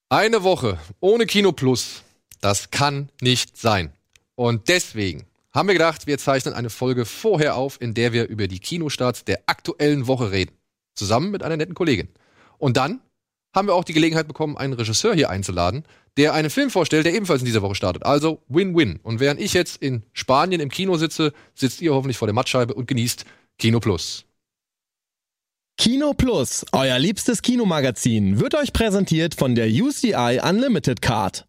Eine Woche ohne Kino Plus, das kann nicht sein. Und deswegen haben wir gedacht, wir zeichnen eine Folge vorher auf, in der wir über die Kinostarts der aktuellen Woche reden. Zusammen mit einer netten Kollegin. Und dann haben wir auch die Gelegenheit bekommen, einen Regisseur hier einzuladen, der einen Film vorstellt, der ebenfalls in dieser Woche startet. Also Win-Win. Und während ich jetzt in Spanien im Kino sitze, sitzt ihr hoffentlich vor der Mattscheibe und genießt Kino Plus. Kino Plus, euer liebstes Kinomagazin, wird euch präsentiert von der UCI Unlimited Card.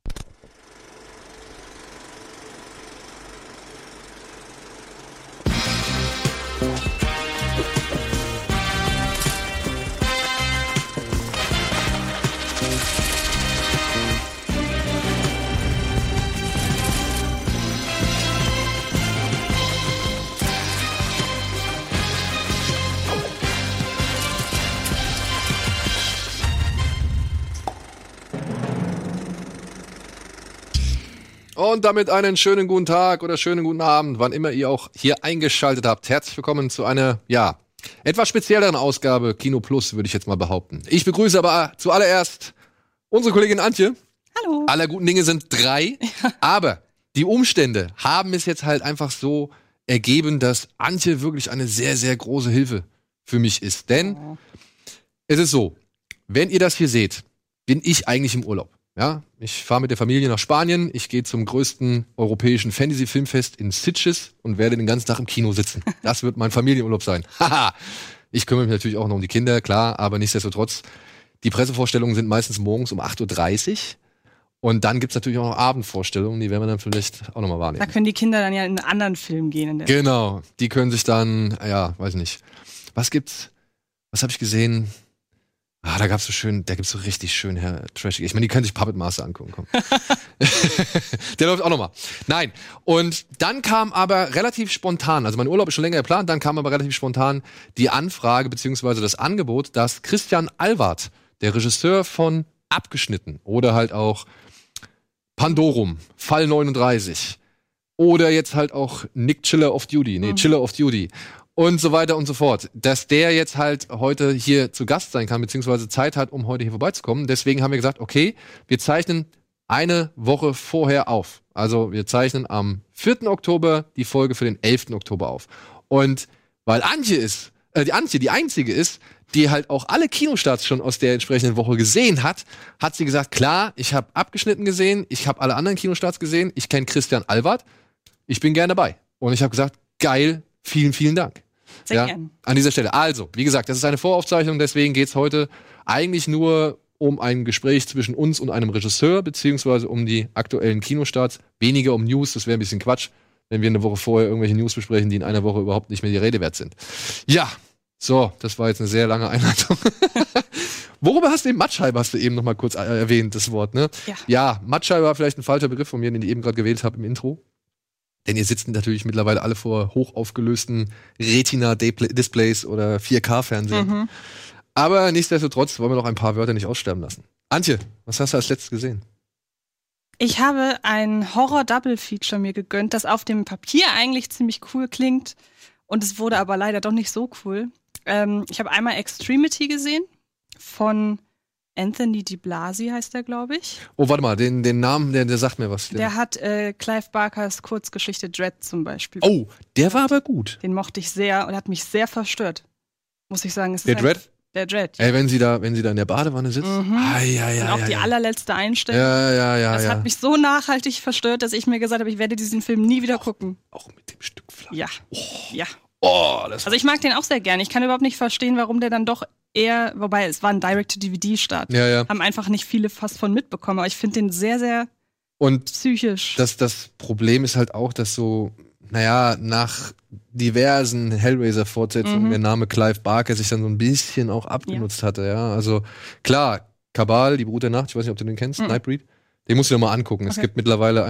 Und damit einen schönen guten Tag oder schönen guten Abend, wann immer ihr auch hier eingeschaltet habt. Herzlich willkommen zu einer, etwas spezielleren Ausgabe Kino Plus, würde ich jetzt mal behaupten. Ich begrüße aber zuallererst unsere Kollegin Antje. Hallo. Aller guten Dinge sind 3, aber die Umstände haben es jetzt halt einfach so ergeben, dass Antje wirklich eine sehr, sehr große Hilfe für mich ist. Denn es ist so, wenn ihr das hier seht, bin ich eigentlich im Urlaub. Ja, ich fahre mit der Familie nach Spanien, ich gehe zum größten europäischen Fantasy-Filmfest in Sitges und werde den ganzen Tag im Kino sitzen. Das wird mein Familienurlaub sein. Haha. Ich kümmere mich natürlich auch noch um die Kinder, klar, aber nichtsdestotrotz, die Pressevorstellungen sind meistens morgens um 8:30 Uhr. Und dann gibt's natürlich auch noch Abendvorstellungen, die werden wir dann vielleicht auch nochmal wahrnehmen. Da können die Kinder dann ja in einen anderen Film gehen. Genau, die können sich dann, weiß nicht. Was habe ich gesehen? Da gibt's so richtig schön trashig. Ich meine, die können sich Puppet Master angucken, komm. Der läuft auch nochmal. Nein. Und dann kam aber relativ spontan, also mein Urlaub ist schon länger geplant, dann kam aber relativ spontan die Anfrage beziehungsweise das Angebot, dass Christian Alward, der Regisseur von Abgeschnitten oder halt auch Pandorum, Fall 39 oder jetzt halt auch Chiller of Duty und so weiter und so fort, dass der jetzt halt heute hier zu Gast sein kann, beziehungsweise Zeit hat, um heute hier vorbeizukommen. Deswegen haben wir gesagt, okay, wir zeichnen eine Woche vorher auf. Also wir zeichnen am 4. Oktober die Folge für den 11. Oktober auf. Und weil Antje die einzige ist, die halt auch alle Kinostarts schon aus der entsprechenden Woche gesehen hat, hat sie gesagt, klar, ich habe Abgeschnitten gesehen, ich habe alle anderen Kinostarts gesehen, ich kenne Christian Alward, ich bin gern dabei. Und ich habe gesagt, geil, vielen, vielen Dank. Sehr gern. An dieser Stelle. Also, wie gesagt, das ist eine Voraufzeichnung, deswegen geht's heute eigentlich nur um ein Gespräch zwischen uns und einem Regisseur, beziehungsweise um die aktuellen Kinostarts. Weniger um News, das wäre ein bisschen Quatsch, wenn wir eine Woche vorher irgendwelche News besprechen, die in einer Woche überhaupt nicht mehr die Rede wert sind. Ja, so, das war jetzt eine sehr lange Einleitung. Worüber hast du eben noch mal kurz erwähnt, das Wort, ne? Ja, Mattscheibe war vielleicht ein falscher Begriff von mir, den ich eben gerade gewählt habe im Intro. Denn ihr sitzt natürlich mittlerweile alle vor hochaufgelösten Retina-Displays oder 4K-Fernsehen. Mhm. Aber nichtsdestotrotz wollen wir noch ein paar Wörter nicht aussterben lassen. Antje, was hast du als letztes gesehen? Ich habe ein Horror-Double-Feature mir gegönnt, das auf dem Papier eigentlich ziemlich cool klingt. Und es wurde aber leider doch nicht so cool. Ich habe einmal Extremity gesehen von Anthony Di Blasi heißt der, glaube ich. Oh, warte mal, den Namen, der sagt mir was. Der hat Clive Barkers Kurzgeschichte Dread zum Beispiel. Oh, der war aber gut. Den mochte ich sehr und hat mich sehr verstört. Muss ich sagen. Der Dread? Der Dread. Ey, wenn sie da in der Badewanne sitzt. Mhm. Und auch die allerletzte Einstellung. Ja. Das hat mich so nachhaltig verstört, dass ich mir gesagt habe, ich werde diesen Film nie wieder gucken. Auch mit dem Stück Fleisch. Ja. Oh. Ja. Oh, also ich mag den auch sehr gerne. Ich kann überhaupt nicht verstehen, warum der dann doch eher, wobei es war ein Direct-to-DVD-Start. Ja. Haben einfach nicht viele fast von mitbekommen. Aber ich finde den sehr, sehr psychisch. Das Problem ist halt auch, dass so, nach diversen Hellraiser-Fortsetzungen der Name Clive Barker sich dann so ein bisschen auch abgenutzt hatte, ja. Also klar, Kabal, die Brut der Nacht, ich weiß nicht, ob du den kennst, Nightbreed, den musst du dir mal angucken. Okay. Es gibt mittlerweile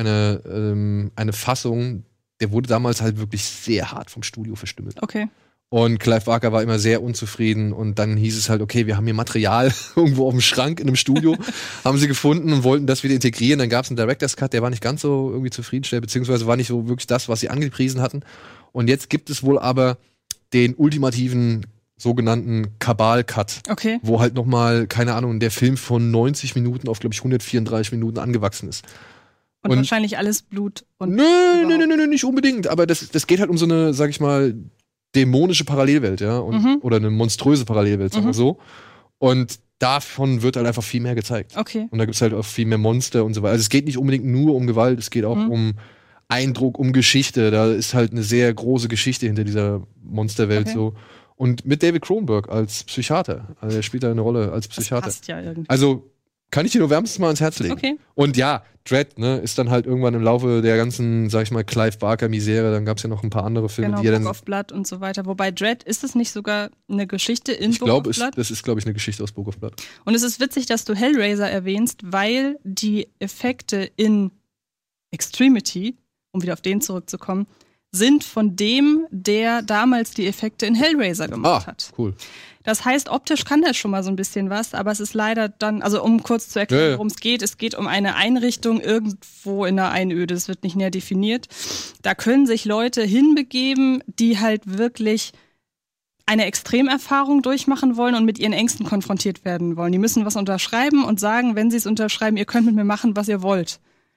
eine Fassung, der wurde damals halt wirklich sehr hart vom Studio verstümmelt. Okay. Und Clive Barker war immer sehr unzufrieden und dann hieß es halt, okay, wir haben hier Material irgendwo auf dem Schrank in einem Studio, haben sie gefunden und wollten das wieder integrieren. Dann gab es einen Director's Cut, der war nicht ganz so irgendwie zufriedenstellend, beziehungsweise war nicht so wirklich das, was sie angepriesen hatten. Und jetzt gibt es wohl aber den ultimativen sogenannten Kabal-Cut. Okay. Wo halt nochmal, keine Ahnung, der Film von 90 Minuten auf, glaube ich, 134 Minuten angewachsen ist. Und wahrscheinlich alles Blut und. Nö, nicht unbedingt. Aber das geht halt um so eine, sag ich mal, dämonische Parallelwelt, ja. Oder eine monströse Parallelwelt, sagen wir so. Und davon wird halt einfach viel mehr gezeigt. Okay. Und da gibt's halt auch viel mehr Monster und so weiter. Also es geht nicht unbedingt nur um Gewalt, es geht auch um Eindruck, um Geschichte. Da ist halt eine sehr große Geschichte hinter dieser Monsterwelt so. Und mit David Cronenberg als Psychiater. Also er spielt da eine Rolle als Psychiater. Das passt ja irgendwie. Also kann ich dir nur wärmstens mal ans Herz legen. Okay. Und ja, Dredd, ne, ist dann halt irgendwann im Laufe der ganzen, sag ich mal, Clive Barker-Misere, dann gab's ja noch ein paar andere Filme, genau, die er dann. Book of Blood und so weiter. Wobei Dredd, ist es nicht sogar eine Geschichte in Book of Blood? Das ist, glaube ich, eine Geschichte aus Book of Blood. Und es ist witzig, dass du Hellraiser erwähnst, weil die Effekte in Extremity, um wieder auf den zurückzukommen, sind von dem, der damals die Effekte in Hellraiser gemacht hat. Cool. Das heißt, optisch kann der schon mal so ein bisschen was, aber es ist leider dann, also um kurz zu erklären, worum es geht um eine Einrichtung irgendwo in einer Einöde, das wird nicht näher definiert. Da können sich Leute hinbegeben, die halt wirklich eine Extremerfahrung durchmachen wollen und mit ihren Ängsten konfrontiert werden wollen. Die müssen was unterschreiben und sagen, wenn sie es unterschreiben, ihr könnt mit mir machen, was ihr wollt.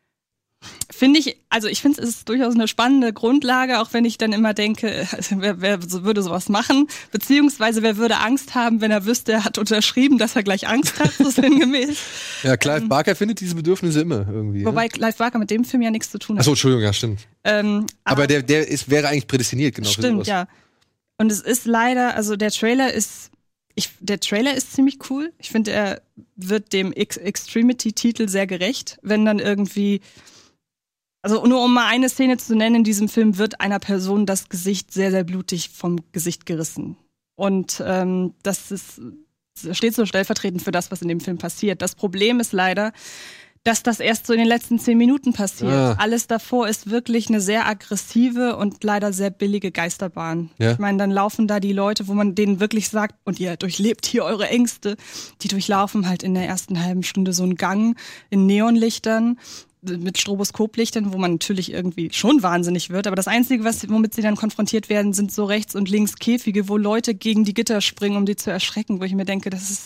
Ich finde, es ist durchaus eine spannende Grundlage, auch wenn ich dann immer denke, wer würde sowas machen? Beziehungsweise, wer würde Angst haben, wenn er wüsste, er hat unterschrieben, dass er gleich Angst hat, so sinngemäß. Ja, Clive Barker findet diese Bedürfnisse immer irgendwie. Wobei Clive Barker mit dem Film ja nichts zu tun hat. Achso, Entschuldigung, ja, stimmt. Aber der wäre eigentlich prädestiniert, genau. Stimmt, ja. Und es ist leider, also der Trailer ist ziemlich cool. Ich finde, er wird dem Extremity-Titel sehr gerecht, wenn dann irgendwie. Also nur um mal eine Szene zu nennen, in diesem Film wird einer Person das Gesicht sehr, sehr blutig vom Gesicht gerissen. Und das steht so stellvertretend für das, was in dem Film passiert. Das Problem ist leider, dass das erst so in den letzten 10 Minuten passiert. Alles davor ist wirklich eine sehr aggressive und leider sehr billige Geisterbahn. Ja. Ich meine, dann laufen da die Leute, wo man denen wirklich sagt, und ihr durchlebt hier eure Ängste. Die durchlaufen halt in der ersten halben Stunde so einen Gang in Neonlichtern, mit Stroboskoplichtern, wo man natürlich irgendwie schon wahnsinnig wird. Aber das Einzige, womit sie dann konfrontiert werden, sind so rechts und links Käfige, wo Leute gegen die Gitter springen, um die zu erschrecken. Wo ich mir denke, das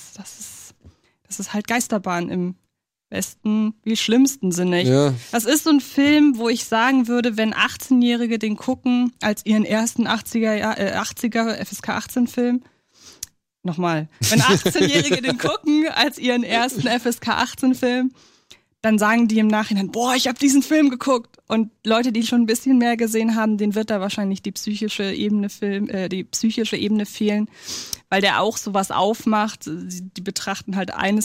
ist halt Geisterbahn im besten wie schlimmsten Sinne. Ja. Das ist so ein Film, wo ich sagen würde, wenn 18-Jährige den gucken, als ihren ersten 80er FSK 18 Film, nochmal, wenn 18-Jährige den gucken, als ihren ersten FSK 18 Film, dann sagen die im Nachhinein, boah, ich habe diesen Film geguckt. Und Leute, die schon ein bisschen mehr gesehen haben, denen wird da wahrscheinlich die psychische Ebene fehlen, weil der auch sowas aufmacht. Die betrachten halt einen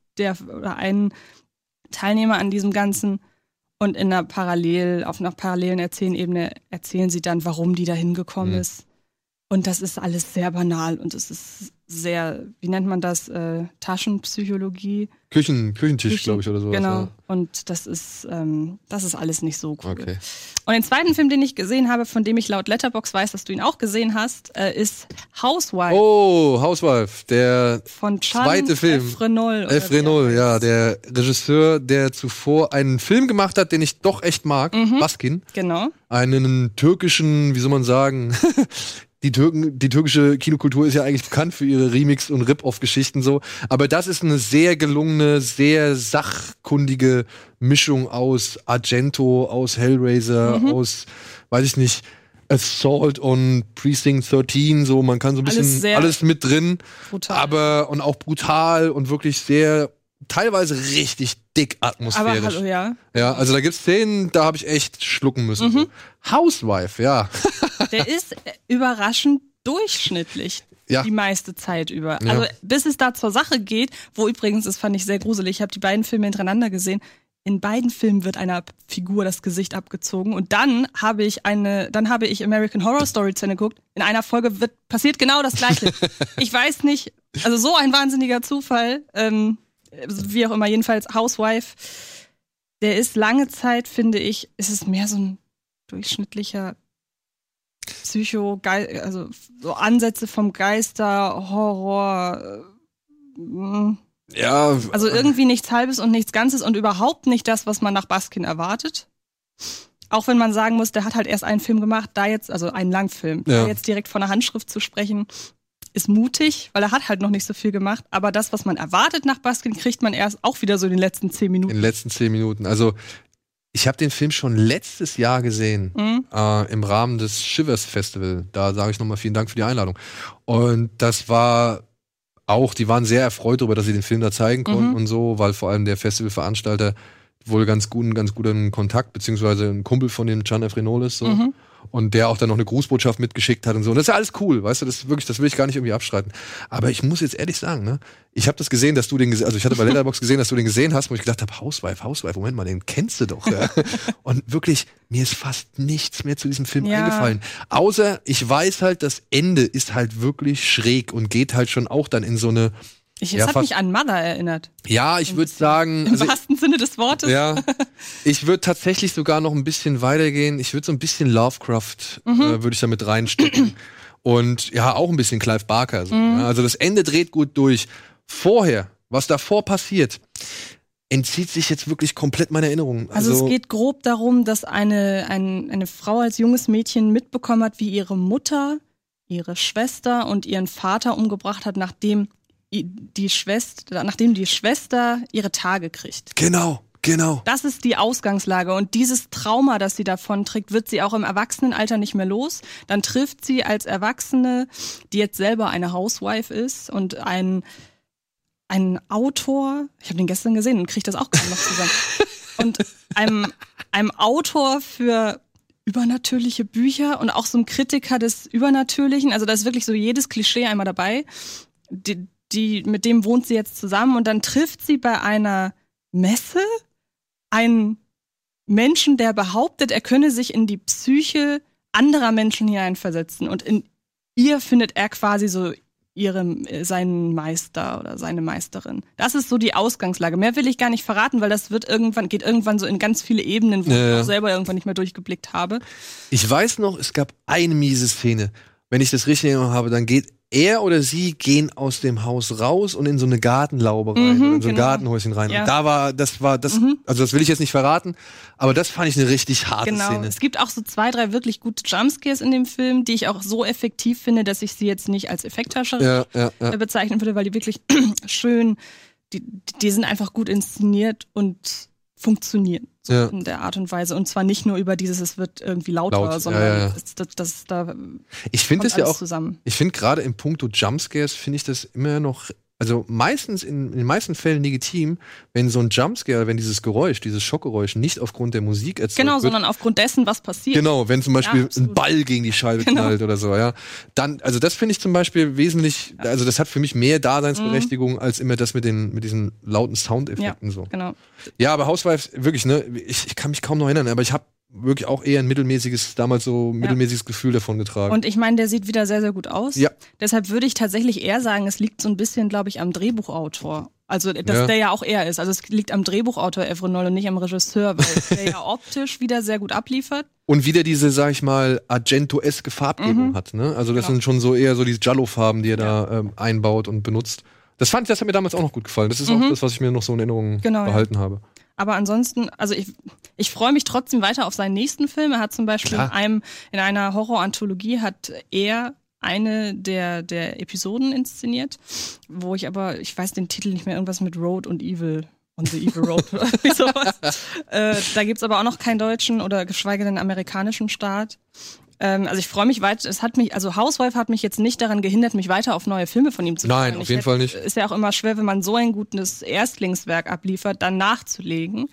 Teilnehmer an diesem Ganzen und auf einer parallelen Erzählebene erzählen sie dann, warum die da hingekommen ist. Und das ist alles sehr banal und es ist sehr, wie nennt man das, Taschenpsychologie. Küchentisch, glaube ich, oder sowas. Genau, ja. Und das ist alles nicht so cool. Okay. Und den zweiten Film, den ich gesehen habe, von dem ich laut Letterboxd weiß, dass du ihn auch gesehen hast, ist Housewife. Oh, Housewife, der von zweite Film. F. Renault. F. Renault, ja, der Regisseur, der zuvor einen Film gemacht hat, den ich doch echt mag, Baskin. Genau. Einen türkischen, wie soll man sagen, die türkische Kinokultur ist ja eigentlich bekannt für ihre Remix- und Rip-Off-Geschichten so. Aber das ist eine sehr gelungene, sehr sachkundige Mischung aus Argento, aus Hellraiser, aus, weiß ich nicht, Assault on Precinct 13, so. Man kann so ein bisschen alles mit drin. Brutal. Und auch brutal und wirklich sehr, teilweise richtig dick atmosphärisch. Aber hallo, ja. Ja, also da gibt's Szenen, da habe ich echt schlucken müssen. So. Housewife, ja. Der ist überraschend durchschnittlich die meiste Zeit über. Ja. Also bis es da zur Sache geht, wo übrigens, das fand ich sehr gruselig, ich habe die beiden Filme hintereinander gesehen, in beiden Filmen wird einer Figur das Gesicht abgezogen und dann habe ich American Horror Story zu Ende geguckt. In einer Folge passiert genau das Gleiche. Ich weiß nicht, also so ein wahnsinniger Zufall, wie auch immer, jedenfalls Housewife, der ist lange Zeit, finde ich, ist es mehr so ein durchschnittlicher also so Ansätze vom Geister, Horror, ja. Also irgendwie nichts Halbes und nichts Ganzes und überhaupt nicht das, was man nach Baskin erwartet. Auch wenn man sagen muss, der hat halt erst einen Film gemacht, also einen Langfilm, da jetzt direkt von der Handschrift zu sprechen, ist mutig, weil er hat halt noch nicht so viel gemacht. Aber das, was man erwartet nach Baskin, kriegt man erst auch wieder so in den letzten 10 Minuten. In den letzten 10 Minuten. Also ich habe den Film schon letztes Jahr gesehen, im Rahmen des Shivers Festival. Da sage ich nochmal vielen Dank für die Einladung. Und das war auch, die waren sehr erfreut darüber, dass sie den Film da zeigen konnten und so, weil vor allem der Festivalveranstalter wohl ganz guten Kontakt, beziehungsweise ein Kumpel von dem Can Efrenolis, so. Und der auch dann noch eine Grußbotschaft mitgeschickt hat und so. Und das ist ja alles cool, weißt du, das will ich gar nicht irgendwie abstreiten. Aber ich muss jetzt ehrlich sagen, ne, ich habe das gesehen, dass du den also ich hatte bei Letterboxd gesehen, dass du den gesehen hast, wo ich gedacht habe, Housewife, Moment mal, den kennst du doch. Ja. Und wirklich, mir ist fast nichts mehr zu diesem Film eingefallen. Außer, ich weiß halt, das Ende ist halt wirklich schräg und geht halt schon auch dann in so eine Es hat mich an Mother erinnert. Ja, ich würde sagen... Im wahrsten Sinne des Wortes. Ja, ich würde tatsächlich sogar noch ein bisschen weitergehen. Ich würde so ein bisschen Lovecraft, würde ich da mit reinstecken. Und ja, auch ein bisschen Clive Barker. So, ja. Also das Ende dreht gut durch. Vorher, was davor passiert, entzieht sich jetzt wirklich komplett meiner Erinnerung. Also es geht grob darum, dass eine Frau als junges Mädchen mitbekommen hat, wie ihre Mutter, ihre Schwester und ihren Vater umgebracht hat, nachdem die Schwester ihre Tage kriegt. Genau. Das ist die Ausgangslage. Und dieses Trauma, das sie davon trägt, wird sie auch im Erwachsenenalter nicht mehr los. Dann trifft sie als Erwachsene, die jetzt selber eine Housewife ist und ein Autor, ich habe den gestern gesehen und kriege das auch gerade noch zusammen, und einem Autor für übernatürliche Bücher und auch so einem Kritiker des Übernatürlichen. Also da ist wirklich so jedes Klischee einmal dabei. Mit dem wohnt sie jetzt zusammen und dann trifft sie bei einer Messe einen Menschen, der behauptet, er könne sich in die Psyche anderer Menschen hineinversetzen und in ihr findet er quasi so seinen Meister oder seine Meisterin. Das ist so die Ausgangslage. Mehr will ich gar nicht verraten, weil das geht irgendwann so in ganz viele Ebenen, wo ich auch selber irgendwann nicht mehr durchgeblickt habe. Ich weiß noch, es gab eine miese Szene. Wenn ich das richtig erinnert habe, dann geht er oder sie gehen aus dem Haus raus und in so eine Gartenlaube rein, oder in so ein Gartenhäuschen rein. Ja. Und das also das will ich jetzt nicht verraten, aber das fand ich eine richtig harte Szene. Es gibt auch so 2, 3 wirklich gute Jumpscares in dem Film, die ich auch so effektiv finde, dass ich sie jetzt nicht als Effekthascherei bezeichnen würde, weil die wirklich schön, die sind einfach gut inszeniert und funktionieren. So in der Art und Weise. Und zwar nicht nur über es wird irgendwie lauter, sondern ich finde es ja auch zusammen. Ich finde gerade im Punkto Jumpscares finde ich das immer noch, also meistens in den meisten Fällen legitim, wenn so ein Jumpscare, wenn dieses Geräusch, dieses Schockgeräusch nicht aufgrund der Musik erzeugt wird. Sondern aufgrund dessen, was passiert. Genau, wenn zum Beispiel ein Ball gegen die Scheibe knallt oder so, ja. Dann, also das finde ich zum Beispiel wesentlich, also das hat für mich mehr Daseinsberechtigung als immer das mit diesen lauten Soundeffekten so. Genau. Ja, aber Housewives, wirklich, ne, ich kann mich kaum noch erinnern, aber ich habe wirklich auch eher ein mittelmäßiges Gefühl davon getragen. Und ich meine, der sieht wieder sehr, sehr gut aus. Ja. Deshalb würde ich tatsächlich eher sagen, es liegt so ein bisschen, glaube ich, am Drehbuchautor. Also, dass der ja auch er ist. Also, es liegt am Drehbuchautor Efronol und nicht am Regisseur, weil der ja optisch wieder sehr gut abliefert. Und wieder diese, sag ich mal, Argento-eske Farbgebung hat, ne? Also, das sind schon so eher so diese Giallo-Farben, die er da das und benutzt. Das hat mir damals auch noch gut gefallen. Das ist auch das, was ich mir noch so in Erinnerung behalten habe. Aber ansonsten, also ich freue mich trotzdem weiter auf seinen nächsten Film. Er hat zum Beispiel in einer Horror-Anthologie hat er eine der Episoden inszeniert, wo ich weiß den Titel nicht mehr, irgendwas mit Road und Evil. On the Evil Road oder sowas. Da gibt's aber auch noch keinen deutschen oder geschweige denn amerikanischen Start. Also ich freue mich weiter. Housewife hat mich jetzt nicht daran gehindert, mich weiter auf neue Filme von ihm zu freuen. Nein, auf jeden Fall nicht. Ist ja auch immer schwer, wenn man so ein gutes Erstlingswerk abliefert, dann nachzulegen.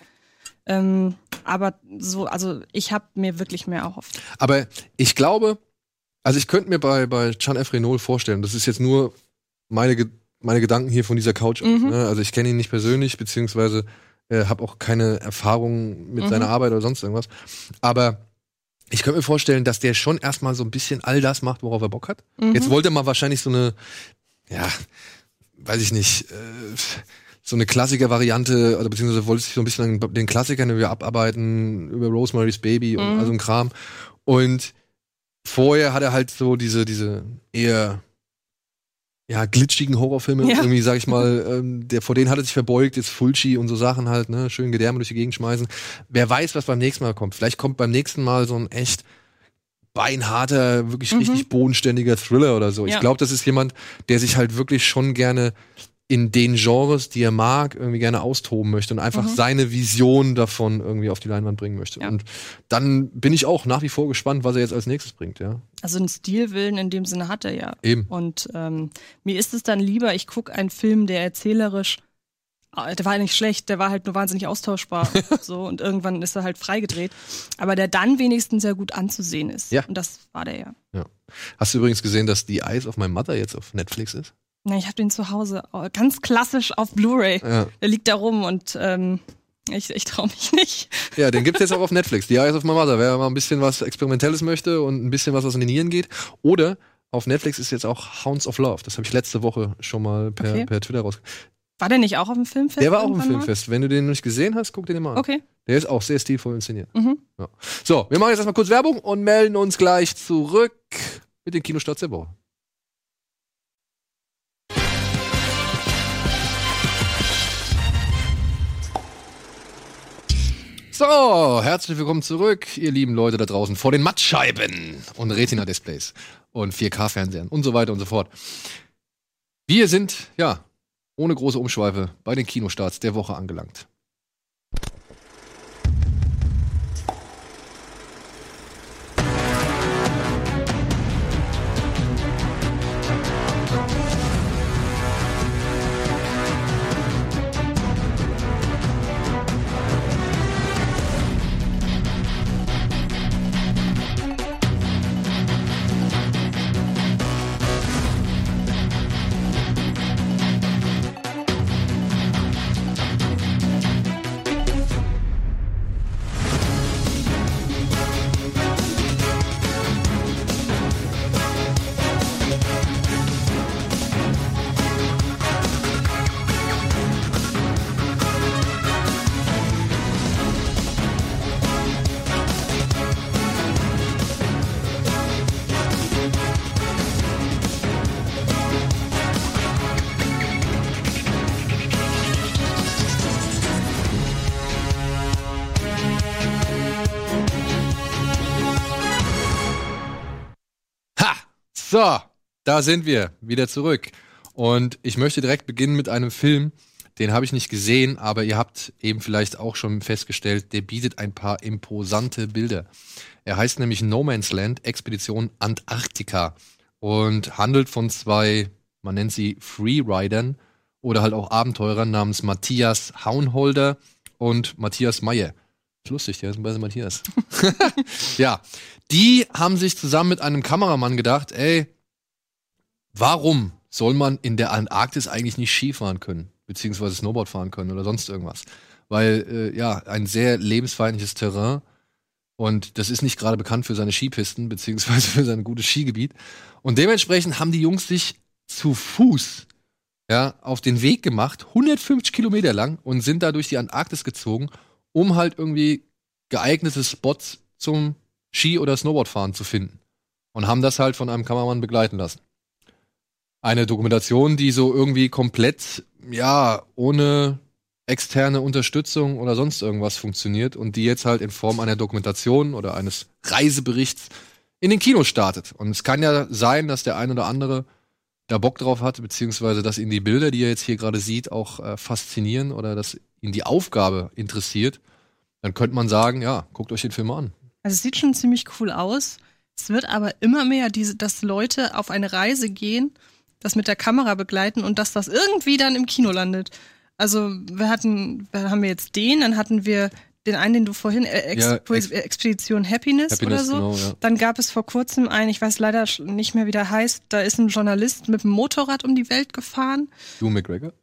Aber so, also ich habe mir wirklich mehr erhofft. Aber ich glaube, also ich könnte mir bei Can Efrenol vorstellen, das ist jetzt nur meine Gedanken hier von dieser Couch aus. Ne? Also ich kenne ihn nicht persönlich, beziehungsweise habe auch keine Erfahrung mit seiner Arbeit oder sonst irgendwas. Aber ich könnte mir vorstellen, dass der schon erstmal so ein bisschen all das macht, worauf er Bock hat. Jetzt wollte er mal wahrscheinlich so eine, weiß ich nicht, so eine Klassiker-Variante, oder beziehungsweise wollte sich so ein bisschen den Klassikern über abarbeiten, über Rosemary's Baby und all so ein Kram. Und vorher hat er halt so diese eher glitschigen Horrorfilme, irgendwie, sag ich mal, vor denen hat er sich verbeugt, jetzt Fulci und so Sachen halt, ne, schön Gedärme durch die Gegend schmeißen. Wer weiß, was beim nächsten Mal kommt. Vielleicht kommt beim nächsten Mal so ein echt beinharter, wirklich richtig bodenständiger Thriller oder so. Ja. Ich glaube, das ist jemand, der sich halt wirklich schon gerne in den Genres, die er mag, irgendwie gerne austoben möchte und einfach seine Vision davon irgendwie auf die Leinwand bringen möchte. Ja. Und dann bin ich auch nach wie vor gespannt, was er jetzt als nächstes bringt, ja. Also einen Stilwillen in dem Sinne hat er ja. Eben. Und mir ist es dann lieber, ich gucke einen Film, der erzählerisch, der war nicht schlecht, der war halt nur wahnsinnig austauschbar. So, und irgendwann ist er halt freigedreht. Aber der dann wenigstens sehr gut anzusehen ist. Ja. Und das war der ja. Ja. Hast du übrigens gesehen, dass The Eyes of My Mother jetzt auf Netflix ist? Na, ich habe den zu Hause ganz klassisch auf Blu-ray. Ja. Der liegt da rum und ich traue mich nicht. Ja, den gibt's jetzt auch auf Netflix. The Eyes of My Mother. Wer mal ein bisschen was Experimentelles möchte und ein bisschen was in die Nieren geht. Oder auf Netflix ist jetzt auch Hounds of Love. Das habe ich letzte Woche schon mal per Twitter rausgekommen. War der nicht auch auf dem Filmfest? Der war auch im irgendwann mal? Filmfest. Wenn du den noch nicht gesehen hast, guck den dir mal an. Okay. Der ist auch sehr stilvoll inszeniert. Ja. So, wir machen jetzt erstmal kurz Werbung und melden uns gleich zurück mit den Kinostarts der Woche. So, herzlich willkommen zurück, ihr lieben Leute da draußen vor den Mattscheiben und Retina-Displays und 4K-Fernsehern und so weiter und so fort. Wir sind, ja, ohne große Umschweife bei den Kinostarts der Woche angelangt. So, da sind wir wieder zurück. Und ich möchte direkt beginnen mit einem Film, den habe ich nicht gesehen, aber ihr habt eben vielleicht auch schon festgestellt, der bietet ein paar imposante Bilder. Er heißt nämlich No Man's Land, Expedition Antarktika und handelt von zwei, man nennt sie Freeridern oder halt auch Abenteurern namens Matthias Haunholder und Matthias Meyer. Ist lustig, der ist ein bisschen Matthias. Ja, die haben sich zusammen mit einem Kameramann gedacht, ey, warum soll man in der Antarktis eigentlich nicht Skifahren können, beziehungsweise Snowboard fahren können oder sonst irgendwas? Weil, ja, ein sehr lebensfeindliches Terrain und das ist nicht gerade bekannt für seine Skipisten, beziehungsweise für sein gutes Skigebiet. Und dementsprechend haben die Jungs sich zu Fuß, ja, auf den Weg gemacht, 150 Kilometer lang und sind da durch die Antarktis gezogen, um halt irgendwie geeignete Spots zum Ski- oder Snowboardfahren zu finden. Und haben das halt von einem Kameramann begleiten lassen. Eine Dokumentation, die so irgendwie komplett, ja, ohne externe Unterstützung oder sonst irgendwas funktioniert und die jetzt halt in Form einer Dokumentation oder eines Reiseberichts in den Kinos startet. Und es kann ja sein, dass der ein oder andere da Bock drauf hat, beziehungsweise dass ihn die Bilder, die er jetzt hier gerade sieht, auch faszinieren oder dass ihn die Aufgabe interessiert. Dann könnte man sagen, ja, guckt euch den Film mal an. Also es sieht schon ziemlich cool aus. Es wird aber immer mehr, dass Leute auf eine Reise gehen, das mit der Kamera begleiten und dass das irgendwie dann im Kino landet. Also wir haben jetzt dann hatten wir den einen, den du vorhin, Expedition Happiness oder so. Genau, ja. Dann gab es vor kurzem einen, ich weiß leider nicht mehr, wie der heißt, da ist ein Journalist mit dem Motorrad um die Welt gefahren. Du McGregor?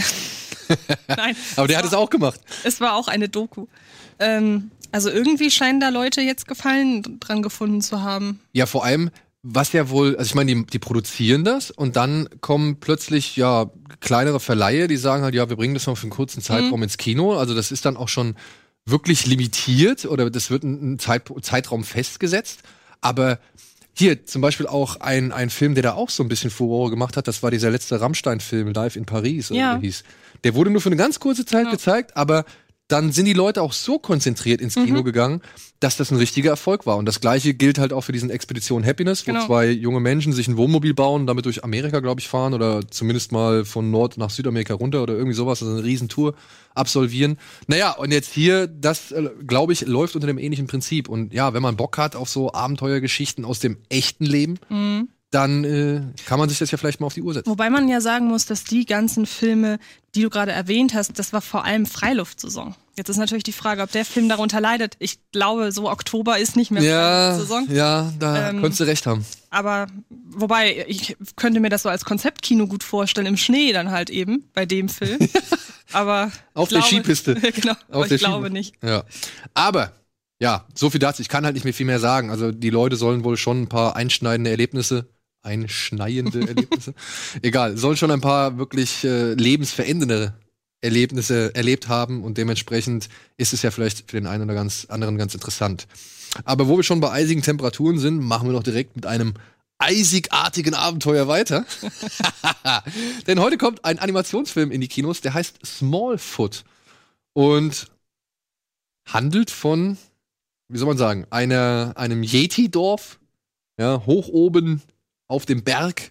Nein. Aber der hat es auch gemacht. Es war auch eine Doku. Also irgendwie scheinen da Leute jetzt Gefallen dran gefunden zu haben. Ja, vor allem, was ja wohl, also ich meine, die produzieren das und dann kommen plötzlich, ja, kleinere Verleihe, die sagen halt, ja, wir bringen das mal für einen kurzen Zeitraum ins Kino. Also das ist dann auch schon wirklich limitiert oder das wird ein Zeitraum festgesetzt. Aber hier zum Beispiel auch ein Film, der da auch so ein bisschen Furore gemacht hat, das war dieser letzte Rammstein-Film, Live in Paris, oder wie der hieß. Der wurde nur für eine ganz kurze Zeit gezeigt, aber dann sind die Leute auch so konzentriert ins Kino gegangen, dass das ein richtiger Erfolg war. Und das Gleiche gilt halt auch für diesen Expedition Happiness, wo zwei junge Menschen sich ein Wohnmobil bauen, damit durch Amerika, glaube ich, fahren oder zumindest mal von Nord nach Südamerika runter oder irgendwie sowas, also eine Riesentour absolvieren. Naja, und jetzt hier, das, glaube ich, läuft unter dem ähnlichen Prinzip. Und ja, wenn man Bock hat auf so Abenteuergeschichten aus dem echten Leben, dann kann man sich das ja vielleicht mal auf die Uhr setzen. Wobei man ja sagen muss, dass die ganzen Filme, die du gerade erwähnt hast, das war vor allem Freiluftsaison. Jetzt ist natürlich die Frage, ob der Film darunter leidet. Ich glaube, so Oktober ist nicht mehr Freiluftsaison. Ja, da könntest du recht haben. Aber, wobei, ich könnte mir das so als Konzeptkino gut vorstellen, im Schnee dann halt eben, bei dem Film. Aber auf der Skipiste. Genau, aber ich glaube nicht. Ja. Aber, ja, so viel dazu. Ich kann halt nicht mehr viel mehr sagen. Also die Leute sollen wohl schon ein paar einschneidende Erlebnisse, egal, sollen schon ein paar wirklich lebensverändernde Erlebnisse erlebt haben und dementsprechend ist es ja vielleicht für den einen oder anderen ganz interessant. Aber wo wir schon bei eisigen Temperaturen sind, machen wir noch direkt mit einem eisigartigen Abenteuer weiter. Denn heute kommt ein Animationsfilm in die Kinos, der heißt Smallfoot und handelt von, wie soll man sagen, einem Yeti-Dorf, ja, hoch oben auf dem Berg.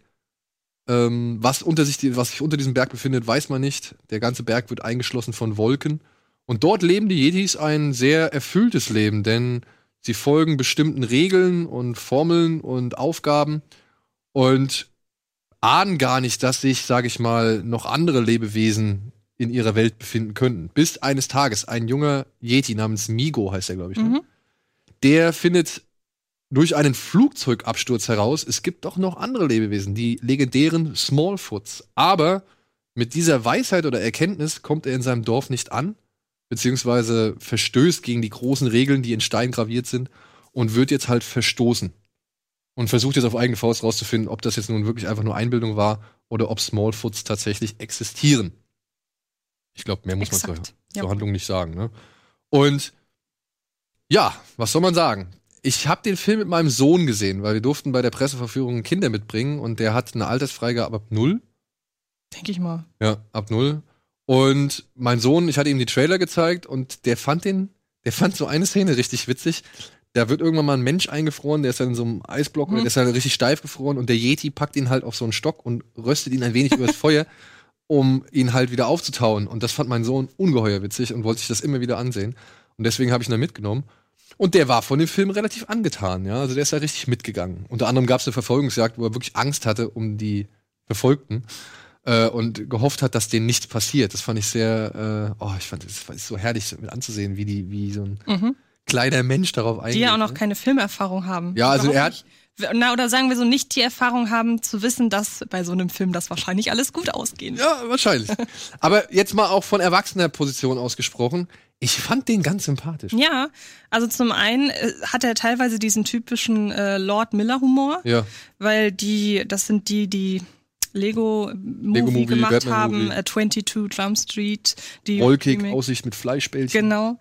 Was sich unter diesem Berg befindet, weiß man nicht. Der ganze Berg wird eingeschlossen von Wolken. Und dort leben die Yetis ein sehr erfülltes Leben, denn sie folgen bestimmten Regeln und Formeln und Aufgaben und ahnen gar nicht, dass sich, sage ich mal, noch andere Lebewesen in ihrer Welt befinden könnten. Bis eines Tages ein junger Yeti namens Migo, heißt er, glaube ich, ne? Der findet durch einen Flugzeugabsturz heraus, es gibt doch noch andere Lebewesen, die legendären Smallfoots. Aber mit dieser Weisheit oder Erkenntnis kommt er in seinem Dorf nicht an, beziehungsweise verstößt gegen die großen Regeln, die in Stein graviert sind, und wird jetzt halt verstoßen. Und versucht jetzt auf eigene Faust rauszufinden, ob das jetzt nun wirklich einfach nur Einbildung war oder ob Smallfoots tatsächlich existieren. Ich glaube, mehr muss man zur Handlung nicht sagen. Ne? Und ja, was soll man sagen? Ich habe den Film mit meinem Sohn gesehen, weil wir durften bei der Presseverführung Kinder mitbringen und der hat eine Altersfreigabe ab 0. Denke ich mal. Ja, ab 0. Und mein Sohn, ich hatte ihm die Trailer gezeigt und der fand so eine Szene richtig witzig. Da wird irgendwann mal ein Mensch eingefroren, der ist dann in so einem Eisblock oder der ist dann richtig steif gefroren und der Yeti packt ihn halt auf so einen Stock und röstet ihn ein wenig übers Feuer, um ihn halt wieder aufzutauen. Und das fand mein Sohn ungeheuer witzig und wollte sich das immer wieder ansehen. Und deswegen habe ich ihn dann mitgenommen. Und der war von dem Film relativ angetan, ja. Also der ist da richtig mitgegangen. Unter anderem gab es eine Verfolgungsjagd, wo er wirklich Angst hatte um die Verfolgten und gehofft hat, dass denen nichts passiert. Das fand ich sehr, ich fand das so herrlich mit anzusehen, wie so ein kleiner Mensch darauf eingeht. Die ja auch noch keine Filmerfahrung haben. Ja, also er hat oder sagen wir so, nicht die Erfahrung haben, zu wissen, dass bei so einem Film das wahrscheinlich alles gut ausgehen wird. Ja, wahrscheinlich. Aber jetzt mal auch von erwachsener Position ausgesprochen, ich fand den ganz sympathisch. Ja, also zum einen hat er teilweise diesen typischen Lord Miller-Humor, weil das sind die Lego-Movie gemacht Batman haben, 22 Jump Street. Die Wolkig, Aussicht mit Fleischbällchen. Genau.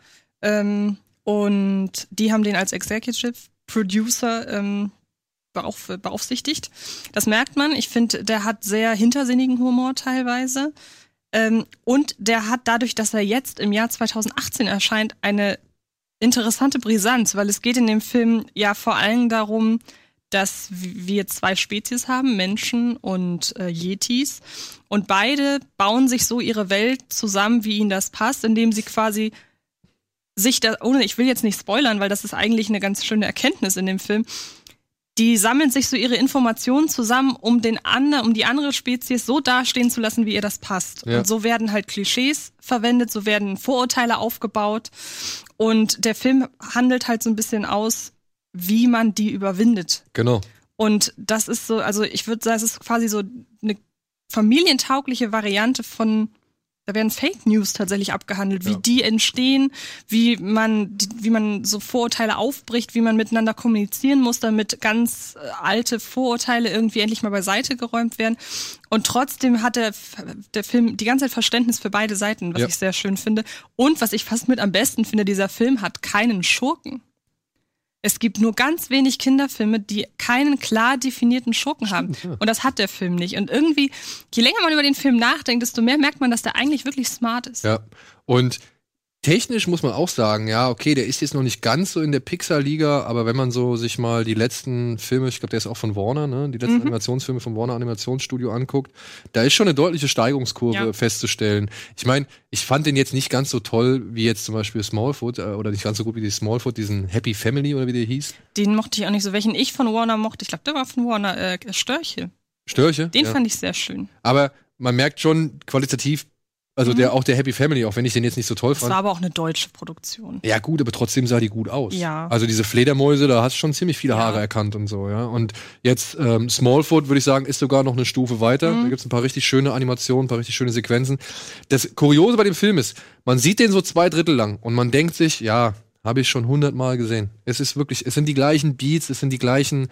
Und die haben den als Executive Producer beaufsichtigt. Das merkt man. Ich finde, der hat sehr hintersinnigen Humor teilweise. Und der hat dadurch, dass er jetzt im Jahr 2018 erscheint, eine interessante Brisanz, weil es geht in dem Film ja vor allem darum, dass wir zwei Spezies haben, Menschen und Yetis. Und beide bauen sich so ihre Welt zusammen, wie ihnen das passt, indem sie quasi ich will jetzt nicht spoilern, weil das ist eigentlich eine ganz schöne Erkenntnis in dem Film. Die sammeln sich so ihre Informationen zusammen, um die andere Spezies so dastehen zu lassen, wie ihr das passt. Ja. Und so werden halt Klischees verwendet, so werden Vorurteile aufgebaut. Und der Film handelt halt so ein bisschen aus, wie man die überwindet. Genau. Und das ist so, also ich würde sagen, es ist quasi so eine familientaugliche Variante von, da werden Fake News tatsächlich abgehandelt, wie die entstehen, wie man so Vorurteile aufbricht, wie man miteinander kommunizieren muss, damit ganz alte Vorurteile irgendwie endlich mal beiseite geräumt werden. Und trotzdem hat der Film die ganze Zeit Verständnis für beide Seiten, was ich sehr schön finde. Und was ich fast mit am besten finde, dieser Film hat keinen Schurken. Es gibt nur ganz wenig Kinderfilme, die keinen klar definierten Schurken haben. Ja. Und das hat der Film nicht. Und irgendwie, je länger man über den Film nachdenkt, desto mehr merkt man, dass der eigentlich wirklich smart ist. Ja, und technisch muss man auch sagen, ja, okay, der ist jetzt noch nicht ganz so in der Pixar-Liga, aber wenn man so sich mal die letzten Filme, ich glaube, der ist auch von Warner, ne, die letzten Animationsfilme vom Warner Animationsstudio anguckt, da ist schon eine deutliche Steigungskurve festzustellen. Ich meine, ich fand den jetzt nicht ganz so toll wie jetzt zum Beispiel Smallfoot oder nicht ganz so gut wie die Smallfoot, diesen Happy Family oder wie der hieß. Den mochte ich auch nicht so. Welchen ich von Warner mochte, ich glaube, der war von Warner, Störche. Störche? Den fand ich sehr schön. Aber man merkt schon qualitativ, also auch der Happy Family, auch wenn ich den jetzt nicht so toll fand. Das war aber auch eine deutsche Produktion. Ja gut, aber trotzdem sah die gut aus. Ja. Also diese Fledermäuse, da hast du schon ziemlich viele Haare erkannt und so, ja. Und jetzt Smallfoot, würde ich sagen, ist sogar noch eine Stufe weiter. Da gibt's ein paar richtig schöne Animationen, ein paar richtig schöne Sequenzen. Das Kuriose bei dem Film ist, man sieht den so 2/3 lang und man denkt sich, ja, habe ich schon 100-mal gesehen. Es ist wirklich, es sind die gleichen Beats, es sind die gleichen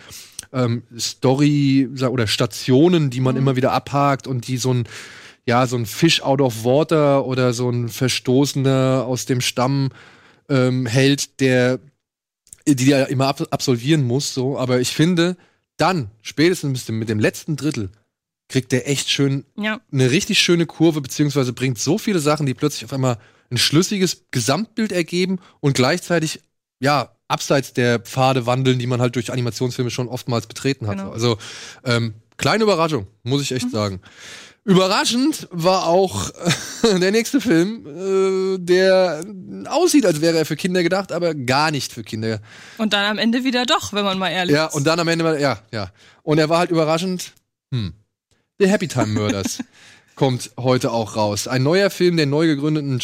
Story- oder Stationen, die man immer wieder abhakt und die so ein Fish out of water oder so ein Verstoßener aus dem Stamm hält, die ja immer absolvieren muss, so. Aber ich finde, dann, spätestens mit dem letzten Drittel, kriegt der echt schön eine richtig schöne Kurve, beziehungsweise bringt so viele Sachen, die plötzlich auf einmal ein schlüssiges Gesamtbild ergeben und gleichzeitig, abseits der Pfade wandeln, die man halt durch Animationsfilme schon oftmals betreten hat. Genau. Also, kleine Überraschung, muss ich echt sagen. Überraschend war auch der nächste Film, der aussieht, als wäre er für Kinder gedacht, aber gar nicht für Kinder. Und dann am Ende wieder doch, wenn man mal ehrlich ist. Ja, und dann am Ende, ja. Und er war halt überraschend, The Happy Time Murders kommt heute auch raus. Ein neuer Film der neu gegründeten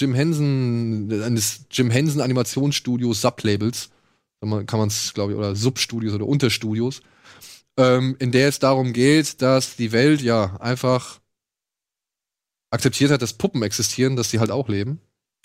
eines Jim Henson Animationsstudios, Sublabels, kann man es, glaube ich, oder Substudios oder Unterstudios, in der es darum geht, dass die Welt einfach akzeptiert hat, dass Puppen existieren, dass sie halt auch leben.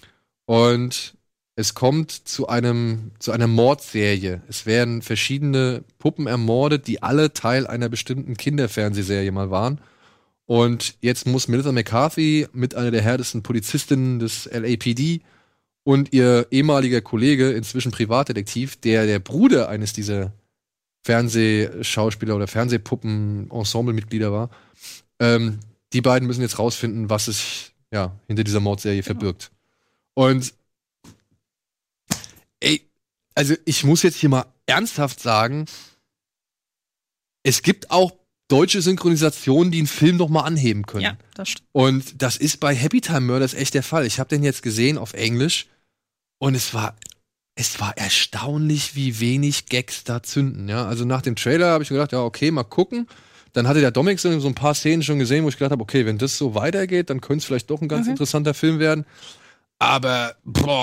Und es kommt zu einer Mordserie. Es werden verschiedene Puppen ermordet, die alle Teil einer bestimmten Kinderfernsehserie mal waren. Und jetzt muss Melissa McCarthy mit einer der härtesten Polizistinnen des LAPD und ihr ehemaliger Kollege, inzwischen Privatdetektiv, der Bruder eines dieser Fernsehschauspieler oder Fernsehpuppen-Ensemble-Mitglieder war, die beiden müssen jetzt rausfinden, was sich hinter dieser Mordserie verbirgt. Und also ich muss jetzt hier mal ernsthaft sagen, es gibt auch deutsche Synchronisationen, die einen Film noch mal anheben können. Ja, das stimmt. Und das ist bei Happy Time Murders echt der Fall. Ich habe den jetzt gesehen auf Englisch und es war erstaunlich, wie wenig Gags da zünden. Ja? Also nach dem Trailer habe ich mir gedacht, ja okay, mal gucken. Dann hatte der Dominik so ein paar Szenen schon gesehen, wo ich gedacht habe, okay, wenn das so weitergeht, dann könnte es vielleicht doch ein ganz interessanter Film werden. Aber,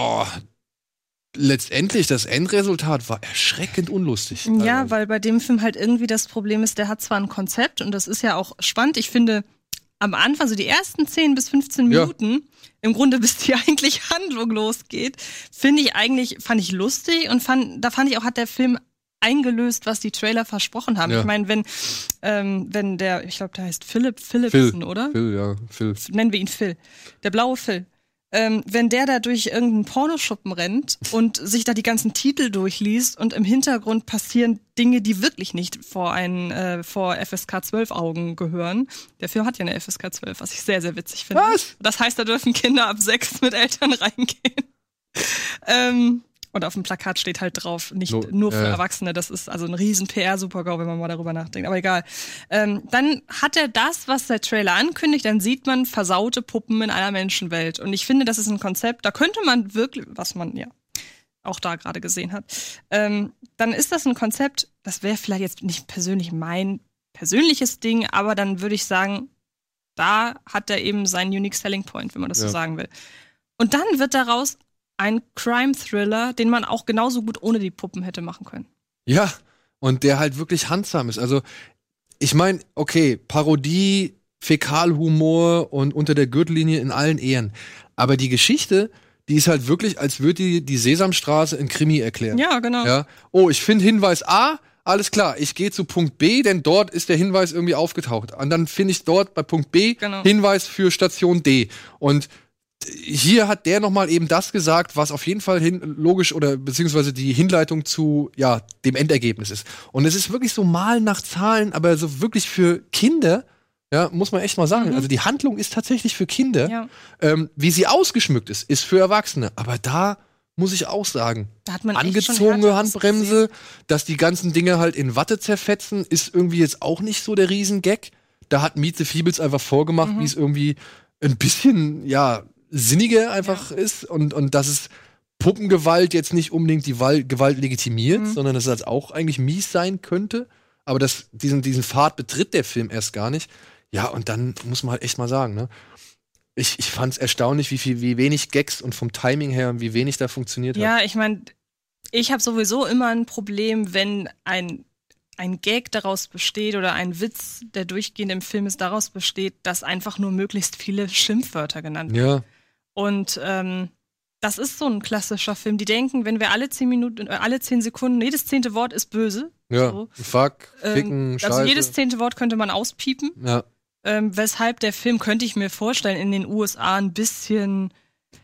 letztendlich, das Endresultat war erschreckend unlustig. Ja, weil bei dem Film halt irgendwie das Problem ist, der hat zwar ein Konzept und das ist ja auch spannend. Ich finde, am Anfang, so die ersten 10 bis 15 Minuten, im Grunde bis die eigentlich Handlung losgeht, fand ich lustig und fand ich auch, hat der Film eingelöst, was die Trailer versprochen haben. Ja. Ich meine, wenn der, ich glaube, der heißt Philipson, oder? Phil. Nennen wir ihn Phil. Der blaue Phil. Wenn der da durch irgendeinen Pornoschuppen rennt und sich da die ganzen Titel durchliest und im Hintergrund passieren Dinge, die wirklich nicht vor FSK 12 Augen gehören. Der Film hat ja eine FSK 12, was ich sehr, sehr witzig finde. Was? Das heißt, da dürfen Kinder ab 6 mit Eltern reingehen. Und auf dem Plakat steht halt drauf, nicht nur für Erwachsene. Das ist also ein riesen PR-Super-GAU, wenn man mal darüber nachdenkt. Aber egal. Dann hat er das, was der Trailer ankündigt, dann sieht man versaute Puppen in einer Menschenwelt. Und ich finde, das ist ein Konzept, da könnte man wirklich, was man auch da gerade gesehen hat, dann ist das ein Konzept, das wäre vielleicht jetzt nicht persönlich mein persönliches Ding, aber dann würde ich sagen, da hat er eben seinen Unique Selling Point, wenn man das so sagen will. Und dann wird daraus ein Crime-Thriller, den man auch genauso gut ohne die Puppen hätte machen können. Ja, und der halt wirklich handsam ist. Also, ich meine, okay, Parodie, Fäkalhumor und unter der Gürtellinie in allen Ehren. Aber die Geschichte, die ist halt wirklich, als würde die Sesamstraße in Krimi erklären. Ja, genau. Ja? Oh, ich finde Hinweis A, alles klar, ich gehe zu Punkt B, denn dort ist der Hinweis irgendwie aufgetaucht. Und dann finde ich dort bei Punkt B Hinweis für Station D. Und hier hat der nochmal eben das gesagt, was auf jeden Fall logisch oder beziehungsweise die Hinleitung zu dem Endergebnis ist. Und es ist wirklich so Malen nach Zahlen, aber so wirklich für Kinder Ja, muss man echt mal sagen. Also die Handlung ist tatsächlich für Kinder. Ja. Wie sie ausgeschmückt ist für Erwachsene. Aber da muss ich auch sagen, Da hat man echt schon angezogene Härteres Handbremse, dass die ganzen Dinge halt in Watte zerfetzen, ist irgendwie jetzt auch nicht so der Riesengag. Da hat Meet the Feebles einfach vorgemacht, wie es irgendwie ein bisschen, ja, sinniger einfach ist und dass es Puppengewalt jetzt nicht unbedingt die Gewalt legitimiert, sondern dass es halt auch eigentlich mies sein könnte. Aber diesen Pfad betritt der Film erst gar nicht. Ja, und dann muss man halt echt mal sagen, ne? Ich fand's erstaunlich, wie wenig Gags und vom Timing her, wie wenig da funktioniert hat. Ja, ich meine, ich habe sowieso immer ein Problem, wenn ein Gag daraus besteht oder ein Witz, der durchgehend im Film ist, daraus besteht, dass einfach nur möglichst viele Schimpfwörter genannt werden. Ja. Und das ist so ein klassischer Film. Die denken, wenn wir alle 10 Sekunden, jedes 10. Wort ist böse. Ja, So. Fuck, Ficken, Scheiße. Also jedes 10. Wort könnte man auspiepen. Ja. Weshalb der Film, könnte ich mir vorstellen, in den USA ein bisschen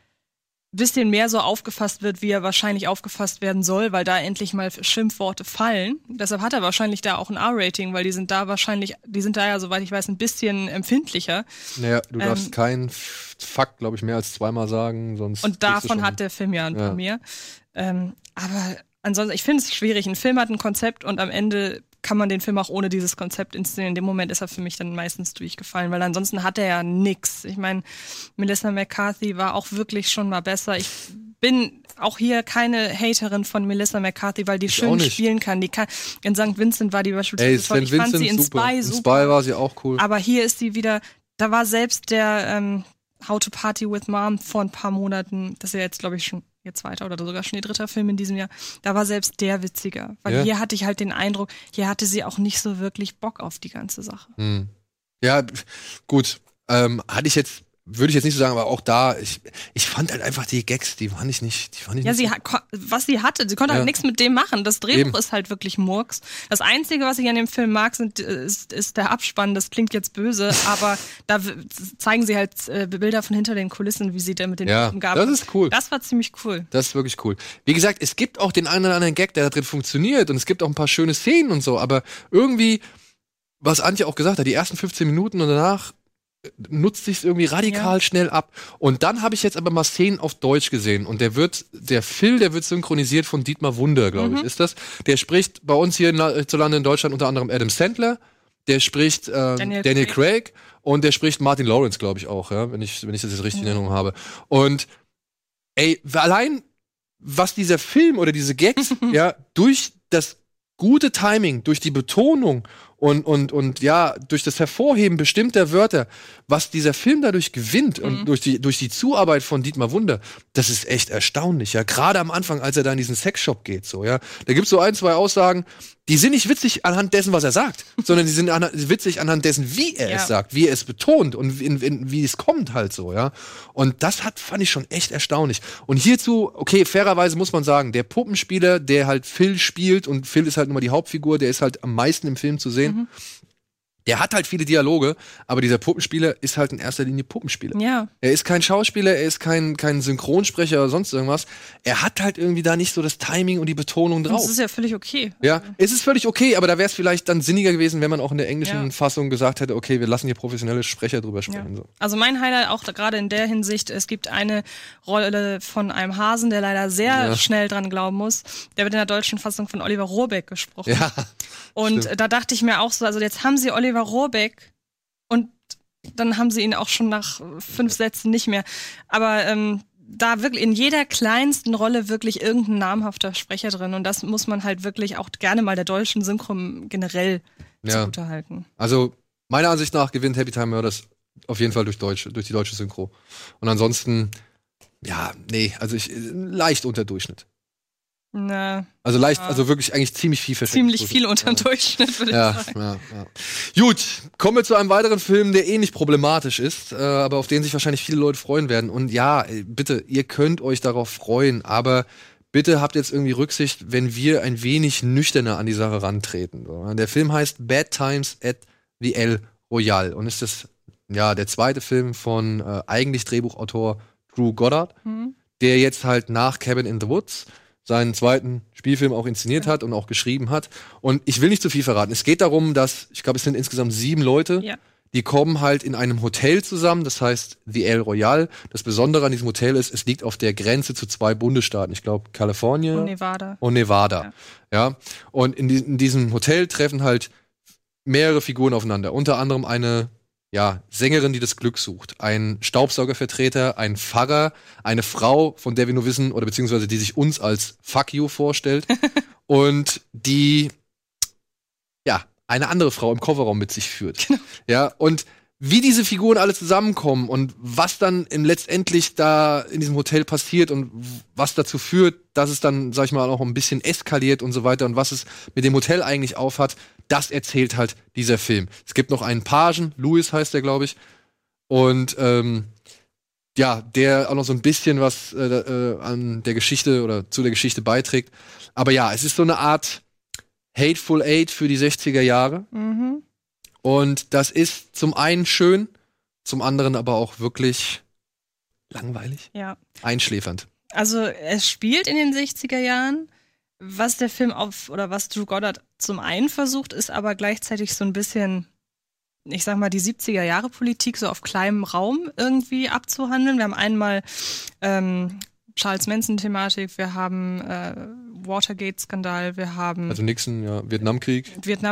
mehr so aufgefasst wird, wie er wahrscheinlich aufgefasst werden soll, weil da endlich mal Schimpfworte fallen. Deshalb hat er wahrscheinlich da auch ein R-Rating, weil die sind da ja, soweit ich weiß, ein bisschen empfindlicher. Naja, du darfst keinen Fuck, glaube ich, mehr als zweimal sagen, sonst. Und davon hat der Film ja ein paar mehr. Aber ansonsten, ich finde es schwierig. Ein Film hat ein Konzept und am Ende kann man den Film auch ohne dieses Konzept inszenieren. In dem Moment ist er für mich dann meistens durchgefallen, weil ansonsten hat er ja nix. Ich meine, Melissa McCarthy war auch wirklich schon mal besser. Ich bin auch hier keine Haterin von Melissa McCarthy, weil die schön spielen kann. In St. Vincent war die beispielsweise toll. Ich fand sie in Spy super. In Spy war sie auch cool. Aber hier ist sie wieder, da war selbst der How to Party with Mom vor ein paar Monaten, das ist ja jetzt, glaube ich, schon ihr zweiter oder sogar schon ihr dritter Film in diesem Jahr, da war selbst der witziger. Weil hier hatte ich halt den Eindruck, hier hatte sie auch nicht so wirklich Bock auf die ganze Sache. Ja, gut. Würde ich jetzt nicht so sagen, aber auch da, ich fand halt einfach die Gags, die fand ich nicht. Ja, was sie hatte, sie konnte halt nichts mit dem machen. Das Drehbuch ist halt wirklich Murks. Das Einzige, was ich an dem Film mag, ist der Abspann. Das klingt jetzt böse, aber da zeigen sie halt Bilder von hinter den Kulissen, wie sie da mit den Typen gab. Das ist cool. Das war ziemlich cool. Das ist wirklich cool. Wie gesagt, es gibt auch den einen oder anderen Gag, der da drin funktioniert und es gibt auch ein paar schöne Szenen und so, aber irgendwie, was Antje auch gesagt hat, die ersten 15 Minuten und danach nutzt sich irgendwie radikal schnell ab. Und dann habe ich jetzt aber mal Szenen auf Deutsch gesehen. Und der wird synchronisiert von Dietmar Wunder, glaube ich, ist das. Der spricht bei uns hier hierzulande in Deutschland unter anderem Adam Sandler. Der spricht Daniel Craig. Und der spricht Martin Lawrence, glaube ich, auch, ja, wenn ich das jetzt richtig in Erinnerung habe. Und allein, was dieser Film oder diese Gags, ja, durch das gute Timing, durch die Betonung und ja, durch das Hervorheben bestimmter Wörter, was dieser Film dadurch gewinnt und durch die Zuarbeit von Dietmar Wunder, das ist echt erstaunlich, ja. Gerade am Anfang, als er da in diesen Sexshop geht, so, ja. Da gibt's so 1, 2 Aussagen, die sind nicht witzig anhand dessen, was er sagt, sondern die sind witzig anhand dessen, wie er es sagt, wie er es betont und wie es kommt halt so, ja. Und das fand ich schon echt erstaunlich. Und hierzu, okay, fairerweise muss man sagen, der Puppenspieler, der halt Phil spielt, und Phil ist halt nun mal die Hauptfigur, der ist halt am meisten im Film zu sehen. Der hat halt viele Dialoge, aber dieser Puppenspieler ist halt in erster Linie Puppenspieler. Ja. Er ist kein Schauspieler, er ist kein Synchronsprecher oder sonst irgendwas. Er hat halt irgendwie da nicht so das Timing und die Betonung drauf. Das ist ja völlig okay. Ja, es ist völlig okay, aber da wäre es vielleicht dann sinniger gewesen, wenn man auch in der englischen Fassung gesagt hätte, okay, wir lassen hier professionelle Sprecher drüber sprechen. So. Also mein Highlight auch gerade in der Hinsicht, es gibt eine Rolle von einem Hasen, der leider sehr schnell dran glauben muss. Der wird in der deutschen Fassung von Oliver Rohrbeck gesprochen. Ja. Und da dachte ich mir auch so, also jetzt haben sie Oliver Rohrbeck und dann haben sie ihn auch schon nach 5 Sätzen nicht mehr. Aber da wirklich in jeder kleinsten Rolle wirklich irgendein namhafter Sprecher drin. Und das muss man halt wirklich auch gerne mal der deutschen Synchro generell zugutehalten. Also meiner Ansicht nach gewinnt Happy Time Murders auf jeden Fall durch die deutsche Synchro. Und ansonsten, leicht unter Durchschnitt. Na, also also wirklich eigentlich ziemlich viel verschenkt. Ziemlich viel unter dem Durchschnitt, würde ich sagen. Ja. Gut, kommen wir zu einem weiteren Film, der ähnlich problematisch ist, aber auf den sich wahrscheinlich viele Leute freuen werden. Und ja, bitte, ihr könnt euch darauf freuen, aber bitte habt jetzt irgendwie Rücksicht, wenn wir ein wenig nüchterner an die Sache rantreten. Der Film heißt Bad Times at the El Royale und ist der zweite Film von eigentlich Drehbuchautor Drew Goddard, der jetzt halt nach Cabin in the Woods seinen zweiten Spielfilm auch inszeniert hat und auch geschrieben hat. Und ich will nicht zu viel verraten. Es geht darum, dass, ich glaube, es sind insgesamt 7 Leute, Die kommen halt in einem Hotel zusammen, das heißt The El Royale. Das Besondere an diesem Hotel ist, es liegt auf der Grenze zu 2 Bundesstaaten. Ich glaube, Kalifornien und Nevada. Ja. Und in diesem Hotel treffen halt mehrere Figuren aufeinander. Unter anderem eine Sängerin, die das Glück sucht. Ein Staubsaugervertreter, ein Pfarrer, eine Frau, von der wir nur wissen, oder beziehungsweise die sich uns als Fuck you vorstellt. Und die eine andere Frau im Kofferraum mit sich führt. Genau. Ja, und wie diese Figuren alle zusammenkommen und was dann letztendlich da in diesem Hotel passiert und was dazu führt, dass es dann, sag ich mal, auch ein bisschen eskaliert und so weiter und was es mit dem Hotel eigentlich aufhat, das erzählt halt dieser Film. Es gibt noch einen Pagen, Louis heißt der, glaube ich, und der auch noch so ein bisschen was an der Geschichte oder zu der Geschichte beiträgt. Aber ja, es ist so eine Art Hateful Eight für die 60er Jahre. Mhm. Und das ist zum einen schön, zum anderen aber auch wirklich langweilig. Ja. Einschläfernd. Also es spielt in den 60er Jahren. Was der Film was Drew Goddard zum einen versucht, ist aber gleichzeitig so ein bisschen, ich sag mal, die 70er Jahre Politik so auf kleinem Raum irgendwie abzuhandeln. Wir haben einmal Charles Manson-Thematik, wir haben Watergate-Skandal, wir haben also Nixon, Vietnamkrieg.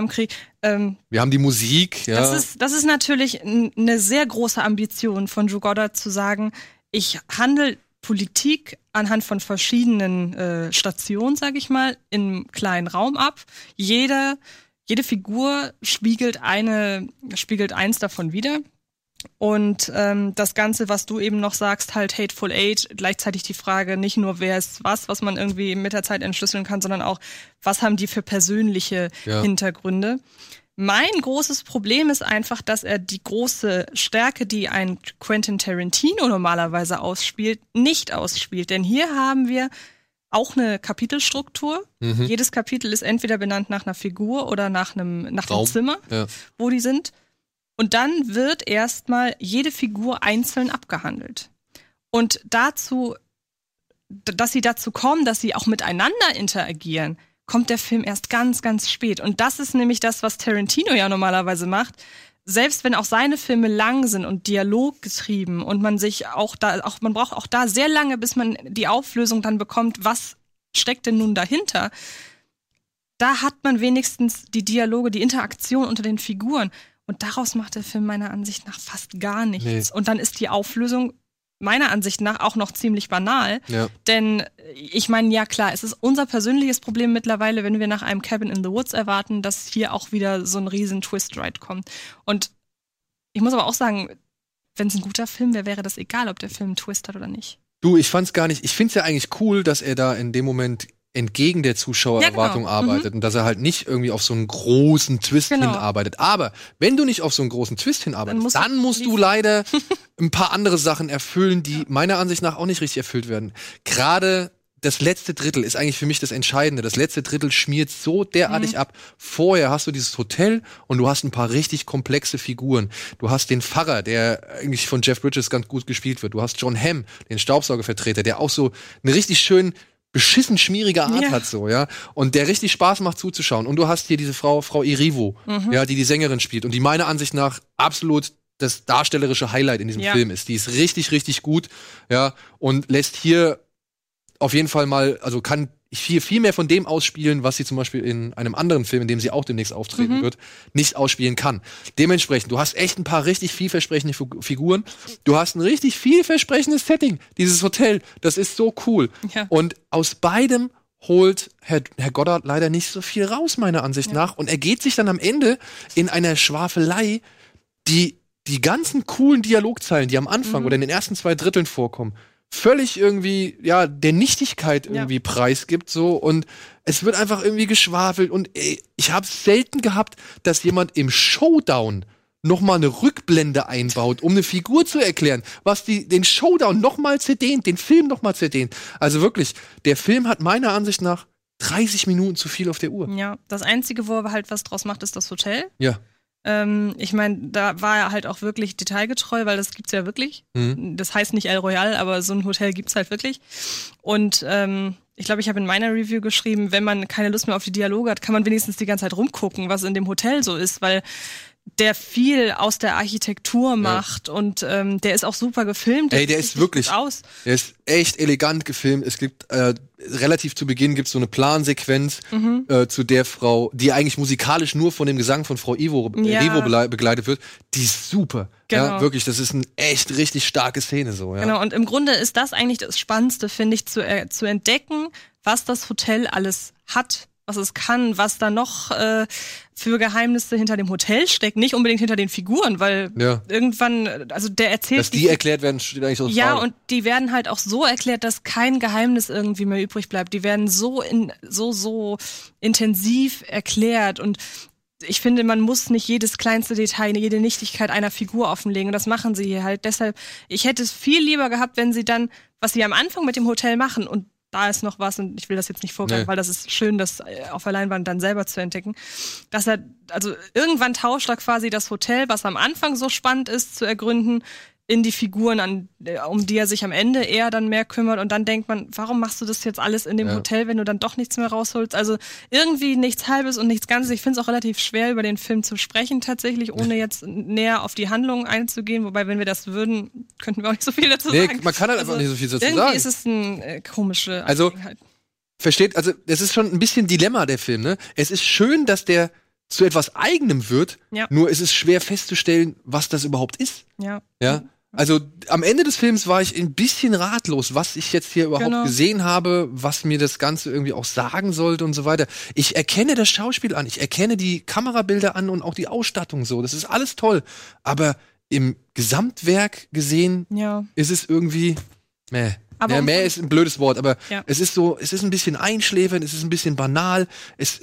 Wir haben die Musik, ja. Das ist natürlich eine sehr große Ambition von Drew Goddard zu sagen, ich handle Politik anhand von verschiedenen Stationen, sag ich mal, im kleinen Raum ab. Jede Figur spiegelt eins davon wider. Und das Ganze, was du eben noch sagst, halt Hateful Eight, gleichzeitig die Frage, nicht nur wer ist was man irgendwie mit der Zeit entschlüsseln kann, sondern auch, was haben die für persönliche Hintergründe. Mein großes Problem ist einfach, dass er die große Stärke, die ein Quentin Tarantino normalerweise ausspielt, nicht ausspielt. Denn hier haben wir auch eine Kapitelstruktur. Mhm. Jedes Kapitel ist entweder benannt nach einer Figur oder nach dem Zimmer, wo die sind. Und dann wird erstmal jede Figur einzeln abgehandelt. Und dass sie dazu kommen, dass sie auch miteinander interagieren, kommt der Film erst ganz, ganz spät. Und das ist nämlich das, was Tarantino ja normalerweise macht. Selbst wenn auch seine Filme lang sind und dialoggetrieben und man braucht auch da sehr lange, bis man die Auflösung dann bekommt, was steckt denn nun dahinter? Da hat man wenigstens die Dialoge, die Interaktion unter den Figuren. Und daraus macht der Film meiner Ansicht nach fast gar nichts. Nee. Und dann ist die Auflösung meiner Ansicht nach auch noch ziemlich banal. Ja. Denn ich meine, ja klar, es ist unser persönliches Problem mittlerweile, wenn wir nach einem Cabin in the Woods erwarten, dass hier auch wieder so ein riesen Twist-Ride kommt. Und ich muss aber auch sagen, wenn es ein guter Film wäre, wäre das egal, ob der Film einen Twist hat oder nicht. Du, ich fand's gar nicht. Ich find's ja eigentlich cool, dass er da in dem Moment entgegen der Zuschauererwartung arbeitet und dass er halt nicht irgendwie auf so einen großen Twist hinarbeitet. Aber wenn du nicht auf so einen großen Twist hinarbeitest, dann musst du leider ein paar andere Sachen erfüllen, die meiner Ansicht nach auch nicht richtig erfüllt werden. Gerade das letzte Drittel ist eigentlich für mich das Entscheidende. Das letzte Drittel schmiert so derartig ab. Vorher hast du dieses Hotel und du hast ein paar richtig komplexe Figuren. Du hast den Pfarrer, der eigentlich von Jeff Bridges ganz gut gespielt wird. Du hast John Hamm, den Staubsaugervertreter, der auch so eine richtig schön beschissen schmierige Art hat, so, ja. Und der richtig Spaß macht zuzuschauen. Und du hast hier diese Frau Erivo, die Sängerin spielt und die meiner Ansicht nach absolut das darstellerische Highlight in diesem Film ist. Die ist richtig, richtig gut, ja, und lässt hier auf jeden Fall mal, also kann viel mehr von dem ausspielen, was sie zum Beispiel in einem anderen Film, in dem sie auch demnächst auftreten wird, nicht ausspielen kann. Dementsprechend, du hast echt ein paar richtig vielversprechende Figuren. Du hast ein richtig vielversprechendes Setting. Dieses Hotel, das ist so cool. Ja. Und aus beidem holt Herr Goddard leider nicht so viel raus, meiner Ansicht nach. Und er geht sich dann am Ende in einer Schwafelei, die ganzen coolen Dialogzeilen, die am Anfang oder in den ersten 2 Dritteln vorkommen, völlig irgendwie, der Nichtigkeit irgendwie preisgibt, so, und es wird einfach irgendwie geschwafelt und ich habe selten gehabt, dass jemand im Showdown nochmal eine Rückblende einbaut, um eine Figur zu erklären, was den Showdown nochmal zerdehnt, den Film nochmal zerdehnt. Also wirklich, der Film hat meiner Ansicht nach 30 Minuten zu viel auf der Uhr. Ja, das Einzige, wo er halt was draus macht, ist das Hotel. Ja. Ich meine, da war er halt auch wirklich detailgetreu, weil das gibt's ja wirklich. Das heißt nicht El Royale, aber so ein Hotel gibt's halt wirklich. Und ich glaube, ich habe in meiner Review geschrieben, wenn man keine Lust mehr auf die Dialoge hat, kann man wenigstens die ganze Zeit rumgucken, was in dem Hotel so ist, weil der viel aus der Architektur macht und der ist auch super gefilmt. Ey, der ist wirklich, der ist echt elegant gefilmt. Es gibt relativ zu Beginn gibt's so eine Plansequenz zu der Frau, die eigentlich musikalisch nur von dem Gesang von Frau Ivo begleitet wird. Die ist super. Genau. Ja, wirklich, das ist eine echt richtig starke Szene so. Ja. Genau, und im Grunde ist das eigentlich das Spannendste, finde ich, zu entdecken, was das Hotel alles hat, was es kann, was da noch für Geheimnisse hinter dem Hotel steckt, nicht unbedingt hinter den Figuren, weil irgendwann, also der erzählt... Dass die erklärt werden, steht eigentlich so. Ja, und die werden halt auch so erklärt, dass kein Geheimnis irgendwie mehr übrig bleibt. Die werden so intensiv erklärt und ich finde, man muss nicht jedes kleinste Detail, jede Nichtigkeit einer Figur offenlegen und das machen sie hier halt. Deshalb, ich hätte es viel lieber gehabt, wenn sie dann, was sie am Anfang mit dem Hotel machen und da ist noch was und ich will das jetzt nicht vorgreifen, weil das ist schön, das auf der Leinwand dann selber zu entdecken, dass er, also irgendwann tauscht er quasi das Hotel, was am Anfang so spannend ist, zu ergründen, in die Figuren, um die er sich am Ende eher dann mehr kümmert und dann denkt man, warum machst du das jetzt alles in dem Hotel, wenn du dann doch nichts mehr rausholst? Also irgendwie nichts Halbes und nichts Ganzes. Ich finde es auch relativ schwer, über den Film zu sprechen tatsächlich, ohne jetzt näher auf die Handlung einzugehen. Wobei, wenn wir das würden, könnten wir auch nicht so viel dazu sagen. Man kann halt einfach nicht so viel dazu irgendwie sagen. Irgendwie ist es eine komische Angelegenheit. Versteht, also das ist schon ein bisschen Dilemma, der Film, ne? Es ist schön, dass der zu etwas Eigenem wird, nur ist es schwer festzustellen, was das überhaupt ist. Ja. Also am Ende des Films war ich ein bisschen ratlos, was ich jetzt hier überhaupt gesehen habe, was mir das Ganze irgendwie auch sagen sollte und so weiter. Ich erkenne das Schauspiel an, ich erkenne die Kamerabilder an und auch die Ausstattung so. Das ist alles toll. Aber im Gesamtwerk gesehen ist es irgendwie mehr ist ein blödes Wort, aber es ist so, es ist ein bisschen einschläfernd, es ist ein bisschen banal, es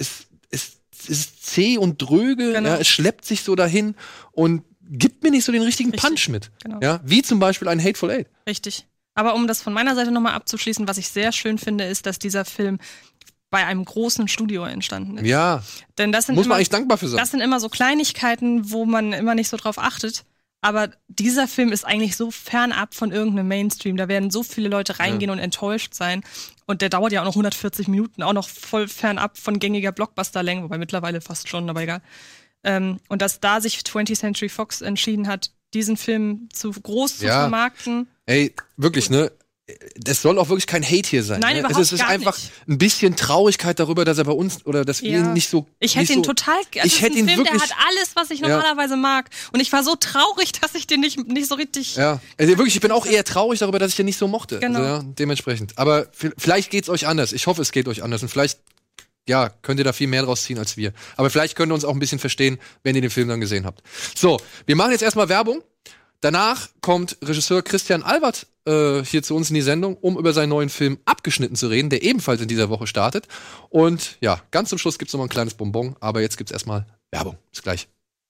ist zäh und dröge, es schleppt sich so dahin und gibt mir nicht so den richtigen Punch mit. Genau. Ja, wie zum Beispiel ein Hateful Eight. Richtig. Aber um das von meiner Seite nochmal abzuschließen, was ich sehr schön finde, ist, dass dieser Film bei einem großen Studio entstanden ist. Ja. Denn das sind muss man eigentlich dankbar für sein. Das sind immer so Kleinigkeiten, wo man immer nicht so drauf achtet. Aber dieser Film ist eigentlich so fernab von irgendeinem Mainstream. Da werden so viele Leute reingehen und enttäuscht sein. Und der dauert ja auch noch 140 Minuten, auch noch voll fernab von gängiger Blockbuster-Länge, wobei mittlerweile fast schon, aber egal. Und dass da sich 20th Century Fox entschieden hat, diesen Film zu groß zu vermarkten. Ey, wirklich, ne? Das soll auch wirklich kein Hate hier sein. Nein, ne? überhaupt Es ist einfach ein bisschen Traurigkeit darüber, dass er bei uns oder dass wir ihn nicht so. Ich hätte ihn total. Ich hätte ihn wirklich. Der hat alles, was ich normalerweise mag. Und ich war so traurig, dass ich den nicht so richtig. Ja, also wirklich, ich bin auch eher traurig darüber, dass ich den nicht so mochte. Genau. Also, dementsprechend. Aber vielleicht geht's euch anders. Ich hoffe, es geht euch anders. Und vielleicht könnt ihr da viel mehr draus ziehen als wir. Aber vielleicht könnt ihr uns auch ein bisschen verstehen, wenn ihr den Film dann gesehen habt. So, wir machen jetzt erstmal Werbung. Danach kommt Regisseur Christian Albert hier zu uns in die Sendung, um über seinen neuen Film Abgeschnitten zu reden, der ebenfalls in dieser Woche startet. Und ganz zum Schluss gibt's noch mal ein kleines Bonbon. Aber jetzt gibt's erstmal Werbung. Bis gleich.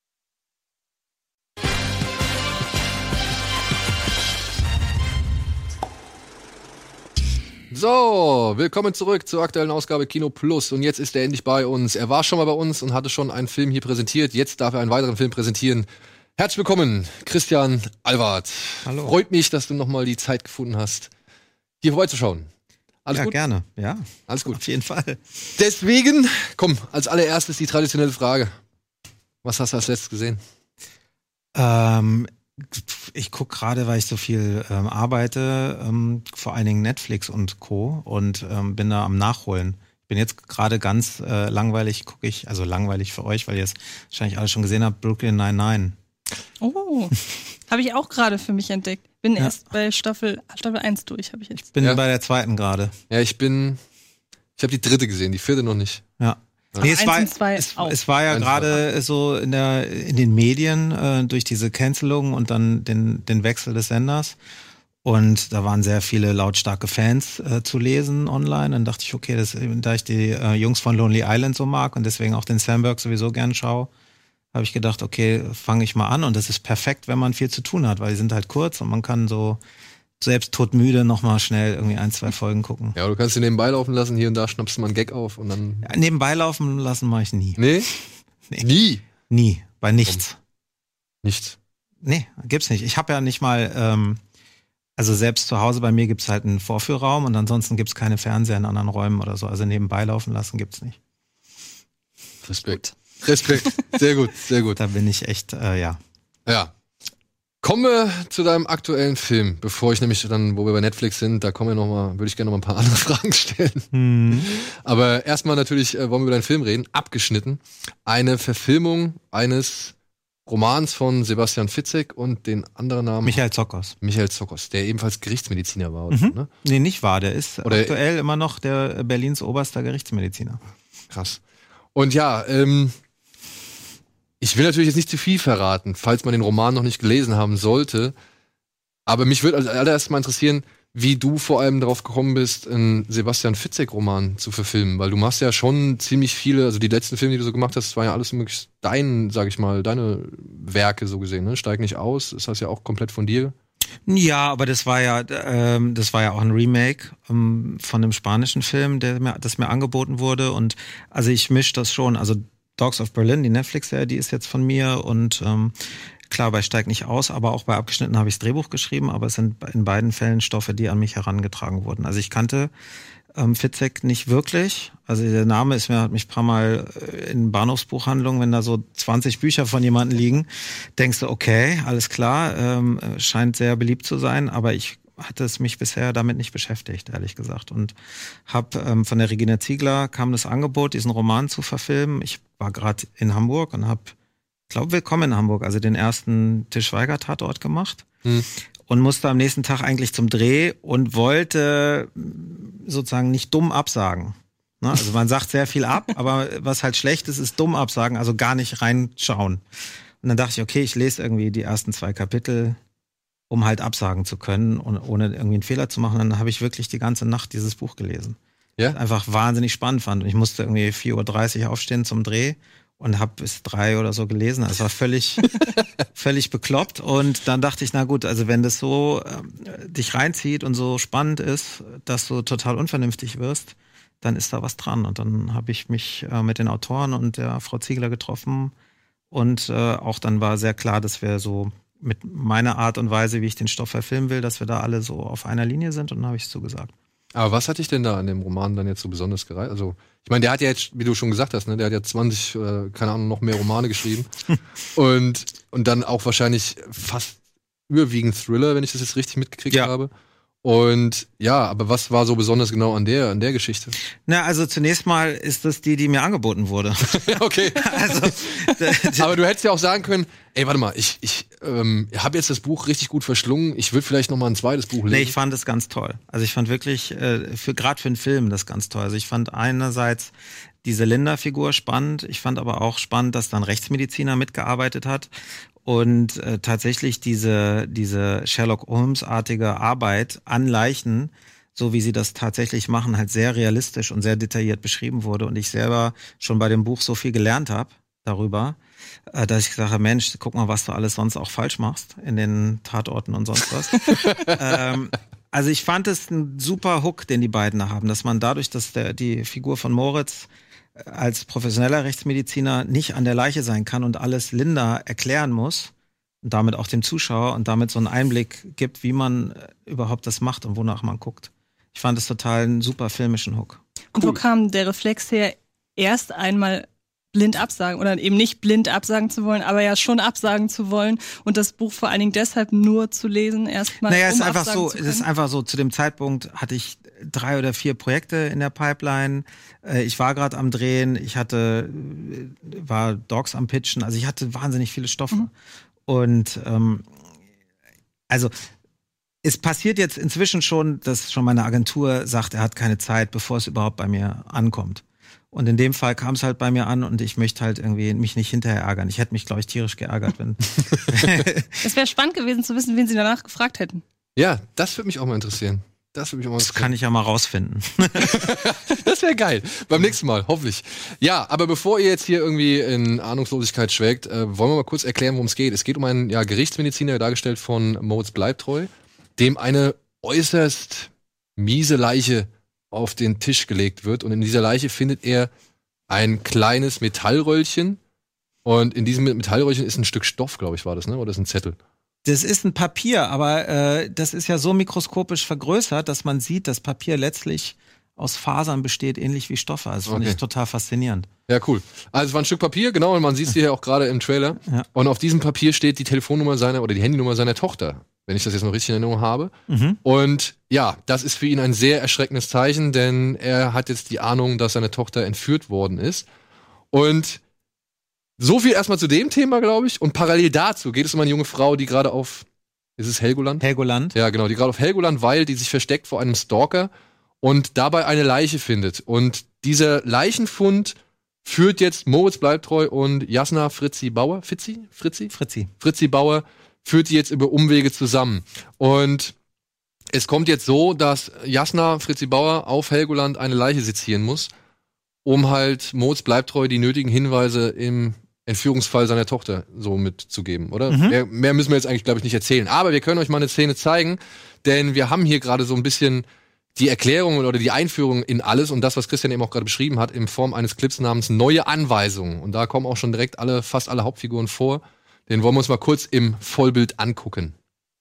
So, willkommen zurück zur aktuellen Ausgabe Kino Plus. Und jetzt ist er endlich bei uns. Er war schon mal bei uns und hatte schon einen Film hier präsentiert. Jetzt darf er einen weiteren Film präsentieren. Herzlich willkommen, Christian Albert. Hallo. Freut mich, dass du nochmal die Zeit gefunden hast, hier vorbeizuschauen. Alles gut? Ja, gerne. Ja, alles gut. Auf jeden Fall. Deswegen, komm, als allererstes die traditionelle Frage. Was hast du als letztes gesehen? Ich gucke gerade, weil ich so viel arbeite, vor allen Dingen Netflix und Co. und bin da am Nachholen. Ich bin jetzt gerade ganz langweilig, also langweilig für euch, weil ihr es wahrscheinlich alle schon gesehen habt, Brooklyn Nine-Nine. Oh, habe ich auch gerade für mich entdeckt. Bin erst bei Staffel 1 durch, habe ich jetzt. Ich bin bei der 2. gerade. Ja, ich habe die 3. gesehen, die 4. noch nicht. Ja. Nee, es war ja gerade so in den Medien durch diese Cancelung und dann den Wechsel des Senders. Und da waren sehr viele lautstarke Fans zu lesen online. Dann dachte ich, okay, da ich die Jungs von Lonely Island so mag und deswegen auch den Sandberg sowieso gern schaue, habe ich gedacht, okay, fange ich mal an. Und das ist perfekt, wenn man viel zu tun hat, weil die sind halt kurz und man kann so selbst todmüde nochmal schnell irgendwie 1, 2 Folgen gucken. Ja, du kannst sie nebenbei laufen lassen, hier und da schnappst du mal einen Gag auf und dann... Ja, nebenbei laufen lassen mache ich nie. Nee? Nie? Nie, bei nichts. Nichts? Nee, gibt's nicht. Ich habe ja nicht mal... Also selbst zu Hause bei mir gibt's halt einen Vorführraum und ansonsten gibt's keine Fernseher in anderen Räumen oder so. Also nebenbei laufen lassen gibt's nicht. Respekt. Respekt. Sehr gut, sehr gut. Da bin ich echt, ja. Ja. Kommen wir zu deinem aktuellen Film, bevor ich nämlich dann, wo wir bei Netflix sind, da würde ich gerne noch mal ein paar andere Fragen stellen. Aber erstmal natürlich wollen wir über deinen Film reden. Abgeschnitten. Eine Verfilmung eines Romans von Sebastian Fitzek und den anderen Namen Michael Zokos, der ebenfalls Gerichtsmediziner war. Oder so, ne? Nee, nicht wahr. Der ist aktuell immer noch der Berlins oberster Gerichtsmediziner. Krass. Und ja, ich will natürlich jetzt nicht zu viel verraten, falls man den Roman noch nicht gelesen haben sollte. Aber mich würde als allererstes mal interessieren, wie du vor allem darauf gekommen bist, einen Sebastian Fitzek-Roman zu verfilmen. Weil du machst ja schon ziemlich viele, also die letzten Filme, die du so gemacht hast, war ja alles möglichst deine Werke so gesehen, ne? Steig nicht aus, ist das ja auch komplett von dir. Ja, aber das war ja auch ein Remake von einem spanischen Film, das mir angeboten wurde. Und also ich mische das schon. Also Dogs of Berlin, die Netflix-Serie, die ist jetzt von mir und klar, bei Steig nicht aus, aber auch bei Abgeschnitten habe ich das Drehbuch geschrieben, aber es sind in beiden Fällen Stoffe, die an mich herangetragen wurden. Also ich kannte Fitzek nicht wirklich. Also der Name hat mich ein paar Mal in Bahnhofsbuchhandlungen, wenn da so 20 Bücher von jemandem liegen, denkst du, okay, alles klar, scheint sehr beliebt zu sein, aber ich hatte es mich bisher damit nicht beschäftigt, ehrlich gesagt. Und habe von der Regina Ziegler kam das Angebot, diesen Roman zu verfilmen. Ich war gerade in Hamburg und habe, Willkommen in Hamburg, also den ersten Til Schweiger-Tatort gemacht. Und musste am nächsten Tag eigentlich zum Dreh und wollte sozusagen nicht dumm absagen. Ne? Also man sagt sehr viel ab, aber was halt schlecht ist dumm absagen, also gar nicht reinschauen. Und dann dachte ich, okay, ich lese irgendwie die ersten 2 Kapitel, um halt absagen zu können und ohne irgendwie einen Fehler zu machen. Dann habe ich wirklich die ganze Nacht dieses Buch gelesen. Ja? Was ich einfach wahnsinnig spannend fand. Und ich musste irgendwie 4:30 Uhr aufstehen zum Dreh und habe bis 3 oder so gelesen. Das war völlig bekloppt. Und dann dachte ich, na gut, also wenn das so dich reinzieht und so spannend ist, dass du total unvernünftig wirst, dann ist da was dran. Und dann habe ich mich mit den Autoren und der Frau Ziegler getroffen. Und auch dann war sehr klar, dass wir so mit meiner Art und Weise, wie ich den Stoff verfilmen will, dass wir da alle so auf einer Linie sind. Und dann habe ich es zugesagt. Aber was hat dich denn da an dem Roman dann jetzt so besonders gereizt? Also, ich meine, der hat ja jetzt, wie du schon gesagt hast, ne, der hat ja 20, keine Ahnung, noch mehr Romane geschrieben. und dann auch wahrscheinlich fast überwiegend Thriller, wenn ich das jetzt richtig mitgekriegt habe. Und ja, aber was war so besonders genau an der Geschichte? Na, also zunächst mal ist das die mir angeboten wurde. Okay. Aber du hättest ja auch sagen können, ey, warte mal, ich habe jetzt das Buch richtig gut verschlungen, ich würde vielleicht noch mal ein zweites Buch lesen. Nee, ich fand es ganz toll. Also ich fand wirklich, gerade für einen Film das ganz toll. Also ich fand einerseits diese Linda-Figur spannend, ich fand aber auch spannend, dass da ein Rechtsmediziner mitgearbeitet hat. Und tatsächlich diese Sherlock Holmes-artige Arbeit an Leichen, so wie sie das tatsächlich machen, halt sehr realistisch und sehr detailliert beschrieben wurde. Und ich selber schon bei dem Buch so viel gelernt habe darüber, dass ich gesagt habe, Mensch, guck mal, was du alles sonst auch falsch machst in den Tatorten und sonst was. Also ich fand es ein super Hook, den die beiden da haben, dass man dadurch, dass die Figur von Moritz als professioneller Rechtsmediziner nicht an der Leiche sein kann und alles Linda erklären muss und damit auch dem Zuschauer und damit so einen Einblick gibt, wie man überhaupt das macht und wonach man guckt. Ich fand es total einen super filmischen Hook. Und wo kam der Reflex her, erst einmal blind absagen oder eben nicht blind absagen zu wollen, aber ja schon absagen zu wollen und das Buch vor allen Dingen deshalb nur zu lesen erstmal. Naja, es ist einfach so, zu dem Zeitpunkt hatte ich 3 oder 4 Projekte in der Pipeline. Ich war gerade am Drehen, war Dogs am Pitchen, also ich hatte wahnsinnig viele Stoffe. Und also es passiert jetzt inzwischen schon, dass schon meine Agentur sagt, er hat keine Zeit, bevor es überhaupt bei mir ankommt. Und in dem Fall kam es halt bei mir an und ich möchte halt irgendwie mich nicht hinterher ärgern. Ich hätte mich, glaube ich, tierisch geärgert, wenn. Es wäre spannend gewesen zu wissen, wen sie danach gefragt hätten. Ja, das würde mich auch mal interessieren. Das kann ich ja mal rausfinden. Das wäre geil. Beim nächsten Mal, hoffentlich. Ja, aber bevor ihr jetzt hier irgendwie in Ahnungslosigkeit schwelgt, wollen wir mal kurz erklären, worum es geht. Es geht um einen Gerichtsmediziner, dargestellt von Moritz Bleibtreu, dem eine äußerst miese Leiche auf den Tisch gelegt wird. Und in dieser Leiche findet er ein kleines Metallröllchen. Und in diesem Metallröllchen ist ein Stück Stoff, glaube ich, war das, ne? Oder ist ein Zettel? Das ist ein Papier, aber das ist ja so mikroskopisch vergrößert, dass man sieht, das Papier letztlich aus Fasern besteht, ähnlich wie Stoffe. Also finde ich total faszinierend. Ja, cool. Also es war ein Stück Papier, genau, und man sieht es hier auch gerade im Trailer. Ja. Und auf diesem Papier steht die Telefonnummer die Handynummer seiner Tochter, wenn ich das jetzt noch richtig in Erinnerung habe. Und ja, das ist für ihn ein sehr erschreckendes Zeichen, denn er hat jetzt die Ahnung, dass seine Tochter entführt worden ist. Und so viel erstmal zu dem Thema, glaube ich. Und parallel dazu geht es um eine junge Frau, die gerade ist es Helgoland? Helgoland. Ja, genau, die gerade auf Helgoland weilt, die sich versteckt vor einem Stalker und dabei eine Leiche findet. Und dieser Leichenfund führt jetzt Moritz Bleibtreu und Jasna Fritzi Bauer, Fritzi Bauer, führt die jetzt über Umwege zusammen. Und es kommt jetzt so, dass Jasna Fritzi Bauer auf Helgoland eine Leiche sezieren muss, um halt Moritz Bleibtreu die nötigen Hinweise im Entführungsfall seiner Tochter so mitzugeben, oder? Mehr müssen wir jetzt eigentlich, glaube ich, nicht erzählen. Aber wir können euch mal eine Szene zeigen, denn wir haben hier gerade so ein bisschen die Erklärung oder die Einführung in alles und das, was Christian eben auch gerade beschrieben hat, in Form eines Clips namens Neue Anweisungen. Und da kommen auch schon direkt fast alle Hauptfiguren vor. Den wollen wir uns mal kurz im Vollbild angucken.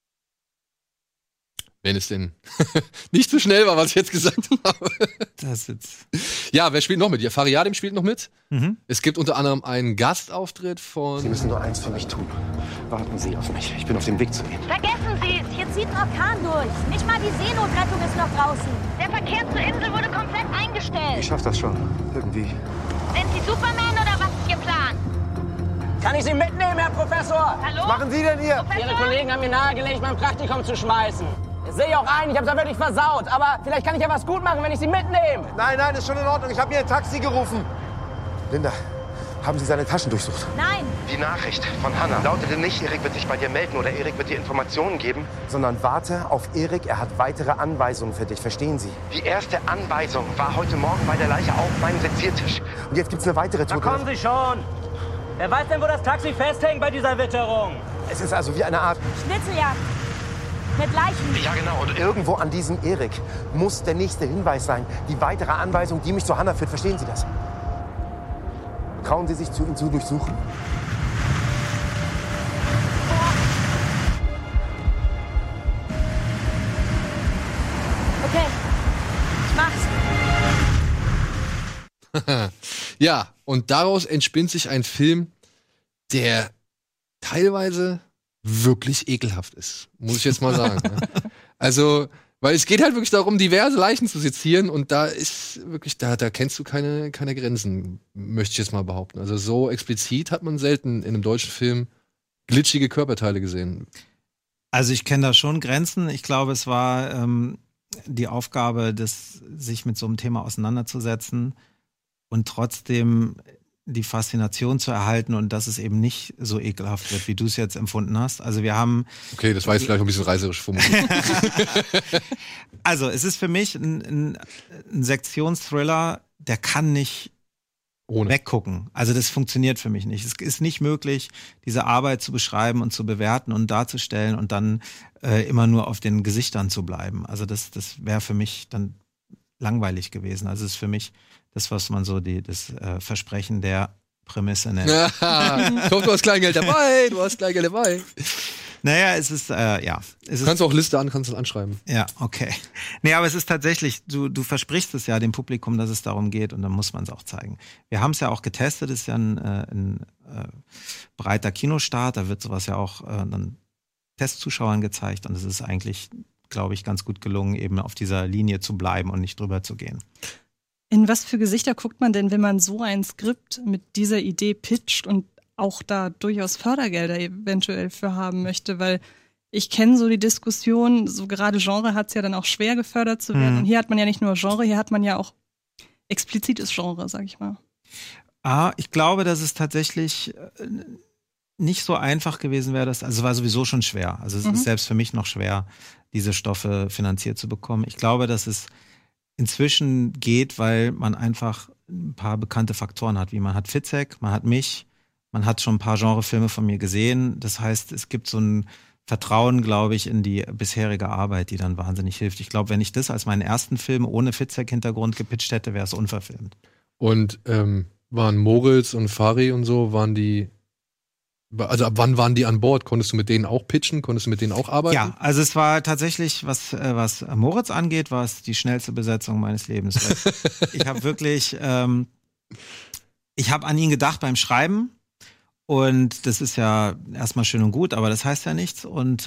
Wenn es denn nicht so schnell war, was ich jetzt gesagt habe. Das jetzt. Ja, wer spielt noch mit? Ja, Fariadim spielt noch mit. Es gibt unter anderem einen Gastauftritt von... Sie müssen nur eins für mich tun. Warten Sie auf mich. Ich bin auf dem Weg zu Ihnen. Vergessen Sie es. Hier zieht ein Orkan durch. Nicht mal die Seenotrettung ist noch draußen. Der Verkehr zur Insel wurde komplett eingestellt. Ich schaff das schon. Irgendwie. Sind Sie Superman oder was ist Ihr Plan? Kann ich Sie mitnehmen, Herr Professor? Hallo? Was machen Sie denn hier? Professor? Ihre Kollegen haben mir nahegelegt, mein Praktikum zu schmeißen. Das sehe ich auch ein, ich hab's ja wirklich versaut. Aber vielleicht kann ich ja was gut machen, wenn ich Sie mitnehme. Nein, ist schon in Ordnung. Ich habe mir ein Taxi gerufen. Linda, haben Sie seine Taschen durchsucht? Nein. Die Nachricht von Hannah lautete nicht, Erik wird sich bei dir melden oder Erik wird dir Informationen geben, sondern warte auf Erik, er hat weitere Anweisungen für dich, verstehen Sie? Die erste Anweisung war heute Morgen bei der Leiche auf meinem Seziertisch. Und jetzt gibt's eine weitere Tote. Da kommen Sie schon. Wer weiß denn, wo das Taxi festhängt bei dieser Witterung? Es ist also wie eine Art... Schnitzeljagd. Mit Leichen. Ja, genau. Und irgendwo an diesem Erik muss der nächste Hinweis sein. Die weitere Anweisung, die mich zu Hannah führt. Verstehen Sie das? Trauen Sie sich zu, ihn zu durchsuchen? Okay. Ich mach's. Ja, und daraus entspinnt sich ein Film, der teilweise wirklich ekelhaft ist, muss ich jetzt mal sagen. Also, weil es geht halt wirklich darum, diverse Leichen zu sezieren und da ist wirklich, da kennst du keine Grenzen, möchte ich jetzt mal behaupten. Also so explizit hat man selten in einem deutschen Film glitschige Körperteile gesehen. Also ich kenne da schon Grenzen. Ich glaube, es war die Aufgabe, sich mit so einem Thema auseinanderzusetzen und trotzdem die Faszination zu erhalten und dass es eben nicht so ekelhaft wird, wie du es jetzt empfunden hast. Also wir haben... Okay, das war jetzt vielleicht ein bisschen reißerisch formuliert. Also es ist für mich ein Sektionsthriller, der kann nicht weggucken. Also das funktioniert für mich nicht. Es ist nicht möglich, diese Arbeit zu beschreiben und zu bewerten und darzustellen und dann immer nur auf den Gesichtern zu bleiben. Also das wäre für mich dann langweilig gewesen. Also es ist für mich das, was man so das Versprechen der Prämisse nennt. Ich hoffe, du hast Kleingeld dabei. Naja, es ist, ja. Du kannst auch Liste anschreiben. Ja, okay. Nee, aber es ist tatsächlich, du versprichst es ja dem Publikum, dass es darum geht und dann muss man es auch zeigen. Wir haben es ja auch getestet, es ist ja ein breiter Kinostart, da wird sowas ja auch dann Testzuschauern gezeigt und es ist eigentlich, glaube ich, ganz gut gelungen, eben auf dieser Linie zu bleiben und nicht drüber zu gehen. In was für Gesichter guckt man denn, wenn man so ein Skript mit dieser Idee pitcht und auch da durchaus Fördergelder eventuell für haben möchte? Weil ich kenne so die Diskussion, so gerade Genre hat es ja dann auch schwer gefördert zu werden. Und hier hat man ja nicht nur Genre, hier hat man ja auch explizites Genre, sag ich mal. Ich glaube, dass es tatsächlich nicht so einfach gewesen wäre. Also es war sowieso schon schwer. Also es ist selbst für mich noch schwer, diese Stoffe finanziert zu bekommen. Ich glaube, dass es inzwischen geht, weil man einfach ein paar bekannte Faktoren hat, wie man hat Fitzek, man hat mich, man hat schon ein paar Genrefilme von mir gesehen. Das heißt, es gibt so ein Vertrauen, glaube ich, in die bisherige Arbeit, die dann wahnsinnig hilft. Ich glaube, wenn ich das als meinen ersten Film ohne Fitzek-Hintergrund gepitcht hätte, wäre es unverfilmt. Und waren Moritz und Fari und so, waren die Also ab wann waren die an Bord? Konntest du mit denen auch pitchen? Konntest du mit denen auch arbeiten? Ja, also es war tatsächlich, was Moritz angeht, war es die schnellste Besetzung meines Lebens. Ich habe wirklich, ich habe an ihn gedacht beim Schreiben. Und das ist ja erstmal schön und gut, aber das heißt ja nichts. Und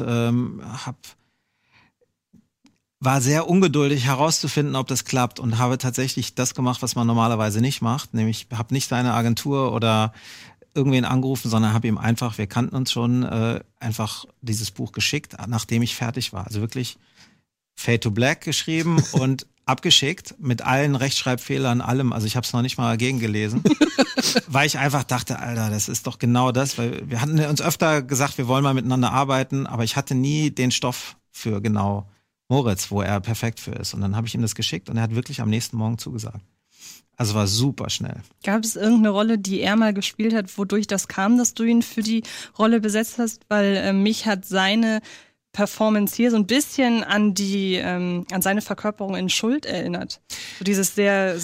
war sehr ungeduldig herauszufinden, ob das klappt, und habe tatsächlich das gemacht, was man normalerweise nicht macht. Nämlich habe nicht seine Agentur oder irgendwen angerufen, sondern habe ihm einfach, wir kannten uns schon, einfach dieses Buch geschickt, nachdem ich fertig war. Also wirklich Fade to Black geschrieben und abgeschickt mit allen Rechtschreibfehlern, allem. Also ich habe es noch nicht mal gegengelesen, weil ich einfach dachte, Alter, das ist doch genau das. Weil wir hatten uns öfter gesagt, wir wollen mal miteinander arbeiten, aber ich hatte nie den Stoff für genau Moritz, wo er perfekt für ist. Und dann habe ich ihm das geschickt und er hat wirklich am nächsten Morgen zugesagt. Also war super schnell. Gab es irgendeine Rolle, die er mal gespielt hat, wodurch das kam, dass du ihn für die Rolle besetzt hast? Weil mich hat seine Performance hier so ein bisschen an seine Verkörperung in Schuld erinnert. So dieses sehr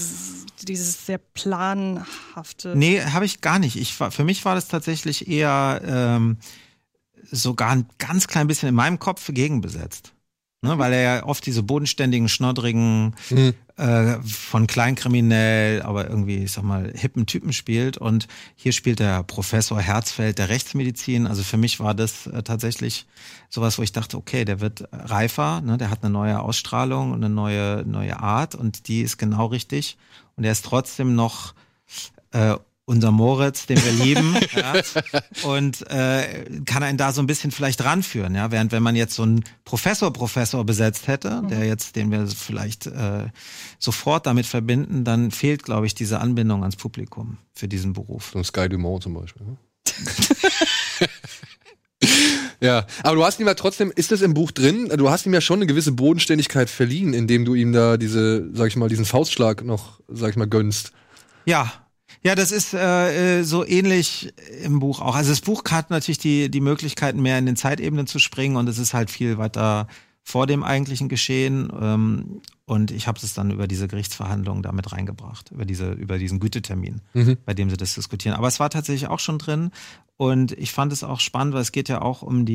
planhafte. Nee, habe ich gar nicht. Für mich war das tatsächlich eher sogar ein ganz klein bisschen in meinem Kopf gegenbesetzt. Ne, weil er ja oft diese bodenständigen, schnoddrigen, von Kleinkriminell, aber irgendwie, ich sag mal, hippen Typen spielt. Und hier spielt der Professor Herzfeld der Rechtsmedizin. Also für mich war das tatsächlich sowas, wo ich dachte, okay, der wird reifer, ne, der hat eine neue Ausstrahlung und eine neue Art, und die ist genau richtig. Und er ist trotzdem noch unser Moritz, den wir lieben, ja, und kann einen da so ein bisschen vielleicht ranführen, ja, während wenn man jetzt so einen Professor besetzt hätte, den wir vielleicht sofort damit verbinden, dann fehlt, glaube ich, diese Anbindung ans Publikum für diesen Beruf. So ein Sky Dumont zum Beispiel. Ne? Ja, aber du hast ihm ja trotzdem, ist das im Buch drin? Du hast ihm ja schon eine gewisse Bodenständigkeit verliehen, indem du ihm da diesen Faustschlag noch, gönnst. Ja, das ist so ähnlich im Buch auch. Also das Buch hat natürlich die Möglichkeiten, mehr in den Zeitebenen zu springen, und es ist halt viel weiter vor dem eigentlichen Geschehen. Und ich habe es dann über diese Gerichtsverhandlungen damit reingebracht, über diesen Gütetermin, bei dem sie das diskutieren. Aber es war tatsächlich auch schon drin, und ich fand es auch spannend, weil es geht ja auch um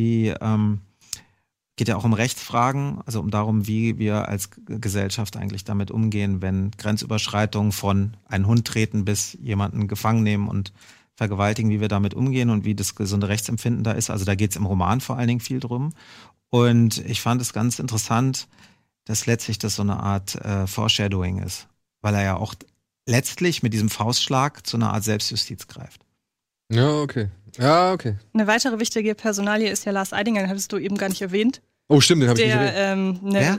Rechtsfragen, also darum, wie wir als Gesellschaft eigentlich damit umgehen, wenn Grenzüberschreitungen von einen Hund treten bis jemanden gefangen nehmen und vergewaltigen, wie wir damit umgehen und wie das gesunde Rechtsempfinden da ist. Also da geht es im Roman vor allen Dingen viel drum. Und ich fand es ganz interessant, dass letztlich das so eine Art Foreshadowing ist, weil er ja auch letztlich mit diesem Faustschlag zu einer Art Selbstjustiz greift. Ja, okay. Eine weitere wichtige Personalie ist ja Lars Eidinger, den hattest du eben gar nicht erwähnt. Oh, stimmt, den habe ich nicht erwähnt.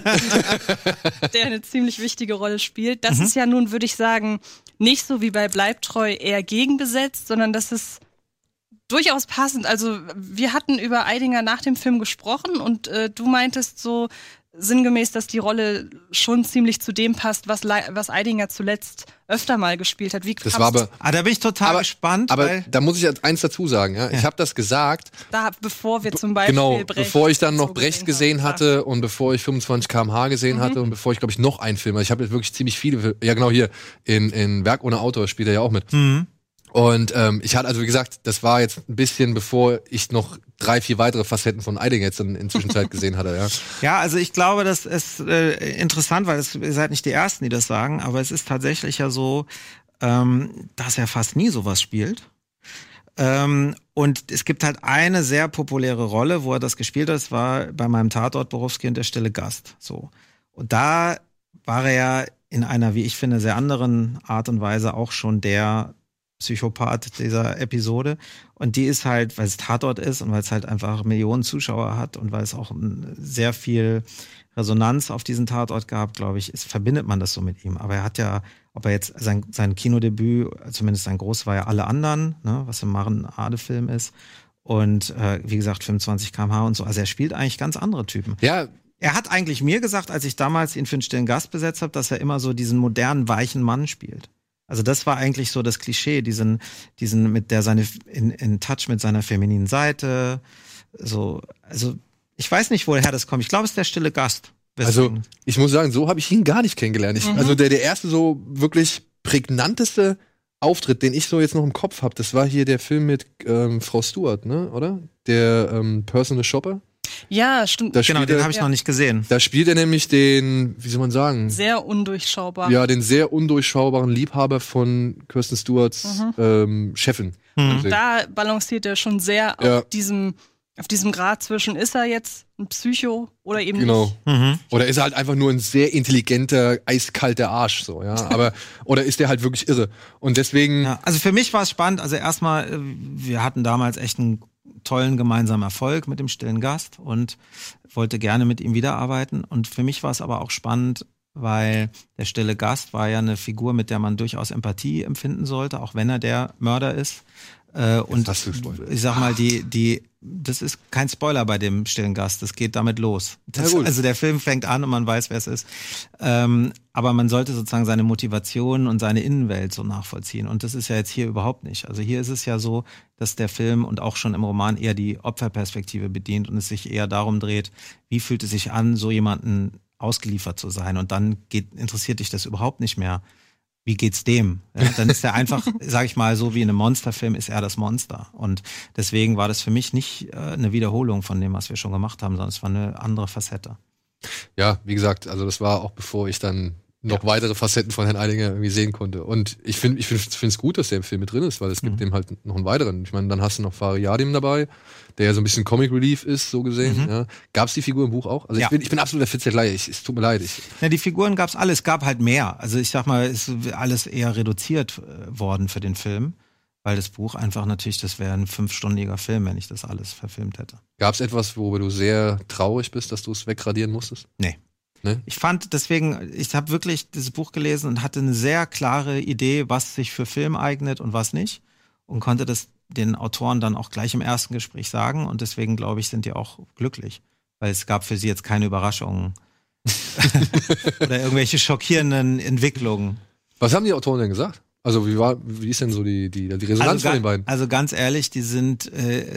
Der eine ziemlich wichtige Rolle spielt. Das ist ja nun, würde ich sagen, nicht so wie bei Bleibtreu eher gegenbesetzt, sondern das ist durchaus passend. Also wir hatten über Eidinger nach dem Film gesprochen, und du meintest so sinngemäß, dass die Rolle schon ziemlich zu dem passt, was Eidinger zuletzt öfter mal gespielt hat. Das war aber, da bin ich total gespannt. Aber da muss ich eins dazu sagen. Ja? Ich habe das gesagt. Bevor wir zum Beispiel Brecht, bevor ich dann noch Brecht gesehen hatte und bevor ich 25 km/h gesehen hatte und bevor ich, glaube ich, noch einen Film. Ich habe jetzt wirklich ziemlich viele. Ja, genau, hier in Werk ohne Autor spielt er ja auch mit. Und ich hatte, also wie gesagt, das war jetzt ein bisschen, bevor ich noch 3-4 weitere Facetten von Eidinger jetzt in Zwischenzeit gesehen hatte, ja. Ja, also ich glaube, das ist interessant, weil ihr seid nicht die Ersten, die das sagen, aber es ist tatsächlich ja so, dass er fast nie sowas spielt. Und es gibt halt eine sehr populäre Rolle, wo er das gespielt hat, das war bei meinem Tatort Borowski und der stille Gast. So. Und da war er ja in einer, wie ich finde, sehr anderen Art und Weise auch schon der Psychopath dieser Episode. Und die ist halt, weil es Tatort ist und weil es halt einfach Millionen Zuschauer hat und weil es auch sehr viel Resonanz auf diesen Tatort gab, glaube ich, verbindet man das so mit ihm. Aber er hat ja, ob er jetzt sein Kinodebüt, zumindest sein groß, war ja Alle anderen, ne, was im Maren Ade-Film ist. Und wie gesagt, 25 km/h und so. Also er spielt eigentlich ganz andere Typen. Ja. Er hat eigentlich mir gesagt, als ich damals ihn für einen stillen Gast besetzt habe, dass er immer so diesen modernen, weichen Mann spielt. Also das war eigentlich so das Klischee, diesen mit der seine in Touch mit seiner femininen Seite, so, also ich weiß nicht, woher das kommt. Ich glaube, es ist der stille Gast. Also ich muss sagen, so habe ich ihn gar nicht kennengelernt. Also der erste so wirklich prägnanteste Auftritt, den ich so jetzt noch im Kopf habe, das war hier der Film mit Frau Stewart, ne, oder? Der Personal Shopper. Ja, stimmt. Genau, den habe ich noch nicht gesehen. Da spielt er nämlich den, wie soll man sagen? Sehr undurchschaubar. Ja, den sehr undurchschaubaren Liebhaber von Kirsten Stewarts Chefin. Und da balanciert er schon sehr auf diesem Grad zwischen, ist er jetzt ein Psycho oder eben nicht. Oder ist er halt einfach nur ein sehr intelligenter, eiskalter Arsch, so, ja. Aber, oder ist der halt wirklich irre? Und deswegen. Ja, also für mich war es spannend. Also erstmal, wir hatten damals echt einen tollen gemeinsamen Erfolg mit dem stillen Gast und wollte gerne mit ihm wiederarbeiten. Und für mich war es aber auch spannend, weil der stille Gast war ja eine Figur, mit der man durchaus Empathie empfinden sollte, auch wenn er der Mörder ist. Und ich sag mal, das ist kein Spoiler bei dem stillen Gast, das geht damit los. Also der Film fängt an und man weiß, wer es ist. Aber man sollte sozusagen seine Motivation und seine Innenwelt so nachvollziehen. Und das ist ja jetzt hier überhaupt nicht. Also hier ist es ja so, dass der Film und auch schon im Roman eher die Opferperspektive bedient und es sich eher darum dreht, wie fühlt es sich an, so jemanden ausgeliefert zu sein. Und dann interessiert dich das überhaupt nicht mehr. Wie geht's dem? Ja, dann ist er einfach, sag ich mal, so wie in einem Monsterfilm ist er das Monster. Und deswegen war das für mich nicht eine Wiederholung von dem, was wir schon gemacht haben, sondern es war eine andere Facette. Ja, wie gesagt, also das war auch bevor ich dann noch weitere Facetten von Herrn Eidinger irgendwie sehen konnte. Und ich finde es gut, dass der im Film mit drin ist, weil es gibt dem halt noch einen weiteren. Ich meine, dann hast du noch Fari Yadim dabei, der ja so ein bisschen Comic Relief ist, so gesehen. Ja. Gab es die Figur im Buch auch? Also ich bin absoluter Fitzek-Laie, es tut mir leid. Ja, die Figuren gab es alle, es gab halt mehr. Also ich sag mal, es ist alles eher reduziert worden für den Film, weil das Buch einfach natürlich, das wäre ein 5-stündiger Film, wenn ich das alles verfilmt hätte. Gab es etwas, worüber du sehr traurig bist, dass du es wegradieren musstest? Nee. Ich fand deswegen, ich habe wirklich dieses Buch gelesen und hatte eine sehr klare Idee, was sich für Film eignet und was nicht. Und konnte das den Autoren dann auch gleich im ersten Gespräch sagen. Und deswegen, glaube ich, sind die auch glücklich. Weil es gab für sie jetzt keine Überraschungen oder irgendwelche schockierenden Entwicklungen. Was haben die Autoren denn gesagt? Also wie ist denn so die Resonanz von den beiden? Also ganz ehrlich, die sind,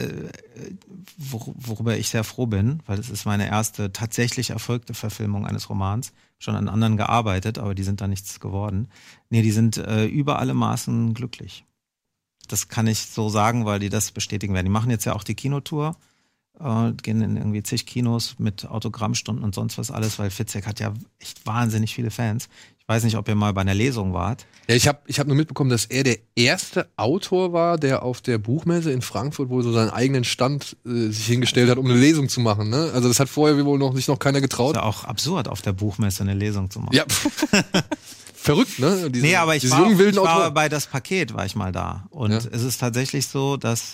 worüber ich sehr froh bin, weil das ist meine erste tatsächlich erfolgte Verfilmung eines Romans. Schon an anderen gearbeitet, aber die sind da nichts geworden. Nee, die sind über alle Maßen glücklich. Das kann ich so sagen, weil die das bestätigen werden. Die machen jetzt ja auch die Kinotour, gehen in irgendwie zig Kinos mit Autogrammstunden und sonst was alles, weil Fitzek hat ja echt wahnsinnig viele Fans. Ich weiß nicht, ob ihr mal bei einer Lesung wart. Ja, ich hab nur mitbekommen, dass er der erste Autor war, der auf der Buchmesse in Frankfurt wohl so seinen eigenen Stand sich hingestellt hat, um eine Lesung zu machen. Ne? Also das hat vorher wohl sich noch keiner getraut. Das ist ja auch absurd, auf der Buchmesse eine Lesung zu machen. Ja. Verrückt, ne? Aber ich war bei Das Paket, war ich mal da. Und es ist tatsächlich so, dass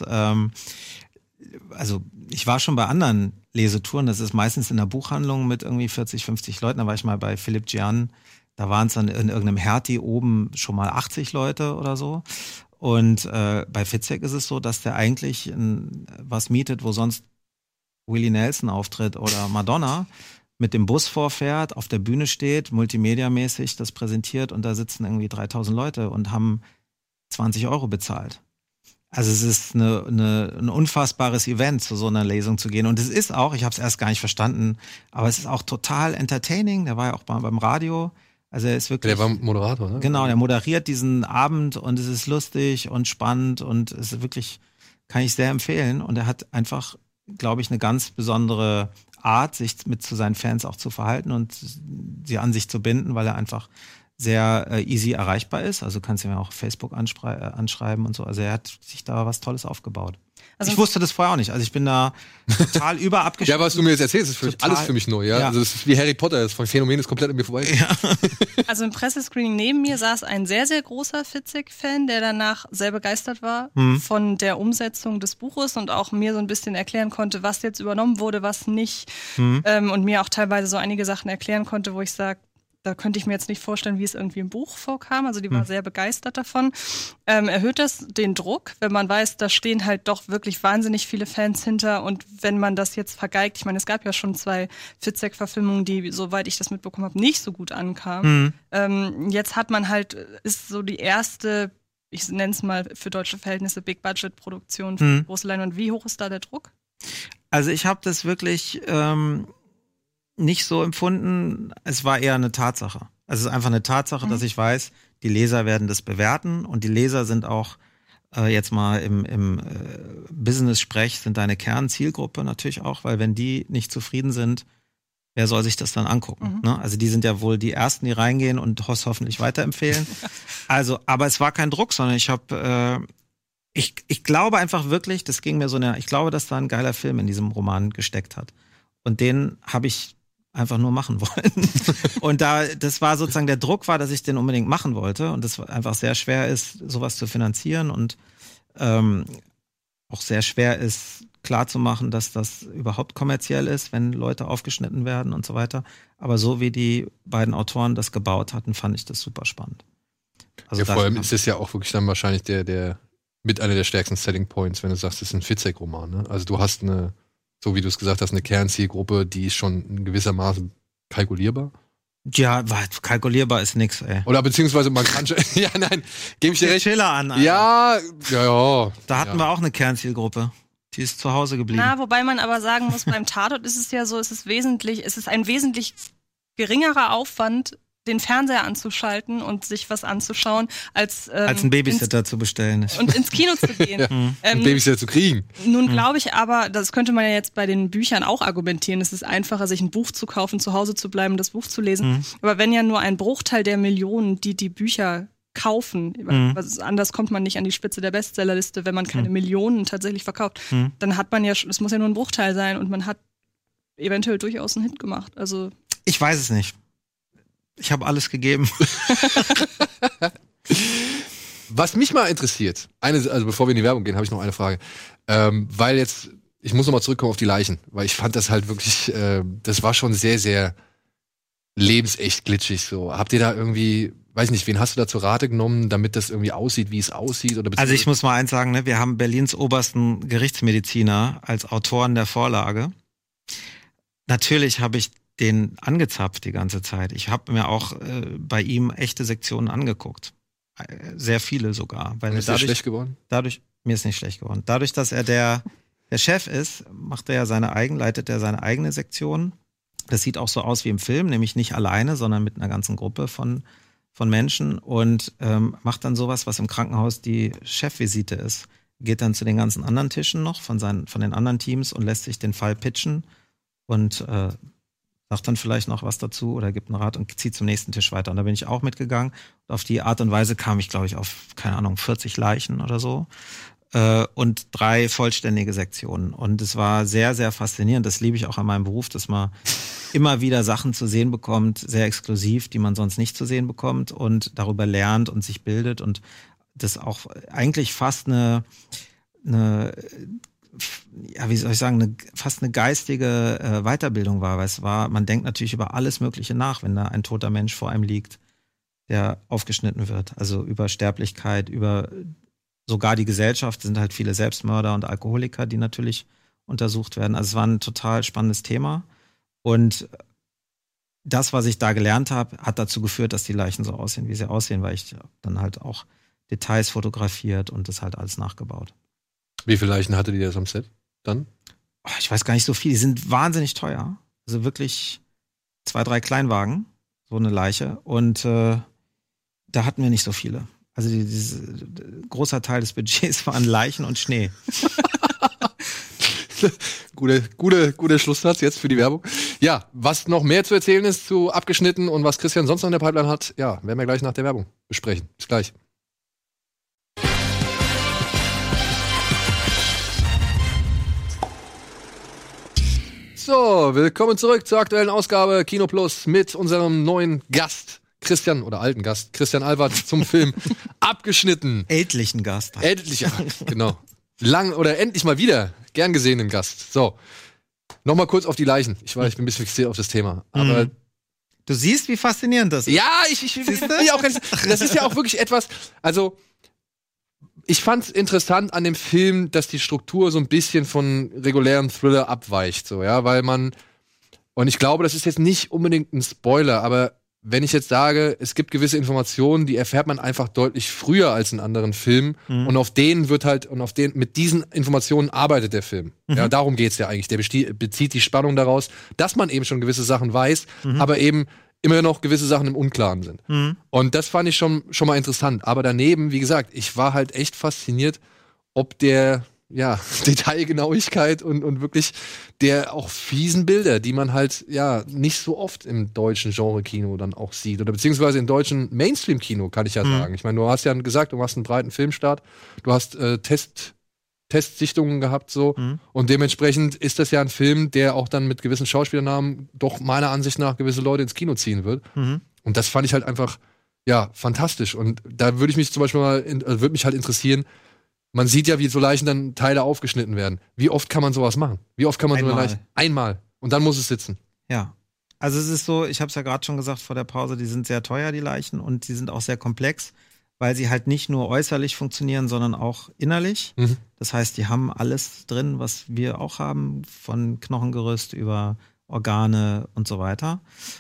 also ich war schon bei anderen Lesetouren, das ist meistens in der Buchhandlung mit irgendwie 40, 50 Leuten. Da war ich mal bei Philipp Gian, da waren es dann in irgendeinem Hertie oben schon mal 80 Leute oder so. Und bei Fitzek ist es so, dass der eigentlich was mietet, wo sonst Willie Nelson auftritt oder Madonna, mit dem Bus vorfährt, auf der Bühne steht, multimediamäßig das präsentiert und da sitzen irgendwie 3000 Leute und haben 20 € bezahlt. Also es ist ein unfassbares Event, zu so einer Lesung zu gehen. Und es ist auch, ich habe es erst gar nicht verstanden, aber es ist auch total entertaining. Der war ja auch beim Radio. Also er ist wirklich. Der war Moderator, ne? Genau, der moderiert diesen Abend und es ist lustig und spannend und es ist wirklich, kann ich sehr empfehlen. Und er hat einfach, glaube ich, eine ganz besondere Art, sich zu seinen Fans auch zu verhalten und sie an sich zu binden, weil er einfach sehr easy erreichbar ist. Also kannst du mir auch auf Facebook anschreiben und so. Also er hat sich da was Tolles aufgebaut. Also ich wusste das vorher auch nicht. Also ich bin da total überabgeschlossen. Ja, was du mir jetzt erzählst, ist alles für mich neu. Ja? Also es ist wie Harry Potter, das Phänomen ist komplett an mir vorbei. Ja. Also im Pressescreening neben mir saß ein sehr, sehr großer Fitzek-Fan, der danach sehr begeistert war von der Umsetzung des Buches und auch mir so ein bisschen erklären konnte, was jetzt übernommen wurde, was nicht. Und mir auch teilweise so einige Sachen erklären konnte, wo ich sage, da könnte ich mir jetzt nicht vorstellen, wie es irgendwie im Buch vorkam. Also die war sehr begeistert davon. Erhöht das den Druck, wenn man weiß, da stehen halt doch wirklich wahnsinnig viele Fans hinter. Und wenn man das jetzt vergeigt, ich meine, es gab ja schon 2 Fitzek-Verfilmungen, die, soweit ich das mitbekommen habe, nicht so gut ankamen. Jetzt hat man halt, ist so die erste, ich nenne es mal für deutsche Verhältnisse, Big-Budget-Produktion für die große Leinwand. Wie hoch ist da der Druck? Also ich habe das wirklich nicht so empfunden. Es war eher eine Tatsache. Also es ist einfach eine Tatsache, dass ich weiß, die Leser werden das bewerten und die Leser sind auch jetzt mal im Business-Sprech sind deine Kernzielgruppe natürlich auch, weil wenn die nicht zufrieden sind, wer soll sich das dann angucken? Ne? Also die sind ja wohl die Ersten, die reingehen und hoffentlich weiterempfehlen. Also, aber es war kein Druck, sondern ich glaube einfach wirklich, das ging mir ich glaube, dass da ein geiler Film in diesem Roman gesteckt hat. Und den habe ich einfach nur machen wollen. Und das war sozusagen, der Druck war, dass ich den unbedingt machen wollte und das einfach sehr schwer ist, sowas zu finanzieren und auch sehr schwer ist, klarzumachen, dass das überhaupt kommerziell ist, wenn Leute aufgeschnitten werden und so weiter. Aber so wie die beiden Autoren das gebaut hatten, fand ich das super spannend. Also vor allem ist es ja auch wirklich dann wahrscheinlich der mit einer der stärksten Selling Points, wenn du sagst, das ist ein Fitzek-Roman. Ne? Also du hast so wie du es gesagt hast, eine Kernzielgruppe, die ist schon in gewissermaßen kalkulierbar. Ja, kalkulierbar ist nix, ey. Oder beziehungsweise man kann schon, ja, nein, gebe ich dir recht. Schiller an. Alter. Ja. Da hatten wir auch eine Kernzielgruppe. Die ist zu Hause geblieben. Wobei man aber sagen muss, beim Tatort ist es ja so, es ist ein wesentlich geringerer Aufwand, den Fernseher anzuschalten und sich was anzuschauen, als einen Babysitter zu bestellen. Und ins Kino zu gehen. Einen Babysitter zu kriegen. Nun glaube ich aber, das könnte man ja jetzt bei den Büchern auch argumentieren, es ist einfacher, sich ein Buch zu kaufen, zu Hause zu bleiben, das Buch zu lesen. Aber wenn ja nur ein Bruchteil der Millionen, die Bücher kaufen, anders kommt man nicht an die Spitze der Bestsellerliste, wenn man keine Millionen tatsächlich verkauft, dann hat man ja, es muss ja nur ein Bruchteil sein und man hat eventuell durchaus einen Hit gemacht. Also ich weiß es nicht. Ich habe alles gegeben. Was mich mal interessiert, also bevor wir in die Werbung gehen, habe ich noch eine Frage. Weil ich muss nochmal zurückkommen auf die Leichen, weil ich fand das halt wirklich, das war schon sehr, sehr lebensecht glitschig so. Habt ihr da irgendwie, weiß nicht, wen hast du da zur Rate genommen, damit das irgendwie aussieht, wie es aussieht? Also ich muss mal eins sagen, ne, wir haben Berlins obersten Gerichtsmediziner als Autoren der Vorlage. Natürlich habe ich den angezapft die ganze Zeit. Ich habe mir auch bei ihm echte Sektionen angeguckt. Sehr viele sogar. Weil ist dir schlecht geworden? Mir ist nicht schlecht geworden. Dadurch, dass er der Chef ist, leitet er seine eigene Sektion. Das sieht auch so aus wie im Film, nämlich nicht alleine, sondern mit einer ganzen Gruppe von Menschen und macht dann sowas, was im Krankenhaus die Chefvisite ist. Geht dann zu den ganzen anderen Tischen noch von den anderen Teams und lässt sich den Fall pitchen und sagt dann vielleicht noch was dazu oder gibt einen Rat und zieht zum nächsten Tisch weiter. Und da bin ich auch mitgegangen. Und auf die Art und Weise kam ich, glaube ich, auf, 40 Leichen oder so. Und 3 vollständige Sektionen. Und es war sehr, sehr faszinierend. Das liebe ich auch an meinem Beruf, dass man immer wieder Sachen zu sehen bekommt, sehr exklusiv, die man sonst nicht zu sehen bekommt und darüber lernt und sich bildet. Und das auch eigentlich fast fast eine geistige Weiterbildung war, weil man denkt natürlich über alles Mögliche nach, wenn da ein toter Mensch vor einem liegt, der aufgeschnitten wird. Also über Sterblichkeit, über sogar die Gesellschaft, sind halt viele Selbstmörder und Alkoholiker, die natürlich untersucht werden. Also es war ein total spannendes Thema und das, was ich da gelernt habe, hat dazu geführt, dass die Leichen so aussehen, wie sie aussehen, weil ich dann halt auch Details fotografiert und das halt alles nachgebaut. Wie viele Leichen hatte die das am Set dann? Ich weiß gar nicht so viel. Die sind wahnsinnig teuer. Also wirklich 2, 3 Kleinwagen, so eine Leiche. Und da hatten wir nicht so viele. Also großer Teil des Budgets waren Leichen und Schnee. Guter Schlusssatz jetzt für die Werbung. Ja, was noch mehr zu erzählen ist zu Abgeschnitten und was Christian sonst noch in der Pipeline hat, ja, werden wir gleich nach der Werbung besprechen. Bis gleich. So, willkommen zurück zur aktuellen Ausgabe Kino Plus mit unserem neuen Gast, alten Gast, Christian Alvard zum Film Abgeschnitten. Ältlichen Gast. Genau. Endlich mal wieder gern gesehenen Gast. So, nochmal kurz auf die Leichen. Ich weiß, ich bin ein bisschen fixiert auf das Thema, aber du siehst, wie faszinierend das ist. Ja, das ist ja auch wirklich etwas, also ich fand's interessant an dem Film, dass die Struktur so ein bisschen von regulären Thriller abweicht, so, ja, weil und ich glaube, das ist jetzt nicht unbedingt ein Spoiler, aber wenn ich jetzt sage, es gibt gewisse Informationen, die erfährt man einfach deutlich früher als in anderen Filmen und mit diesen Informationen arbeitet der Film. Ja, darum geht's ja eigentlich. Der bezieht die Spannung daraus, dass man eben schon gewisse Sachen weiß, aber eben immer noch gewisse Sachen im Unklaren sind. Und das fand ich schon mal interessant. Aber daneben, wie gesagt, ich war halt echt fasziniert, ob der Detailgenauigkeit und wirklich der auch fiesen Bilder, die man halt nicht so oft im deutschen Genre-Kino dann auch sieht. Oder beziehungsweise im deutschen Mainstream-Kino, kann ich ja sagen. Ich meine, du hast ja gesagt, du hast einen breiten Filmstart, du hast Testsichtungen gehabt so und dementsprechend ist das ja ein Film, der auch dann mit gewissen Schauspielernamen doch meiner Ansicht nach gewisse Leute ins Kino ziehen wird. Und das fand ich halt einfach fantastisch. Und da würde ich mich zum Beispiel würde mich halt interessieren, man sieht ja, wie so Leichen dann Teile aufgeschnitten werden. Wie oft kann man sowas machen? Wie oft kann man so eine Leiche? Einmal. Und dann muss es sitzen. Ja. Also es ist so, ich habe es ja gerade schon gesagt vor der Pause, die sind sehr teuer, die Leichen, und die sind auch sehr komplex, weil sie halt nicht nur äußerlich funktionieren, sondern auch innerlich. Das heißt, die haben alles drin, was wir auch haben, von Knochengerüst über Organe und so weiter.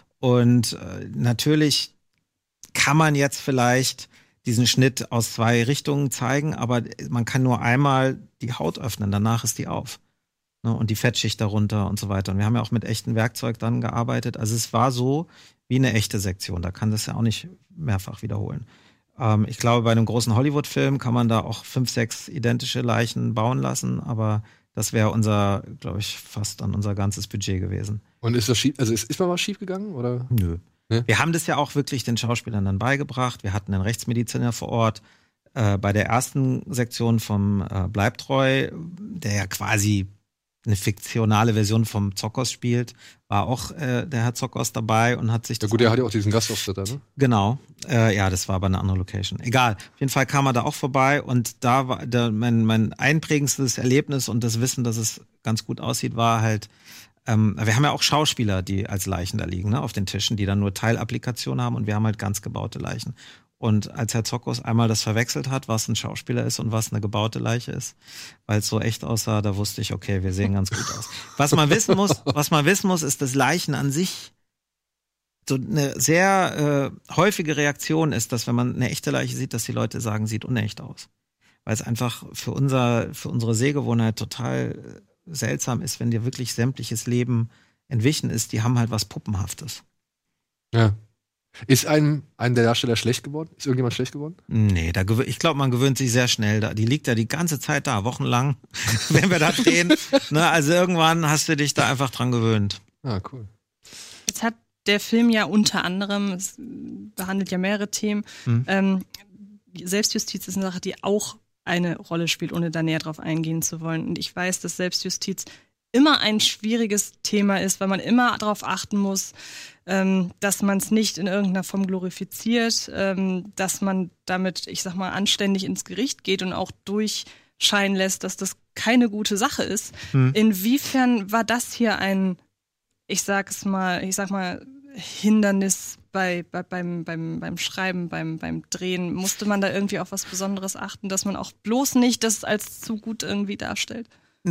Und natürlich kann man jetzt vielleicht diesen Schnitt aus 2 Richtungen zeigen, aber man kann nur einmal die Haut öffnen, danach ist die auf. Ne? Und die Fettschicht darunter und so weiter. Und wir haben ja auch mit echtem Werkzeug dann gearbeitet. Also es war so wie eine echte Sektion. Da kann das ja auch nicht mehrfach wiederholen. Ich glaube, bei einem großen Hollywood-Film kann man da auch 5, 6 identische Leichen bauen lassen, aber das wäre glaube ich, fast dann unser ganzes Budget gewesen. Und ist das schief, also ist mal was schief gegangen, oder? Nö. Wir haben das ja auch wirklich den Schauspielern dann beigebracht. Wir hatten einen Rechtsmediziner vor Ort. Bei der ersten Sektion vom Bleibtreu, der ja quasi eine fiktionale Version vom Zokos spielt, war auch der Herr Zokos dabei und hat sich das. Ja gut, der hat ja auch diesen Gastauftritt, ne? Genau. Das war aber eine andere Location. Egal. Auf jeden Fall kam er da auch vorbei und da war mein einprägendstes Erlebnis und das Wissen, dass es ganz gut aussieht, war halt, wir haben ja auch Schauspieler, die als Leichen da liegen, ne, auf den Tischen, die dann nur Teilapplikationen haben und wir haben halt ganz gebaute Leichen. Und als Herr Zokos einmal das verwechselt hat, was ein Schauspieler ist und was eine gebaute Leiche ist, weil es so echt aussah, da wusste ich, okay, wir sehen ganz gut aus. Was man wissen muss, ist, dass Leichen an sich so eine sehr häufige Reaktion ist, dass wenn man eine echte Leiche sieht, dass die Leute sagen, sieht unecht aus. Weil es einfach für unsere Sehgewohnheit total seltsam ist, wenn dir wirklich sämtliches Leben entwichen ist, die haben halt was Puppenhaftes. Ja. Ist einem der Darsteller schlecht geworden? Ist irgendjemand schlecht geworden? Nee, ich glaube, man gewöhnt sich sehr schnell da. Die liegt ja die ganze Zeit da, wochenlang, wenn wir da drehen. Ne, also irgendwann hast du dich da einfach dran gewöhnt. Ah, cool. Jetzt hat der Film ja unter anderem, es behandelt ja mehrere Themen, Selbstjustiz ist eine Sache, die auch eine Rolle spielt, ohne da näher drauf eingehen zu wollen. Und ich weiß, dass Selbstjustiz immer ein schwieriges Thema ist, weil man immer darauf achten muss, dass man es nicht in irgendeiner Form glorifiziert, dass man damit, ich sag mal, anständig ins Gericht geht und auch durchscheinen lässt, dass das keine gute Sache ist. Inwiefern war das hier ein, ich sag mal, Hindernis beim Schreiben, beim Drehen? Musste man da irgendwie auf was Besonderes achten, dass man auch bloß nicht das als zu gut irgendwie darstellt?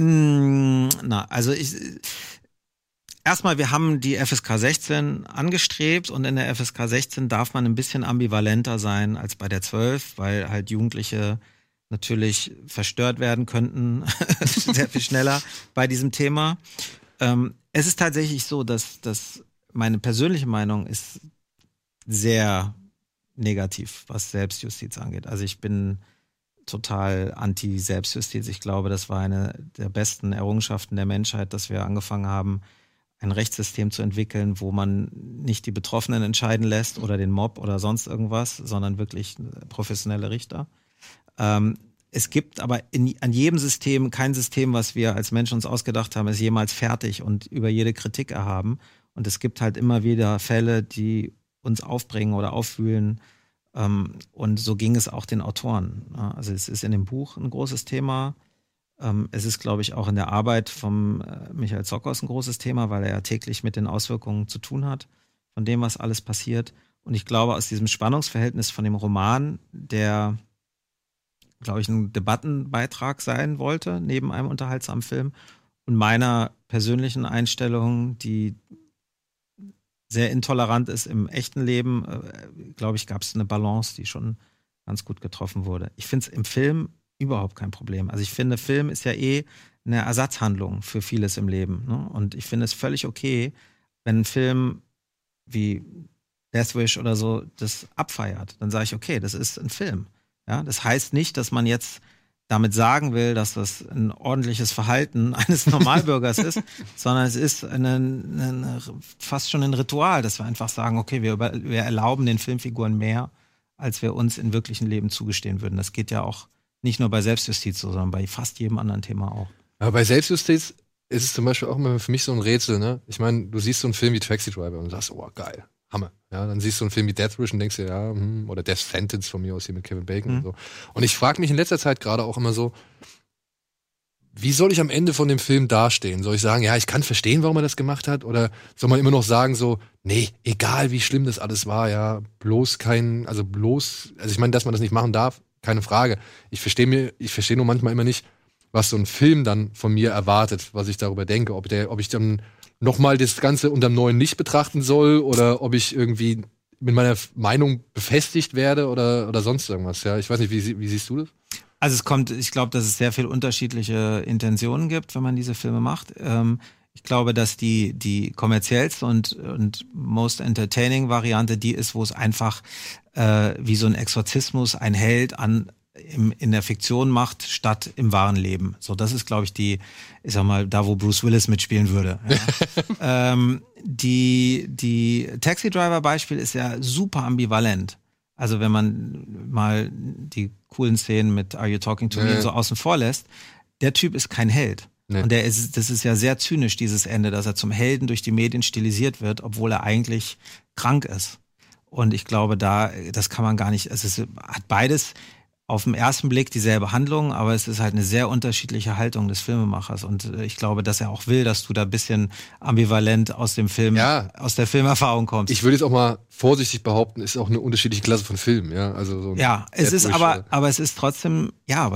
Erstmal, wir haben die FSK 16 angestrebt und in der FSK 16 darf man ein bisschen ambivalenter sein als bei der 12, weil halt Jugendliche natürlich verstört werden könnten, sehr viel schneller bei diesem Thema. Es ist tatsächlich so, dass meine persönliche Meinung ist sehr negativ, was Selbstjustiz angeht. Also ich bin total anti-Selbstjustiz. Ich glaube, das war eine der besten Errungenschaften der Menschheit, dass wir angefangen haben, ein Rechtssystem zu entwickeln, wo man nicht die Betroffenen entscheiden lässt oder den Mob oder sonst irgendwas, sondern wirklich professionelle Richter. Es gibt aber an jedem System kein System, was wir als Menschen uns ausgedacht haben, ist jemals fertig und über jede Kritik erhaben. Und es gibt halt immer wieder Fälle, die uns aufbringen oder aufwühlen. Und so ging es auch den Autoren. Also es ist in dem Buch ein großes Thema. Es ist, glaube ich, auch in der Arbeit von Michael Zokos ein großes Thema, weil er ja täglich mit den Auswirkungen zu tun hat, von dem, was alles passiert. Und ich glaube, aus diesem Spannungsverhältnis von dem Roman, der, glaube ich, ein Debattenbeitrag sein wollte, neben einem unterhaltsamen Film, und meiner persönlichen Einstellung, die sehr intolerant ist im echten Leben, glaube ich, gab es eine Balance, die schon ganz gut getroffen wurde. Ich finde es im Film überhaupt kein Problem. Also ich finde, Film ist ja eine Ersatzhandlung für vieles im Leben. Ne? Und ich finde es völlig okay, wenn ein Film wie Death Wish oder so das abfeiert. Dann sage ich, okay, das ist ein Film. Ja? Das heißt nicht, dass man jetzt damit sagen will, dass das ein ordentliches Verhalten eines Normalbürgers ist, sondern es ist fast schon ein Ritual, dass wir einfach sagen, okay, wir erlauben den Filmfiguren mehr, als wir uns im wirklichen Leben zugestehen würden. Das geht ja auch nicht nur bei Selbstjustiz so, sondern bei fast jedem anderen Thema auch. Aber bei Selbstjustiz ist es zum Beispiel auch immer für mich so ein Rätsel, ne? Ich meine, du siehst so einen Film wie Taxi Driver und sagst, oh, geil, Hammer. Ja, dann siehst du einen Film wie Death Wish und denkst dir, ja, oder Death Sentence von mir aus hier mit Kevin Bacon und so. Und ich frage mich in letzter Zeit gerade auch immer so, wie soll ich am Ende von dem Film dastehen? Soll ich sagen, ja, ich kann verstehen, warum er das gemacht hat? Oder soll man immer noch sagen so, nee, egal wie schlimm das alles war, ja, also ich meine, dass man das nicht machen darf, keine Frage. Ich verstehe nur manchmal immer nicht, was so ein Film dann von mir erwartet, was ich darüber denke, ob ich dann nochmal das Ganze unterm neuen Licht betrachten soll oder ob ich irgendwie mit meiner Meinung befestigt werde oder sonst irgendwas. Ja, ich weiß nicht, wie siehst du das? Also ich glaube, dass es sehr viele unterschiedliche Intentionen gibt, wenn man diese Filme macht. Ich glaube, dass die kommerziellste und most entertaining Variante die ist, wo es einfach wie so ein Exorzismus ein Held in der Fiktion macht, statt im wahren Leben. So, das ist, glaube ich, ich sag mal, da wo Bruce Willis mitspielen würde. Ja. Die Taxi Driver Beispiel ist ja super ambivalent. Also wenn man mal die coolen Szenen mit Are You Talking to Me so außen vor lässt, der Typ ist kein Held. Nee. Und das ist ja sehr zynisch, dieses Ende, dass er zum Helden durch die Medien stilisiert wird, obwohl er eigentlich krank ist. Und ich glaube, das kann man gar nicht, es hat beides auf den ersten Blick dieselbe Handlung, aber es ist halt eine sehr unterschiedliche Haltung des Filmemachers. Und ich glaube, dass er auch will, dass du da ein bisschen ambivalent aus dem Film, aus der Filmerfahrung kommst. Ich würde jetzt auch mal vorsichtig behaupten, ist auch eine unterschiedliche Klasse von Film, ja. Also so es ist trotzdem,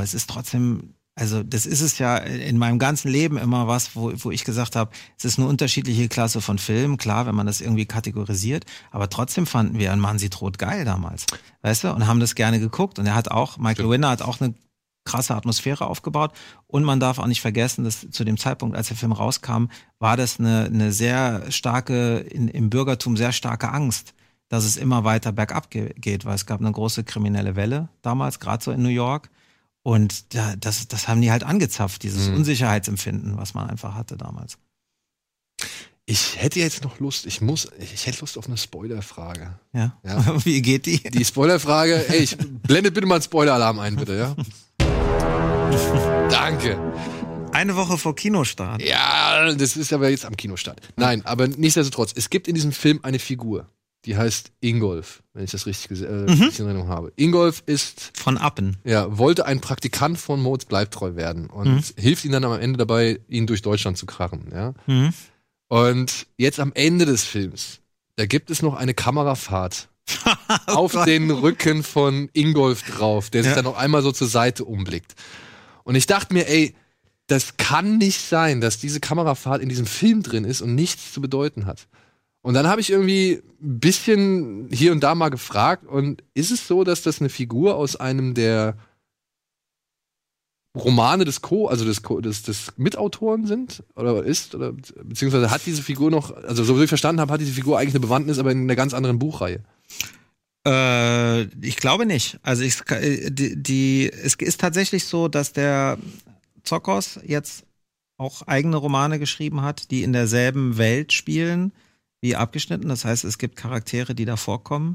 also das ist es ja in meinem ganzen Leben immer was, wo ich gesagt habe, es ist eine unterschiedliche Klasse von Film, klar, wenn man das irgendwie kategorisiert, aber trotzdem fanden wir Ein Mann sieht rot geil damals, weißt du, und haben das gerne geguckt und Michael Winner hat auch eine krasse Atmosphäre aufgebaut und man darf auch nicht vergessen, dass zu dem Zeitpunkt, als der Film rauskam, war das eine sehr starke, im Bürgertum sehr starke Angst, dass es immer weiter bergab geht, weil es gab eine große kriminelle Welle damals, gerade so in New York. Und das haben die halt angezapft, dieses Unsicherheitsempfinden, was man einfach hatte damals. Ich hätte jetzt noch Lust, ich hätte Lust auf eine Spoilerfrage. Ja? Wie geht die? Die Spoilerfrage, blendet bitte mal einen Spoiler-Alarm ein, bitte, ja? Danke. Eine Woche vor Kinostart. Ja, das ist aber jetzt am Kinostart. Nein, aber nichtsdestotrotz, es gibt in diesem Film eine Figur. Die heißt Ingolf, wenn ich das richtig in Erinnerung habe. Ingolf ist von Appen. Ja, wollte ein Praktikant von Moritz Bleibtreu werden und hilft ihm dann am Ende dabei, ihn durch Deutschland zu karren. Ja? Und jetzt am Ende des Films, da gibt es noch eine Kamerafahrt auf den Rücken von Ingolf drauf, der sich dann noch einmal so zur Seite umblickt. Und ich dachte mir, das kann nicht sein, dass diese Kamerafahrt in diesem Film drin ist und nichts zu bedeuten hat. Und dann habe ich irgendwie ein bisschen hier und da mal gefragt, und ist es so, dass das eine Figur aus einem der Romane des Mitautoren sind? Oder beziehungsweise hat diese Figur noch, also so wie ich verstanden habe, hat diese Figur eigentlich eine Bewandtnis, aber in einer ganz anderen Buchreihe? Ich glaube nicht. Also es ist tatsächlich so, dass der Tsokos jetzt auch eigene Romane geschrieben hat, die in derselben Welt spielen, wie abgeschnitten. Das heißt, es gibt Charaktere, die da vorkommen.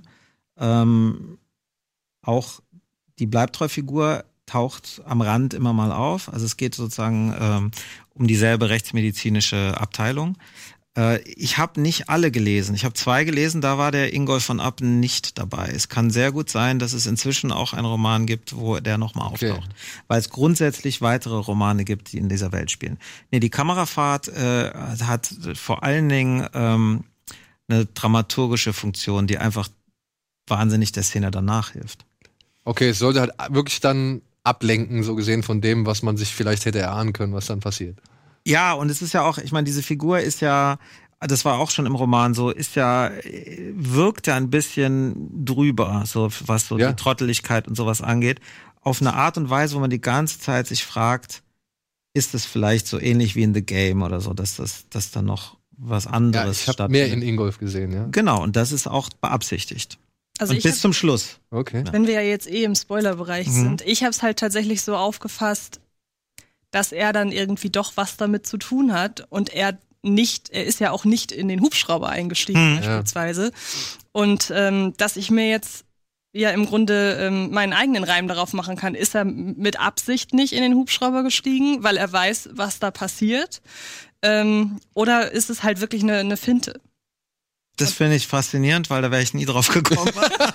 Auch die Bleibtreu-Figur taucht am Rand immer mal auf. Also es geht sozusagen um dieselbe rechtsmedizinische Abteilung. Ich habe nicht alle gelesen. Ich habe 2 gelesen, da war der Ingolf von Appen nicht dabei. Es kann sehr gut sein, dass es inzwischen auch einen Roman gibt, wo der nochmal auftaucht. Weil es grundsätzlich weitere Romane gibt, die in dieser Welt spielen. Nee, die Kamerafahrt hat vor allen Dingen eine dramaturgische Funktion, die einfach wahnsinnig der Szene danach hilft. Okay, es sollte halt wirklich dann ablenken, so gesehen, von dem, was man sich vielleicht hätte erahnen können, was dann passiert. Ja, und es ist ja auch, ich meine, diese Figur ist ja das war auch schon im Roman so, wirkt ja ein bisschen drüber, so was so die Trotteligkeit und sowas angeht, auf eine Art und Weise, wo man die ganze Zeit sich fragt, ist es vielleicht so ähnlich wie in The Game oder so, dass da noch was anderes stattfindet. Ich habe mehr in Ingolf gesehen, ja. Genau, und das ist auch beabsichtigt. Also und bis zum Schluss. Okay. Wenn wir ja jetzt im Spoilerbereich sind, ich habe es halt tatsächlich so aufgefasst, dass er dann irgendwie doch was damit zu tun hat und er ist ja auch nicht in den Hubschrauber eingestiegen beispielsweise. Und dass ich mir jetzt ja im Grunde meinen eigenen Reim darauf machen kann, ist er mit Absicht nicht in den Hubschrauber gestiegen, weil er weiß, was da passiert? Oder ist es halt wirklich eine Finte? Das finde ich faszinierend, weil da wäre ich nie drauf gekommen.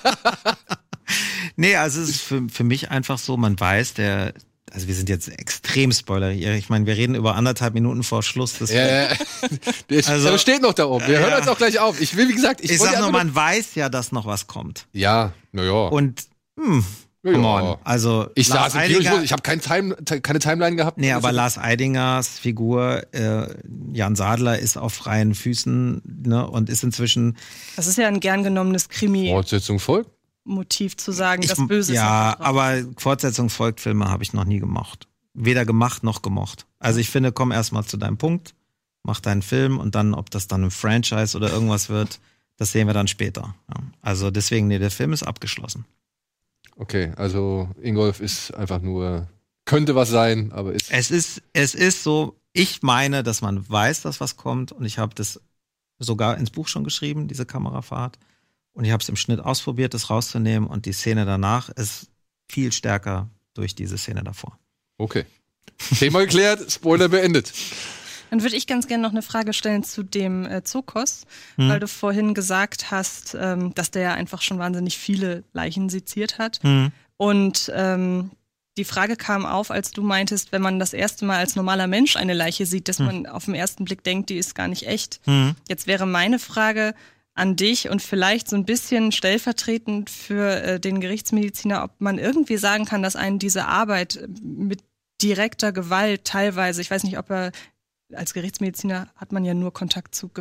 Nee, also es ist für mich einfach so, man weiß, also wir sind jetzt extrem spoilerig. Ich meine, wir reden über 1,5 Minuten vor Schluss. Der steht noch da oben. Wir hören uns auch gleich auf. Ich will, wie gesagt, ich sag nur, man weiß ja, dass noch was kommt. Ja, naja. Und, come on. Also, ich saß im Kino, ich habe keine Timeline gehabt. Nee, aber Lars Eidingers Figur, Jan Sadler, ist auf freien Füßen, ne, und ist inzwischen. Das ist ja ein gern genommenes Krimi. Fortsetzung folgt. Motiv zu sagen, das Böse ist. Ja, aber Fortsetzung folgt Filme habe ich noch nie gemocht. Weder gemacht noch gemocht. Also ich finde, komm erstmal zu deinem Punkt, mach deinen Film und dann, ob das dann ein Franchise oder irgendwas wird, das sehen wir dann später. Ja. Also deswegen, der Film ist abgeschlossen. Okay, also Ingolf ist einfach nur, könnte was sein, aber ist. Es ist so, ich meine, dass man weiß, dass was kommt und ich habe das sogar ins Buch schon geschrieben, diese Kamerafahrt. Und ich habe es im Schnitt ausprobiert, das rauszunehmen und die Szene danach ist viel stärker durch diese Szene davor. Okay. Thema geklärt, Spoiler beendet. Dann würde ich ganz gerne noch eine Frage stellen zu dem Zokos, weil du vorhin gesagt hast, dass der ja einfach schon wahnsinnig viele Leichen seziert hat. Und die Frage kam auf, als du meintest, wenn man das erste Mal als normaler Mensch eine Leiche sieht, dass man auf den ersten Blick denkt, die ist gar nicht echt. Jetzt wäre meine Frage an dich und vielleicht so ein bisschen stellvertretend für den Gerichtsmediziner, ob man irgendwie sagen kann, dass einen diese Arbeit mit direkter Gewalt teilweise, ich weiß nicht, ob er als Gerichtsmediziner hat man ja nur Kontakt zu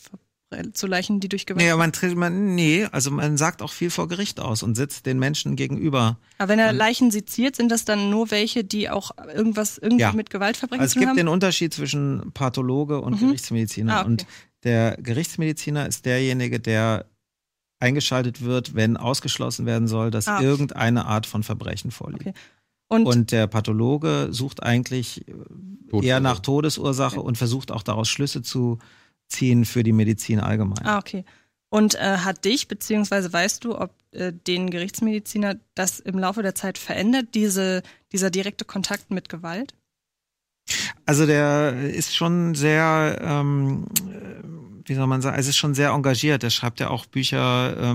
zu Leichen, die durch Gewalt. Nee, also man sagt auch viel vor Gericht aus und sitzt den Menschen gegenüber. Aber wenn er Leichen seziert, sind das dann nur welche, die auch irgendwie mit Gewaltverbrechen zu tun haben? Es gibt den Unterschied zwischen Pathologe und Gerichtsmediziner. Okay. Und der Gerichtsmediziner ist derjenige, der eingeschaltet wird, wenn ausgeschlossen werden soll, dass irgendeine Art von Verbrechen vorliegt. Okay. Und der Pathologe sucht eigentlich eher nach Todesursache und versucht auch daraus Schlüsse zu ziehen für die Medizin allgemein. Okay. Und hat dich, beziehungsweise weißt du, ob den Gerichtsmediziner das im Laufe der Zeit verändert, dieser direkte Kontakt mit Gewalt? Also der ist schon sehr, wie soll man sagen, es ist schon sehr engagiert. Der schreibt ja auch Bücher,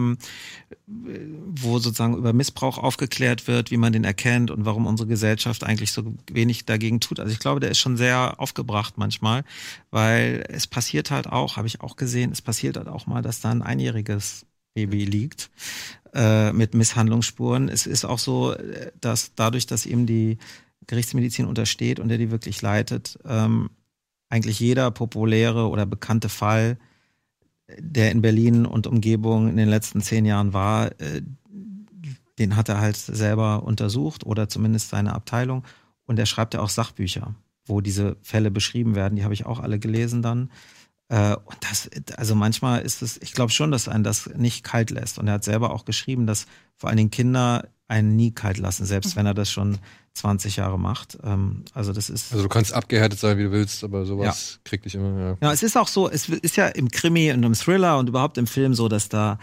wo sozusagen über Missbrauch aufgeklärt wird, wie man den erkennt und warum unsere Gesellschaft eigentlich so wenig dagegen tut. Also ich glaube, der ist schon sehr aufgebracht manchmal, weil es passiert halt auch, habe ich auch gesehen, es passiert halt auch mal, dass da ein einjähriges Baby liegt mit Misshandlungsspuren. Es ist auch so, dass dadurch, dass ihm die Gerichtsmedizin untersteht und der die wirklich leitet, eigentlich jeder populäre oder bekannte Fall, der in Berlin und Umgebung in den letzten 10 Jahren war, den hat er halt selber untersucht oder zumindest seine Abteilung. Und er schreibt ja auch Sachbücher, wo diese Fälle beschrieben werden. Die habe ich auch alle gelesen dann. Und also manchmal ist es, ich glaube schon, dass einen das nicht kalt lässt. Und er hat selber auch geschrieben, dass vor allen Dingen Kinder einen nie kalt lassen, selbst wenn er das schon 20 Jahre macht. Also du kannst abgehärtet sein, wie du willst, aber sowas kriegt dich immer. Ja, es ist auch so, es ist ja im Krimi und im Thriller und überhaupt im Film so, dass da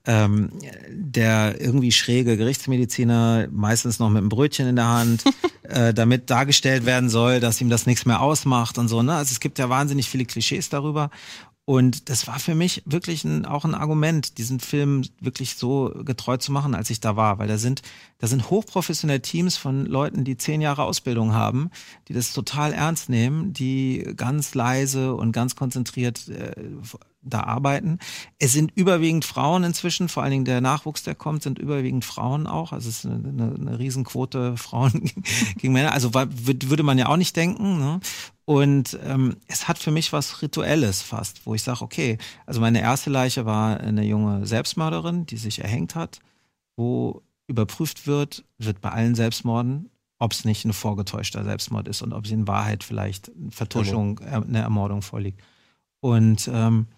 der irgendwie schräge Gerichtsmediziner, meistens noch mit einem Brötchen in der Hand, damit dargestellt werden soll, dass ihm das nichts mehr ausmacht und so. Ne? Also es gibt ja wahnsinnig viele Klischees darüber. Und das war für mich wirklich auch ein Argument, diesen Film wirklich so getreu zu machen, als ich da war. Weil da sind hochprofessionelle Teams von Leuten, die 10 Jahre Ausbildung haben, die das total ernst nehmen, die ganz leise und ganz konzentriert da arbeiten. Es sind überwiegend Frauen inzwischen, vor allen Dingen der Nachwuchs, der kommt, sind überwiegend Frauen auch. Also es ist eine Riesenquote Frauen gegen Männer. Also würde man ja auch nicht denken. Ne? Und es hat für mich was Rituelles fast, wo ich sage, okay, also meine erste Leiche war eine junge Selbstmörderin, die sich erhängt hat, wo überprüft wird bei allen Selbstmorden, ob es nicht ein vorgetäuschter Selbstmord ist und ob sie in Wahrheit vielleicht eine Vertuschung, eine Ermordung vorliegt. Und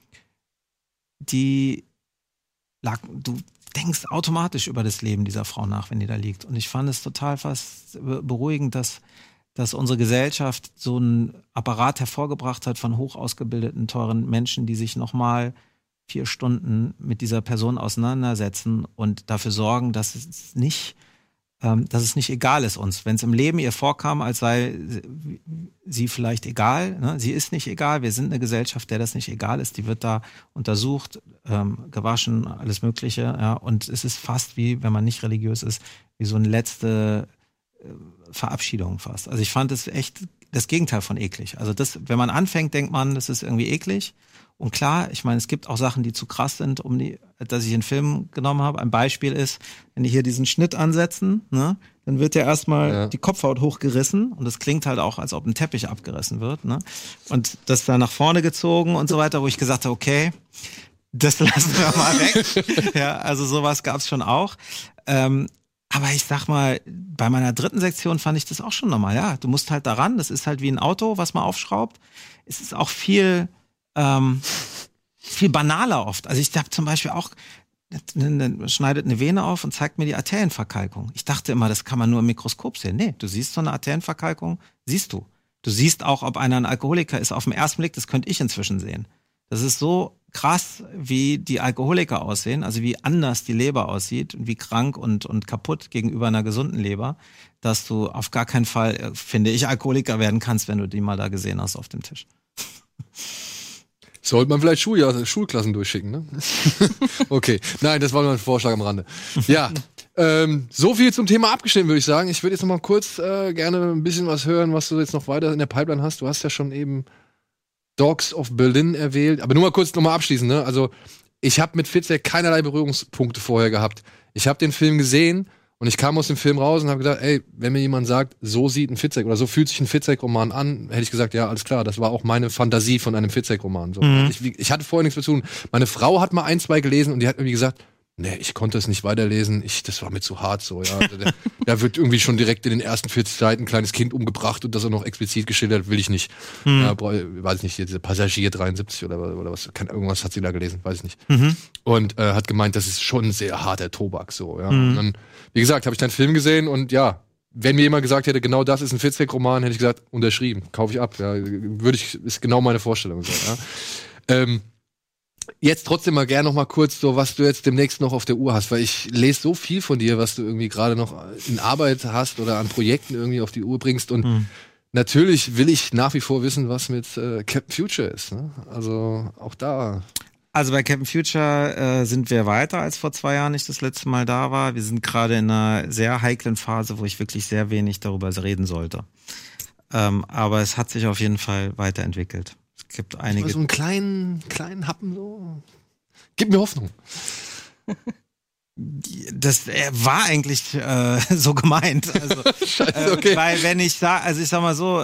du denkst automatisch über das Leben dieser Frau nach, wenn die da liegt. Und ich fand es total fast beruhigend, dass unsere Gesellschaft so einen Apparat hervorgebracht hat von hoch ausgebildeten, teuren Menschen, die sich nochmal 4 Stunden mit dieser Person auseinandersetzen und dafür sorgen, dass es nicht egal ist uns. Wenn es im Leben ihr vorkam, als sei sie vielleicht egal, ne? Sie ist nicht egal, wir sind eine Gesellschaft, der das nicht egal ist, die wird da untersucht, gewaschen, alles Mögliche, ja, und es ist fast wie, wenn man nicht religiös ist, wie so eine letzte Verabschiedung fast. Also ich fand es echt das Gegenteil von eklig. Also wenn man anfängt, denkt man, das ist irgendwie eklig. Und klar, ich meine, es gibt auch Sachen, die zu krass sind, dass ich einen Film genommen habe. Ein Beispiel ist, wenn die hier diesen Schnitt ansetzen, ne, dann wird ja erstmal die Kopfhaut hochgerissen und das klingt halt auch, als ob ein Teppich abgerissen wird, ne? Und das da nach vorne gezogen und so weiter, wo ich gesagt habe, okay, das lassen wir mal weg. Ja, also sowas gab's schon auch. Aber ich sag mal, bei meiner 3. Sektion fand ich das auch schon normal. Ja, du musst halt daran, das ist halt wie ein Auto, was man aufschraubt. Es ist auch viel banaler oft. Also ich habe zum Beispiel auch, schneidet eine Vene auf und zeigt mir die Arterienverkalkung. Ich dachte immer, das kann man nur im Mikroskop sehen. Nee, du siehst so eine Arterienverkalkung, siehst du. Du siehst auch, ob einer ein Alkoholiker ist. Auf den ersten Blick, das könnte ich inzwischen sehen. Das ist so krass, wie die Alkoholiker aussehen, also wie anders die Leber aussieht und wie krank und kaputt gegenüber einer gesunden Leber, dass du auf gar keinen Fall, finde ich, Alkoholiker werden kannst, wenn du die mal da gesehen hast auf dem Tisch. Sollte man vielleicht Schulklassen durchschicken, ne? Okay. Nein, das war nur ein Vorschlag am Rande. Ja, so viel zum Thema abgeschnitten, würde ich sagen. Ich würde jetzt noch mal kurz gerne ein bisschen was hören, was du jetzt noch weiter in der Pipeline hast. Du hast ja schon eben Dogs of Berlin erwähnt. Aber nur mal kurz nochmal abschließen, ne? Also, ich habe mit Fitzek keinerlei Berührungspunkte vorher gehabt. Ich habe den Film gesehen und ich kam aus dem Film raus und habe gedacht, ey, wenn mir jemand sagt, so sieht ein Fitzek oder so fühlt sich ein Fitzek-Roman an, hätte ich gesagt, ja, alles klar, das war auch meine Fantasie von einem Fitzek-Roman. So. Ich hatte vorher nichts zu tun. Meine Frau hat mal 1, 2 gelesen und die hat irgendwie gesagt, nee, ich konnte es nicht weiterlesen, das war mir zu hart so, ja. Da wird irgendwie schon direkt in den ersten 40 Seiten ein kleines Kind umgebracht und das auch noch explizit geschildert, will ich nicht. Ja, weiß ich nicht, diese Passagier 73 oder was, irgendwas hat sie da gelesen, weiß ich nicht. Und hat gemeint, das ist schon sehr harter Tobak so, ja. Und dann, wie gesagt, habe ich dann einen Film gesehen und ja, wenn mir jemand gesagt hätte, genau das ist ein Fitzek-Roman, hätte ich gesagt, unterschrieben, kaufe ich ab, ja, ist genau meine Vorstellung so, ja. Jetzt trotzdem mal gerne noch mal kurz so, was du jetzt demnächst noch auf der Uhr hast, weil ich lese so viel von dir, was du irgendwie gerade noch in Arbeit hast oder an Projekten irgendwie auf die Uhr bringst und natürlich will ich nach wie vor wissen, was mit Captain Future ist, ne? Also auch da. Also bei Captain Future sind wir weiter als vor 2 Jahren ich das letzte Mal da war. Wir sind gerade in einer sehr heiklen Phase, wo ich wirklich sehr wenig darüber reden sollte. Aber es hat sich auf jeden Fall weiterentwickelt. Es gibt einige. So einen kleinen Happen so. Gib mir Hoffnung. Das war eigentlich so gemeint. Also, Scheiße, okay. Weil wenn ich sage, also ich sag mal so,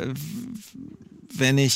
wenn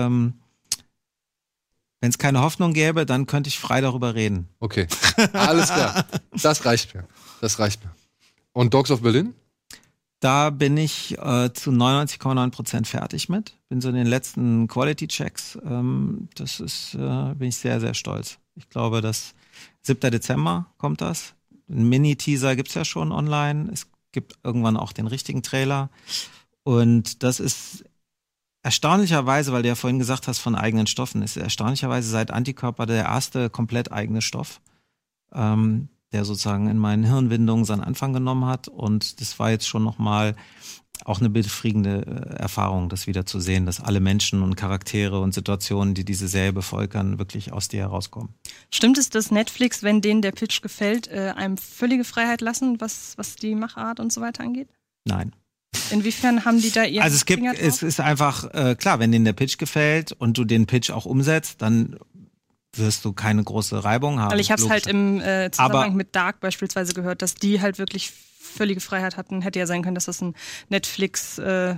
es keine Hoffnung gäbe, dann könnte ich frei darüber reden. Okay, alles klar. Das reicht mir. Und Dogs of Berlin? Da bin ich zu 99,9% fertig mit. Bin so in den letzten Quality-Checks. Bin ich sehr, sehr stolz. Ich glaube, dass 7. Dezember kommt das. Ein Mini-Teaser gibt's ja schon online. Es gibt irgendwann auch den richtigen Trailer. Und das ist erstaunlicherweise, weil du ja vorhin gesagt hast von eigenen Stoffen, ist erstaunlicherweise seit Antikörper der erste komplett eigene Stoff, der sozusagen in meinen Hirnwindungen seinen Anfang genommen hat. Und das war jetzt schon nochmal auch eine befriedigende Erfahrung, das wieder zu sehen, dass alle Menschen und Charaktere und Situationen, die diese Serie bevölkern, wirklich aus dir herauskommen. Stimmt es, dass Netflix, wenn denen der Pitch gefällt, einem völlige Freiheit lassen, was die Machart und so weiter angeht? Nein. Inwiefern haben die da ihren Also es ist einfach, klar, wenn denen der Pitch gefällt und du den Pitch auch umsetzt, dann wirst du keine große Reibung haben. Weil ich habe es halt im Zusammenhang mit Dark beispielsweise gehört, dass die halt wirklich völlige Freiheit hatten. Hätte ja sein können, dass das ein Netflix, dass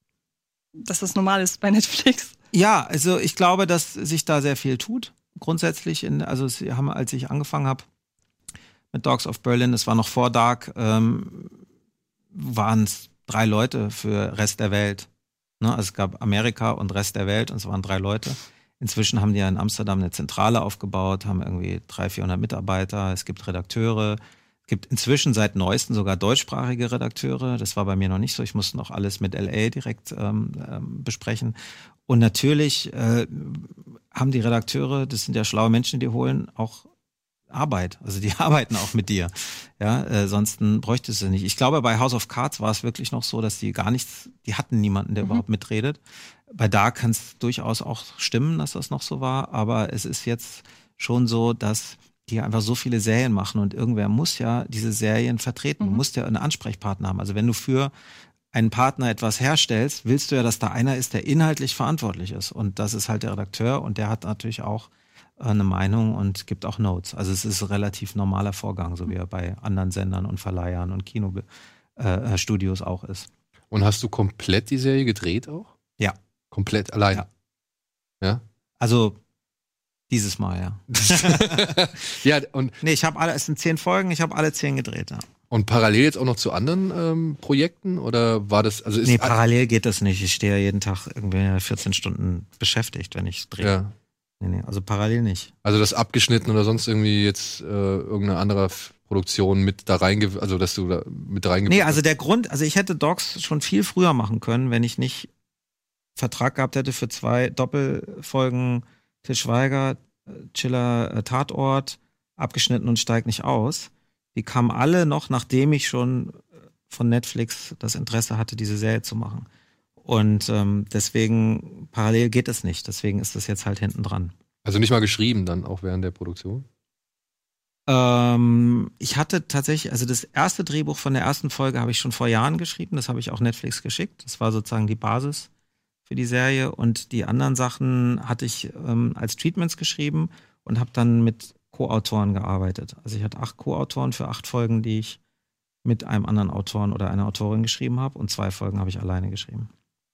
das normal ist bei Netflix. Ja, also ich glaube, dass sich da sehr viel tut. Grundsätzlich, als ich angefangen habe mit Dogs of Berlin, es war noch vor Dark, waren es 3 Leute für Rest der Welt. Ne? Also es gab Amerika und Rest der Welt und es waren 3 Leute. Inzwischen haben die ja in Amsterdam eine Zentrale aufgebaut, haben irgendwie 300-400 Mitarbeiter, es gibt Redakteure. Es gibt inzwischen seit neuestem sogar deutschsprachige Redakteure. Das war bei mir noch nicht so. Ich musste noch alles mit LA direkt besprechen. Und natürlich haben die Redakteure, das sind ja schlaue Menschen, die holen auch Arbeit. Also die arbeiten auch mit dir. Ja, sonst bräuchte es sie nicht. Ich glaube, bei House of Cards war es wirklich noch so, dass die die hatten niemanden, der überhaupt mitredet. Bei Dark kann es durchaus auch stimmen, dass das noch so war. Aber es ist jetzt schon so, dass die einfach so viele Serien machen und irgendwer muss ja diese Serien vertreten. Du musst ja einen Ansprechpartner haben. Also wenn du für einen Partner etwas herstellst, willst du ja, dass da einer ist, der inhaltlich verantwortlich ist. Und das ist halt der Redakteur und der hat natürlich auch eine Meinung und gibt auch Notes. Also es ist ein relativ normaler Vorgang, so wie er bei anderen Sendern und Verleihern und Kinostudios auch ist. Und hast du komplett die Serie gedreht auch? Ja. Komplett allein? Ja? Also dieses Mal, ja. Ja, und nee, es sind 10 Folgen, ich habe alle 10 gedreht, ja. Und parallel jetzt auch noch zu anderen Projekten? Oder war das, also nee, parallel geht das nicht. Ich stehe ja jeden Tag irgendwie 14 Stunden beschäftigt, wenn ich drehe. Ja. Nee, also parallel nicht. Also das abgeschnitten oder sonst irgendwie jetzt irgendeine andere Produktion mit da also dass du da mit reingebracht Nee, also der Grund, also ich hätte Docs schon viel früher machen können, wenn ich nicht Vertrag gehabt hätte für 2 Doppelfolgen Til Schweiger, Chiller, Tatort, abgeschnitten und steigt nicht aus. Die kamen alle noch, nachdem ich schon von Netflix das Interesse hatte, diese Serie zu machen. Und deswegen, parallel geht es nicht. Deswegen ist das jetzt halt hinten dran. Also nicht mal geschrieben dann, auch während der Produktion? Ich hatte tatsächlich, also das erste Drehbuch von der ersten Folge habe ich schon vor Jahren geschrieben. Das habe ich auch Netflix geschickt. Das war sozusagen die Basis für die Serie. Und die anderen Sachen hatte ich als Treatments geschrieben und habe dann mit Co-Autoren gearbeitet. Also ich hatte 8 Co-Autoren für 8 Folgen, die ich mit einem anderen Autoren oder einer Autorin geschrieben habe. Und 2 Folgen habe ich alleine geschrieben.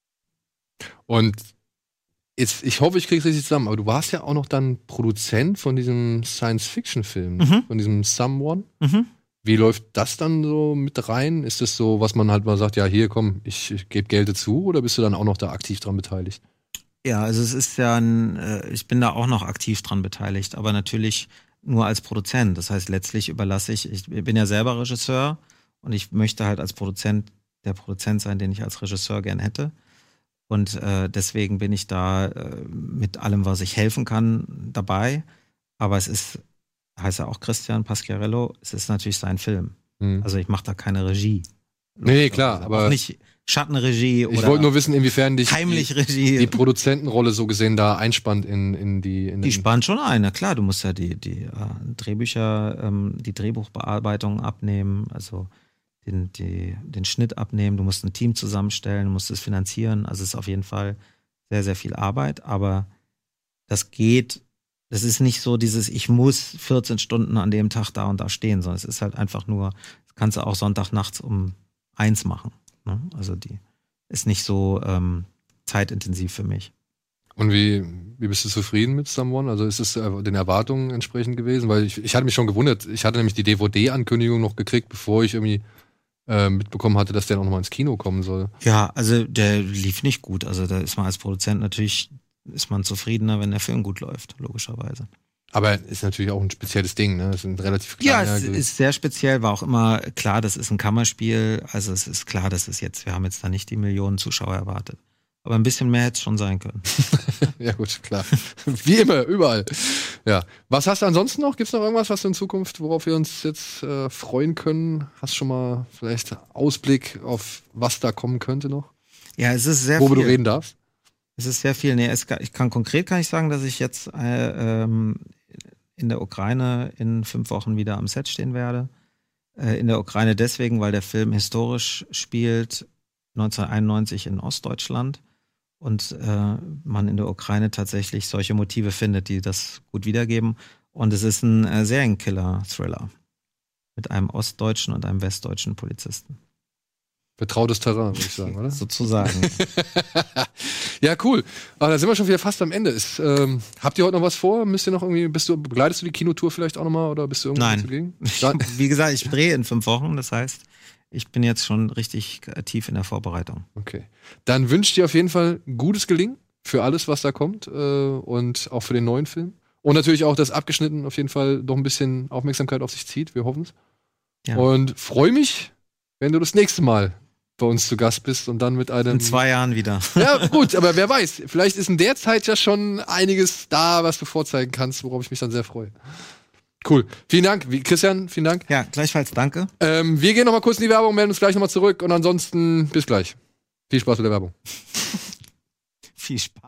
Und jetzt, ich hoffe, ich kriege es richtig zusammen, aber du warst ja auch noch dann Produzent von diesem Science-Fiction-Film, von diesem Someone. Wie läuft das dann so mit rein? Ist das so, was man halt mal sagt, ja, hier, komm, ich gebe Geld dazu, oder bist du dann auch noch da aktiv dran beteiligt? Ja, also es ist ja ich bin da auch noch aktiv dran beteiligt, aber natürlich nur als Produzent. Das heißt, letztlich überlasse ich bin ja selber Regisseur und ich möchte halt als Produzent der Produzent sein, den ich als Regisseur gern hätte. Und deswegen bin ich da mit allem, was ich helfen kann, dabei. Aber es heißt ja auch Christian Pasquarello, es ist natürlich sein Film. Also ich mache da keine Regie. Nee, klar, aber auch nicht Schattenregie oder ich wollte nur wissen, inwiefern dich heimlich Regie. Die Produzentenrolle so gesehen da einspannt in die... Die spannt schon ein, na klar, du musst ja die Drehbücher, die Drehbuchbearbeitung abnehmen, also den Schnitt abnehmen, du musst ein Team zusammenstellen, du musst es finanzieren, also es ist auf jeden Fall sehr, sehr viel Arbeit, aber das ist nicht so dieses, ich muss 14 Stunden an dem Tag da und da stehen, sondern es ist halt einfach nur, das kannst du auch Sonntagnachts um 1 machen, ne? Also die ist nicht so zeitintensiv für mich. Und wie bist du zufrieden mit Someone? Also ist es den Erwartungen entsprechend gewesen? Weil ich hatte mich schon gewundert, ich hatte nämlich die DVD-Ankündigung noch gekriegt, bevor ich irgendwie mitbekommen hatte, dass der noch mal ins Kino kommen soll. Ja, also der lief nicht gut. Also da ist man als Produzent natürlich, ist man zufriedener, wenn der Film gut läuft, logischerweise. Aber ist natürlich auch ein spezielles Ding, ne? Es sind relativ kleine. Ja, es ist sehr speziell, war auch immer klar, das ist ein Kammerspiel. Also es ist klar, wir haben jetzt da nicht die Millionen Zuschauer erwartet. Aber ein bisschen mehr hätte es schon sein können. Ja gut, klar. Wie immer, überall. Ja. Was hast du ansonsten noch? Gibt es noch irgendwas, was du in Zukunft, worauf wir uns jetzt freuen können? Hast du schon mal vielleicht Ausblick auf was da kommen könnte noch? Ja, es ist sehr viel. Worüber du reden darfst? Es ist sehr viel. Nee, konkret kann ich sagen, dass ich jetzt in der Ukraine in 5 Wochen wieder am Set stehen werde. In der Ukraine deswegen, weil der Film historisch spielt 1991 in Ostdeutschland. und man in der Ukraine tatsächlich solche Motive findet, die das gut wiedergeben. Und es ist ein Serienkiller-Thriller mit einem ostdeutschen und einem westdeutschen Polizisten. Betrautes Terrain, würde ich sagen, oder? Sozusagen. Ja, cool. Aber da sind wir schon wieder fast am Ende. Habt ihr heute noch was vor? Begleitest du die Kinotour vielleicht auch nochmal oder bist du irgendwo zugegen? Wie gesagt, ich drehe in 5 Wochen, das heißt, ich bin jetzt schon richtig tief in der Vorbereitung. Okay. Dann wünsche ich dir auf jeden Fall gutes Gelingen für alles, was da kommt und auch für den neuen Film. Und natürlich auch, dass abgeschnitten auf jeden Fall noch ein bisschen Aufmerksamkeit auf sich zieht. Wir hoffen es. Ja. Und freue mich, wenn du das nächste Mal bei uns zu Gast bist und dann mit einem... In 2 Jahren wieder. Ja, gut, aber wer weiß. Vielleicht ist in der Zeit ja schon einiges da, was du vorzeigen kannst, worauf ich mich dann sehr freue. Cool. Vielen Dank. Christian, vielen Dank. Ja, gleichfalls danke. Wir gehen nochmal kurz in die Werbung, melden uns gleich nochmal zurück und ansonsten bis gleich. Viel Spaß mit der Werbung. Viel Spaß.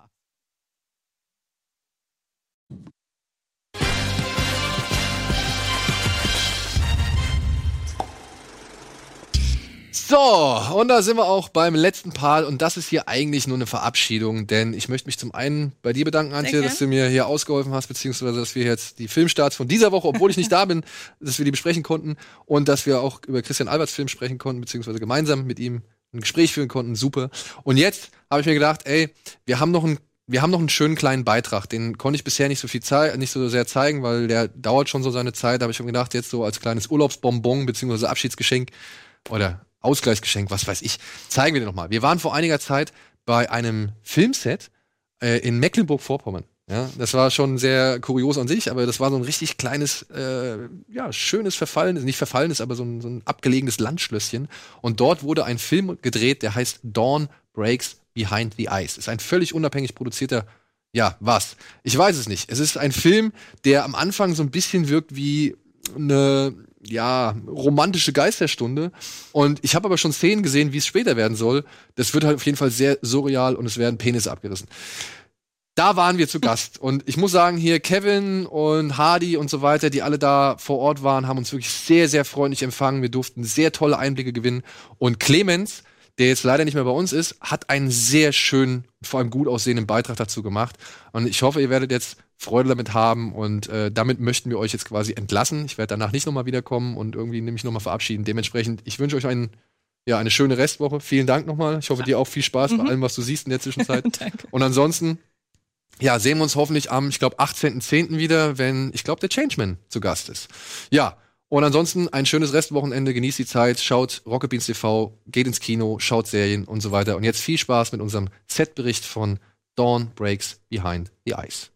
So, und da sind wir auch beim letzten Part und das ist hier eigentlich nur eine Verabschiedung, denn ich möchte mich zum einen bei dir bedanken, Antje, dass du mir hier ausgeholfen hast, beziehungsweise dass wir jetzt die Filmstarts von dieser Woche, obwohl ich nicht da bin, dass wir die besprechen konnten und dass wir auch über Christian Alberts Film sprechen konnten, beziehungsweise gemeinsam mit ihm ein Gespräch führen konnten, super. Und jetzt habe ich mir gedacht, wir haben noch einen schönen kleinen Beitrag, den konnte ich bisher nicht so sehr zeigen, weil der dauert schon so seine Zeit, da habe ich mir gedacht, jetzt so als kleines Urlaubsbonbon, beziehungsweise Abschiedsgeschenk oder Ausgleichsgeschenk, was weiß ich, zeigen wir dir nochmal. Wir waren vor einiger Zeit bei einem Filmset in Mecklenburg-Vorpommern. Ja, das war schon sehr kurios an sich, aber das war so ein richtig kleines, schönes nicht verfallenes, aber so ein abgelegenes Landschlösschen. Und dort wurde ein Film gedreht, der heißt Dawn Breaks Behind the Ice. Ist ein völlig unabhängig produzierter, was? Ich weiß es nicht. Es ist ein Film, der am Anfang so ein bisschen wirkt wie eine romantische Geisterstunde. Und ich habe aber schon Szenen gesehen, wie es später werden soll. Das wird halt auf jeden Fall sehr surreal und es werden Penisse abgerissen. Da waren wir zu Gast. Und ich muss sagen, hier Kevin und Hardy und so weiter, die alle da vor Ort waren, haben uns wirklich sehr, sehr freundlich empfangen. Wir durften sehr tolle Einblicke gewinnen. Und Clemens, der jetzt leider nicht mehr bei uns ist, hat einen sehr schönen, vor allem gut aussehenden Beitrag dazu gemacht. Und ich hoffe, ihr werdet jetzt Freude damit haben und damit möchten wir euch jetzt quasi entlassen. Ich werde danach nicht nochmal wiederkommen und irgendwie nämlich nochmal verabschieden. Dementsprechend, ich wünsche euch eine schöne Restwoche. Vielen Dank nochmal. Ich hoffe, dir auch viel Spaß bei allem, was du siehst in der Zwischenzeit. Danke. Und ansonsten, sehen wir uns hoffentlich am, 18.10. wieder, wenn, der Changeman zu Gast ist. Ja, und ansonsten ein schönes Restwochenende, genießt die Zeit, schaut Rocket Beans TV, geht ins Kino, schaut Serien und so weiter. Und jetzt viel Spaß mit unserem Set-Bericht von Dawn Breaks Behind the Ice.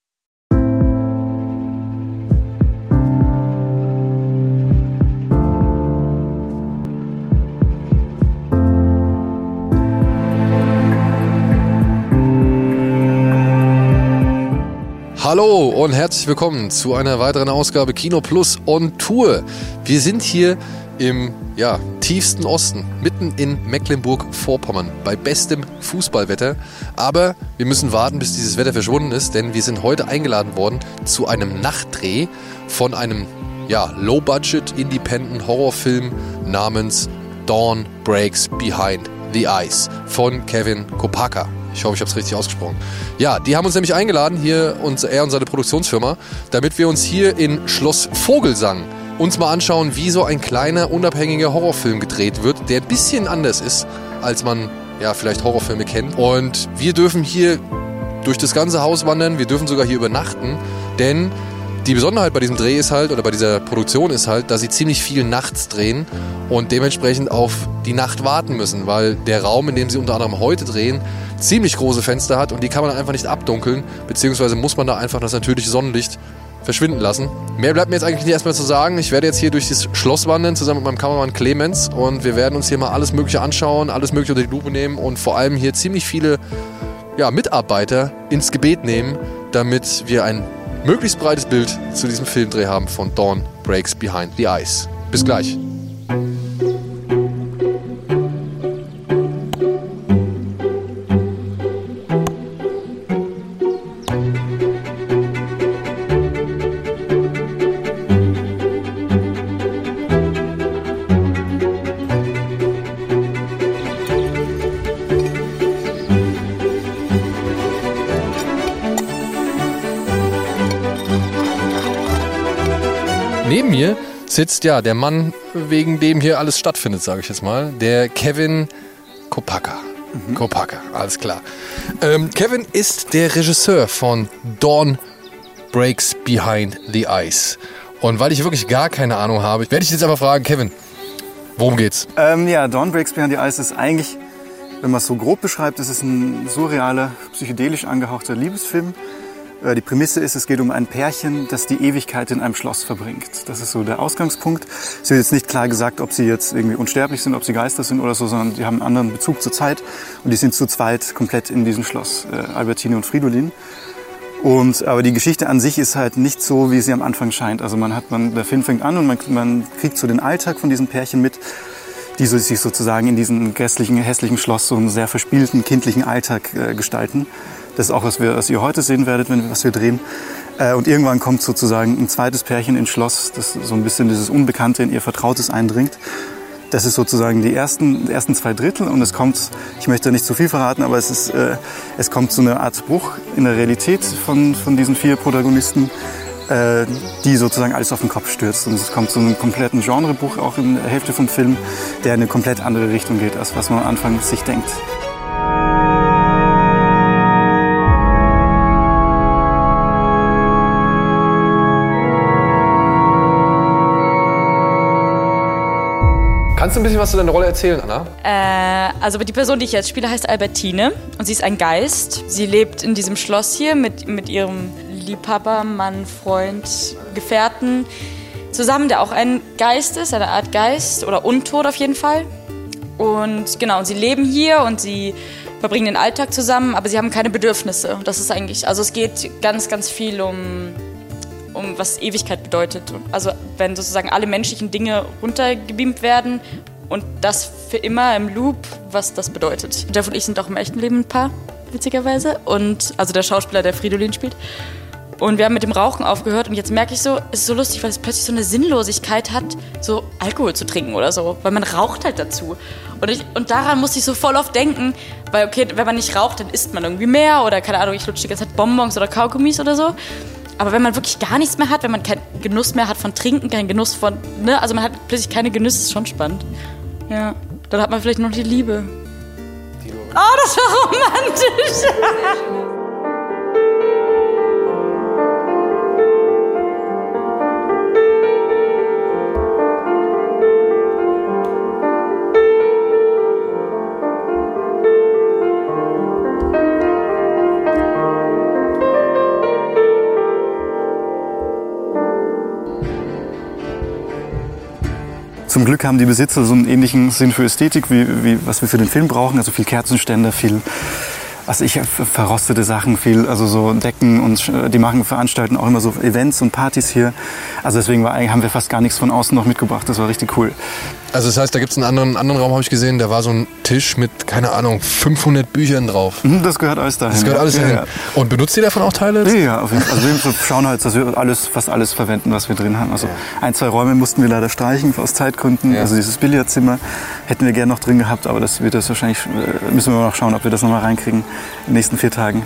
Hallo und herzlich willkommen zu einer weiteren Ausgabe Kino Plus on Tour. Wir sind hier im tiefsten Osten, mitten in Mecklenburg-Vorpommern, bei bestem Fußballwetter. Aber wir müssen warten, bis dieses Wetter verschwunden ist, denn wir sind heute eingeladen worden zu einem Nachtdreh von einem Low-Budget Independent Horrorfilm namens Dawn Breaks Behind the Ice von Kevin Kopaka. Ich hoffe, ich habe es richtig ausgesprochen. Ja, die haben uns nämlich eingeladen, er und seine Produktionsfirma, damit wir uns hier in Schloss Vogelsang uns mal anschauen, wie so ein kleiner, unabhängiger Horrorfilm gedreht wird, der ein bisschen anders ist, als man vielleicht Horrorfilme kennt. Und wir dürfen hier durch das ganze Haus wandern, wir dürfen sogar hier übernachten, denn die Besonderheit bei diesem Dreh ist halt, oder bei dieser Produktion ist halt, dass sie ziemlich viel nachts drehen und dementsprechend auf die Nacht warten müssen, weil der Raum, in dem sie unter anderem heute drehen, ziemlich große Fenster hat und die kann man einfach nicht abdunkeln, beziehungsweise muss man da einfach das natürliche Sonnenlicht verschwinden lassen. Mehr bleibt mir jetzt eigentlich nicht erstmal zu sagen. Ich werde jetzt hier durch das Schloss wandern, zusammen mit meinem Kameramann Clemens, und wir werden uns hier mal alles Mögliche anschauen, alles Mögliche unter die Lupe nehmen und vor allem hier ziemlich viele Mitarbeiter ins Gebet nehmen, damit wir ein möglichst breites Bild zu diesem Filmdreh haben von Dawn Breaks Behind the Ice. Bis gleich. neben mir sitzt ja der Mann, wegen dem hier alles stattfindet, sage ich jetzt mal, der Kevin Kopacka. Kopacka, alles klar. Kevin ist der Regisseur von Dawn Breaks Behind the Ice. Und weil ich wirklich gar keine Ahnung habe, werde ich jetzt einfach fragen, Kevin, worum geht's? Dawn Breaks Behind the Ice ist eigentlich, wenn man es so grob beschreibt, ist es ein surrealer, psychedelisch angehauchter Liebesfilm. Die Prämisse ist, es geht um ein Pärchen, das die Ewigkeit in einem Schloss verbringt. Das ist so der Ausgangspunkt. Es wird jetzt nicht klar gesagt, ob sie jetzt irgendwie unsterblich sind, ob sie Geister sind oder so, sondern die haben einen anderen Bezug zur Zeit. Und die sind zu zweit komplett in diesem Schloss, Albertine und Fridolin. Aber die Geschichte an sich ist halt nicht so, wie sie am Anfang scheint. Also der Film fängt an und man kriegt so den Alltag von diesem Pärchen mit, die sich sozusagen in diesem grässlichen, hässlichen Schloss so einen sehr verspielten, kindlichen Alltag gestalten. Das ist auch, was ihr heute sehen werdet, was wir drehen. Und irgendwann kommt sozusagen ein zweites Pärchen ins Schloss, das so ein bisschen dieses Unbekannte in ihr Vertrautes eindringt. Das ist sozusagen die ersten 2 Drittel und es kommt, ich möchte nicht zu viel verraten, aber es kommt so eine Art Bruch in der Realität von diesen 4 Protagonisten, die sozusagen alles auf den Kopf stürzt. Und es kommt so einen kompletten Genrebruch auch in der Hälfte vom Film, der in eine komplett andere Richtung geht, als was man am Anfang sich denkt. Kannst du ein bisschen was zu deiner Rolle erzählen, Anna? Also die Person, die ich jetzt spiele, heißt Albertine und sie ist ein Geist. Sie lebt in diesem Schloss hier mit ihrem Liebhaber, Mann, Freund, Gefährten zusammen, der auch ein Geist ist, eine Art Geist oder Untot auf jeden Fall. Und genau, und sie leben hier und sie verbringen den Alltag zusammen, aber sie haben keine Bedürfnisse. Das ist eigentlich, also es geht ganz, ganz viel um was Ewigkeit bedeutet. Also wenn sozusagen alle menschlichen Dinge runtergebeamt werden und das für immer im Loop, was das bedeutet. Jeff und ich sind auch im echten Leben ein Paar, witzigerweise. Und also der Schauspieler, der Fridolin spielt. Und wir haben mit dem Rauchen aufgehört und jetzt merke ich so, es ist so lustig, weil es plötzlich so eine Sinnlosigkeit hat, so Alkohol zu trinken oder so, weil man raucht halt dazu. Und daran musste ich so voll oft denken, weil okay, wenn man nicht raucht, dann isst man irgendwie mehr oder keine Ahnung, ich lutsche die ganze Zeit Bonbons oder Kaugummis oder so. Aber wenn man wirklich gar nichts mehr hat, wenn man keinen Genuss mehr hat von Trinken, keinen Genuss von, ne, also man hat plötzlich keine Genüsse, ist schon spannend. Ja, dann hat man vielleicht noch die Liebe. Oh, das war romantisch. Zum Glück haben die Besitzer so einen ähnlichen Sinn für Ästhetik, wie was wir für den Film brauchen. Also viel Kerzenständer, viel verrostete Sachen, viel, also so Decken und die veranstalten auch immer so Events und Partys hier. Also deswegen haben wir fast gar nichts von außen noch mitgebracht. Das war richtig cool. Also das heißt, da gibt es einen anderen Raum, habe ich gesehen, da war so ein Tisch mit, keine Ahnung, 500 Büchern drauf. Das gehört alles dahin. Das gehört alles dahin. Ja. Und benutzt ihr davon auch Teile? Ja, auf jeden Fall. Also wir schauen halt, dass wir fast alles verwenden, was wir drin haben. Also 1, 2 Räume mussten wir leider streichen, aus Zeitgründen. Ja. Also dieses Billardzimmer hätten wir gerne noch drin gehabt, aber müssen wir noch schauen, ob wir das nochmal reinkriegen in den nächsten 4 Tagen.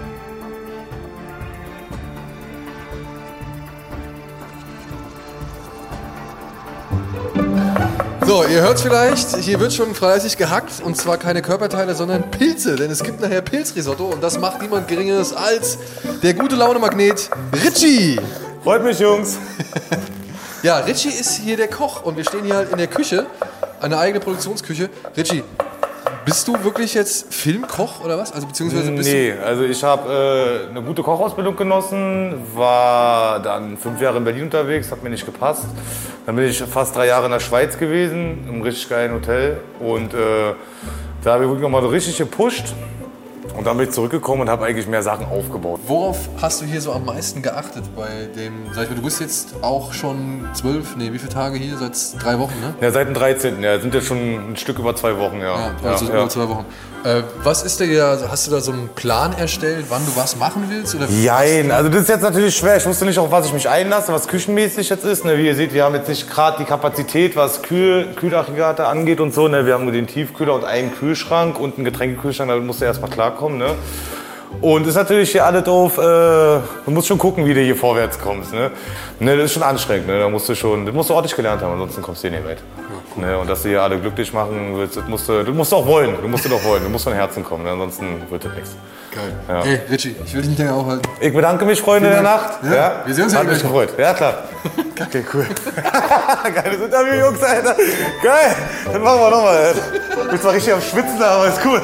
So, ihr hört's vielleicht, hier wird schon fleißig gehackt und zwar keine Körperteile, sondern Pilze, denn es gibt nachher Pilzrisotto und das macht niemand Geringeres als der gute Laune-Magnet Richie. Freut mich, Jungs. Ja, Richie ist hier der Koch und wir stehen hier halt in der Küche, eine eigene Produktionsküche. Richie, bist du wirklich jetzt Filmkoch oder was? Also beziehungsweise also ich habe eine gute Kochausbildung genossen, war dann 5 Jahre in Berlin unterwegs, hat mir nicht gepasst. Dann bin ich fast 3 Jahre in der Schweiz gewesen, im richtig geilen Hotel und da habe ich wirklich nochmal so richtig gepusht. Und dann bin ich zurückgekommen und habe eigentlich mehr Sachen aufgebaut. Worauf hast du hier so am meisten geachtet bei dem, sag ich mal, du bist jetzt auch schon wie viele Tage hier? Seit 3 Wochen, ne? Ja, seit dem 13. Ja, sind jetzt schon ein Stück über 2 Wochen, ja. Über 2 Wochen. Was ist hast du da so einen Plan erstellt, wann du was machen willst? Oder Jein, also das ist jetzt natürlich schwer. Ich wusste nicht, auf was ich mich einlasse, was küchenmäßig jetzt ist. Ne? Wie ihr seht, wir haben jetzt nicht gerade die Kapazität, was Kühlaggregate angeht und so. Ne? Wir haben nur den Tiefkühler und einen Kühlschrank und einen Getränkekühlschrank, damit musst du erstmal klarkommen. Ne? Und ist natürlich hier alles doof, du musst schon gucken, wie du hier vorwärts kommst. Ne, das ist schon anstrengend, ne? Das musst du ordentlich gelernt haben, ansonsten kommst du hier nicht weit. Ja, cool. Ne? Und dass du hier alle glücklich machen willst, das musst du auch wollen. Du musst von Herzen kommen, ne? Ansonsten wird das nichts. Geil. Ja. Hey, Richie, ich will dich nicht länger aufhalten. Ich bedanke mich, Freunde der Nacht. Ja? Wir sehen uns ja. Hat mich gefreut. Ja, klar. Okay, cool. Geiles Interview, Jungs, Alter. Geil. Dann machen wir nochmal, Alter. Ich bin zwar richtig am Schwitzen, aber ist cool.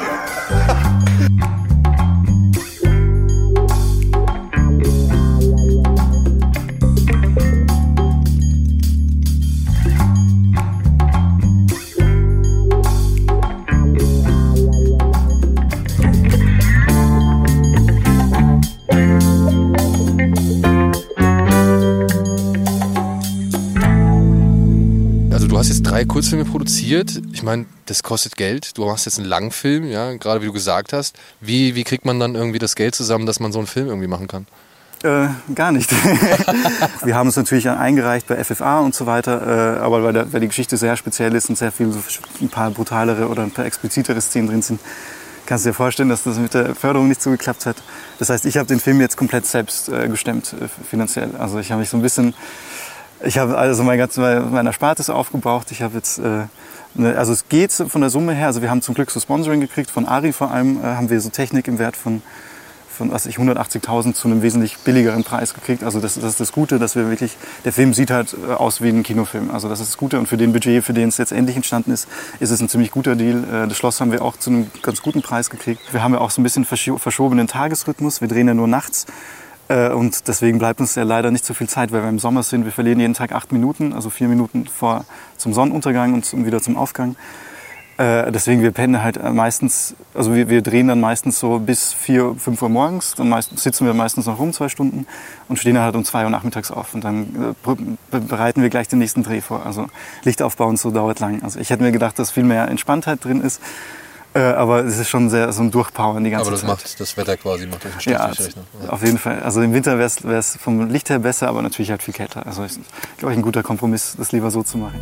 Du hast jetzt 3 Kurzfilme produziert. Ich meine, das kostet Geld. Du machst jetzt einen Langfilm, ja, gerade wie du gesagt hast. Wie kriegt man dann irgendwie das Geld zusammen, dass man so einen Film irgendwie machen kann? Gar nicht. Wir haben es natürlich eingereicht bei FFA und so weiter, aber weil die Geschichte sehr speziell ist und sehr viel, so ein paar brutalere oder ein paar explizitere Szenen drin sind, kannst du dir vorstellen, dass das mit der Förderung nicht so geklappt hat. Das heißt, ich habe den Film jetzt komplett selbst gestemmt, finanziell. Also ich habe mich so ein bisschen... Ich habe also meine Erspartes aufgebraucht. Ich habe jetzt, also es geht von der Summe her. Also wir haben zum Glück so Sponsoring gekriegt von Ari vor allem. Haben wir so Technik im Wert von 180.000 zu einem wesentlich billigeren Preis gekriegt. Also das ist das Gute, dass wir wirklich, der Film sieht halt aus wie ein Kinofilm. Also das ist das Gute und für den Budget, für den es jetzt endlich entstanden ist, ist es ein ziemlich guter Deal. Das Schloss haben wir auch zu einem ganz guten Preis gekriegt. Wir haben ja auch so ein bisschen verschobenen Tagesrhythmus. Wir drehen ja nur nachts. Und deswegen bleibt uns ja leider nicht so viel Zeit, weil wir im Sommer sind. Wir verlieren jeden Tag 8 Minuten, also 4 Minuten zum Sonnenuntergang und wieder zum Aufgang. Deswegen, wir pennen halt meistens, also wir drehen dann meistens so bis 4, 5 Uhr morgens. Dann sitzen wir meistens noch rum 2 Stunden und stehen halt um 2 Uhr nachmittags auf. Und dann bereiten wir gleich den nächsten Dreh vor. Also Lichtaufbau und so dauert lang. Also ich hätte mir gedacht, dass viel mehr Entspanntheit drin ist. Aber es ist schon sehr so ein Durchpowern die ganze Zeit. Aber das Wetter quasi macht euch einen Strich durchrechnen. Ja, auf jeden Fall. Also im Winter wäre es vom Licht her besser, aber natürlich halt viel kälter. Also ist, glaube ich, ein guter Kompromiss, das lieber so zu machen.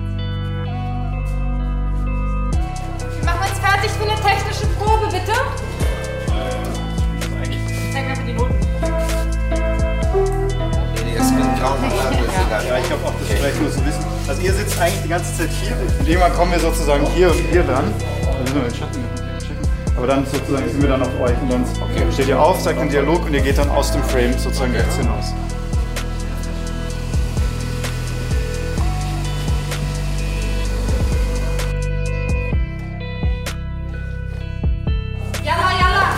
Wir machen uns fertig für eine technische Probe, bitte. Zeig mir mal die Noten. Ja, ich glaube auch, das ist vielleicht nur zu wissen. Also ihr sitzt eigentlich die ganze Zeit hier. Und irgendwann kommen wir sozusagen hier und hier dran. Also nur den Schatten checken. Aber dann sozusagen sind wir dann auf euch. Und dann steht ihr auf, sagt den Dialog und ihr geht dann aus dem Frame sozusagen rechts hinaus. Jalla!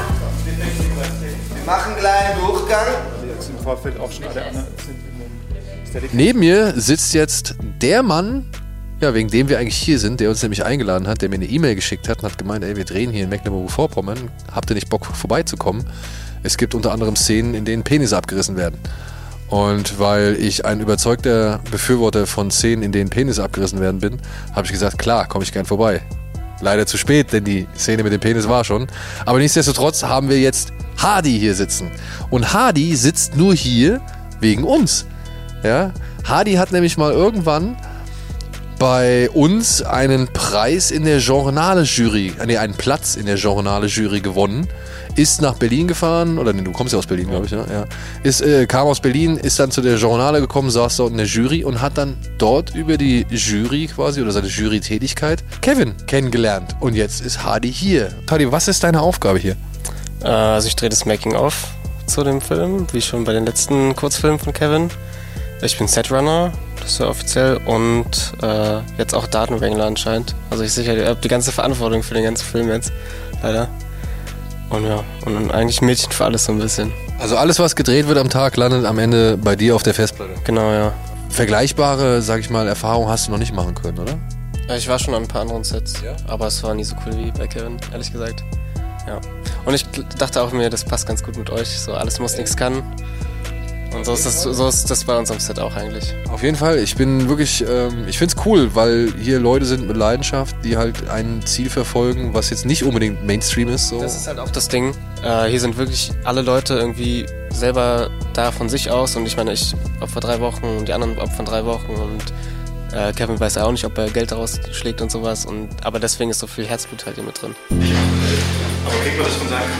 Wir machen gleich einen Durchgang. Im Vorfeld auch schon alle anderen sind. Neben mir sitzt jetzt der Mann, ja, wegen dem wir eigentlich hier sind, der uns nämlich eingeladen hat, der mir eine E-Mail geschickt hat und hat gemeint, ey, wir drehen hier in Mecklenburg-Vorpommern, habt ihr nicht Bock vorbeizukommen? Es gibt unter anderem Szenen, in denen Penisse abgerissen werden. Und weil ich ein überzeugter Befürworter von Szenen, in denen Penisse abgerissen werden bin, habe ich gesagt, klar, komme ich gern vorbei. Leider zu spät, denn die Szene mit dem Penis war schon. Aber nichtsdestotrotz haben wir jetzt Hardy hier sitzen. Und Hardy sitzt nur hier wegen uns. Ja, Hardy hat nämlich mal irgendwann bei uns einen Preis in der Journale-Jury, einen Platz in der Journale-Jury gewonnen, ist nach Berlin gefahren, oder nee, du kommst ja aus Berlin, glaube ich, ne? Ja. Kam aus Berlin, ist dann zu der Journale gekommen, saß dort in der Jury und hat dann dort über die Jury quasi, oder seine Jury-Tätigkeit, Kevin kennengelernt. Und jetzt ist Hardy hier. Hardy, was ist deine Aufgabe hier? Also ich drehe das Making-of zu dem Film, wie schon bei den letzten Kurzfilmen von Kevin. Ich bin Setrunner, das ist ja offiziell, und jetzt auch Datenwrangler anscheinend. Also ich habe die ganze Verantwortung für den ganzen Film jetzt, leider. Und ja, und eigentlich Mädchen für alles so ein bisschen. Also alles, was gedreht wird am Tag, landet am Ende bei dir auf der Festplatte? Genau, ja. Vergleichbare, sag ich mal, Erfahrungen hast du noch nicht machen können, oder? Ja, ich war schon an ein paar anderen Sets, ja? Aber es war nie so cool wie bei Kevin, ehrlich gesagt. Ja. Und ich dachte auch mir, das passt ganz gut mit euch, so alles muss, nichts kann. Und so ist das bei uns am Set auch eigentlich. Auf jeden Fall. Ich bin wirklich, ich find's cool, weil hier Leute sind mit Leidenschaft, die halt ein Ziel verfolgen, was jetzt nicht unbedingt Mainstream ist. So. Das ist halt auch das Ding. Hier sind wirklich alle Leute irgendwie selber da von sich aus. Und ich meine, ich opfer 3 Wochen und die anderen opfern 3 Wochen. Und Kevin weiß ja auch nicht, ob er Geld daraus schlägt und sowas. Aber deswegen ist so viel Herzblut halt hier mit drin. Kriegt man das von seinem?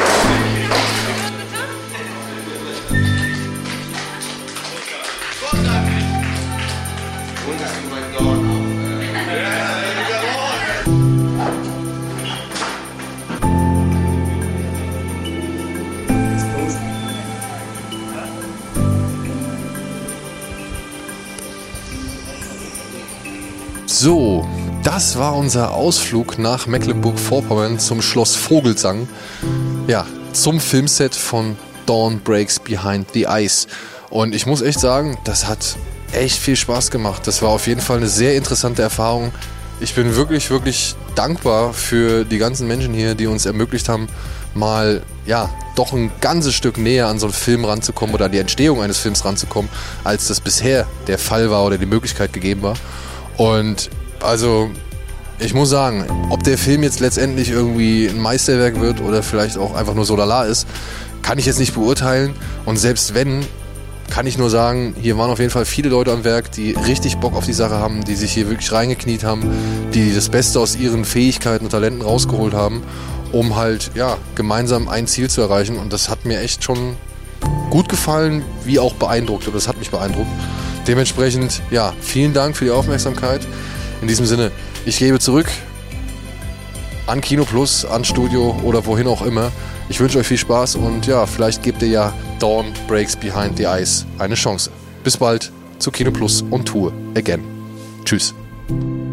So, das war unser Ausflug nach Mecklenburg-Vorpommern zum Schloss Vogelsang. Ja, zum Filmset von Dawn Breaks Behind the Ice. Und ich muss echt sagen, das hat echt viel Spaß gemacht. Das war auf jeden Fall eine sehr interessante Erfahrung. Ich bin wirklich, wirklich dankbar für die ganzen Menschen hier, die uns ermöglicht haben, mal, ja, doch ein ganzes Stück näher an so einen Film ranzukommen oder an die Entstehung eines Films ranzukommen, als das bisher der Fall war oder die Möglichkeit gegeben war. Und also, ich muss sagen, ob der Film jetzt letztendlich irgendwie ein Meisterwerk wird oder vielleicht auch einfach nur so lala ist, kann ich jetzt nicht beurteilen. Und selbst wenn, kann ich nur sagen, hier waren auf jeden Fall viele Leute am Werk, die richtig Bock auf die Sache haben, die sich hier wirklich reingekniet haben, die das Beste aus ihren Fähigkeiten und Talenten rausgeholt haben, um halt, ja, gemeinsam ein Ziel zu erreichen. Und das hat mir echt schon gut gefallen, wie auch beeindruckt. Oder das hat mich beeindruckt. Dementsprechend, ja, vielen Dank für die Aufmerksamkeit. In diesem Sinne, ich gebe zurück an Kino Plus, an Studio oder wohin auch immer. Ich wünsche euch viel Spaß und ja, vielleicht gebt ihr ja Dawn Breaks Behind the Ice eine Chance. Bis bald zu Kino Plus und Tour again. Tschüss.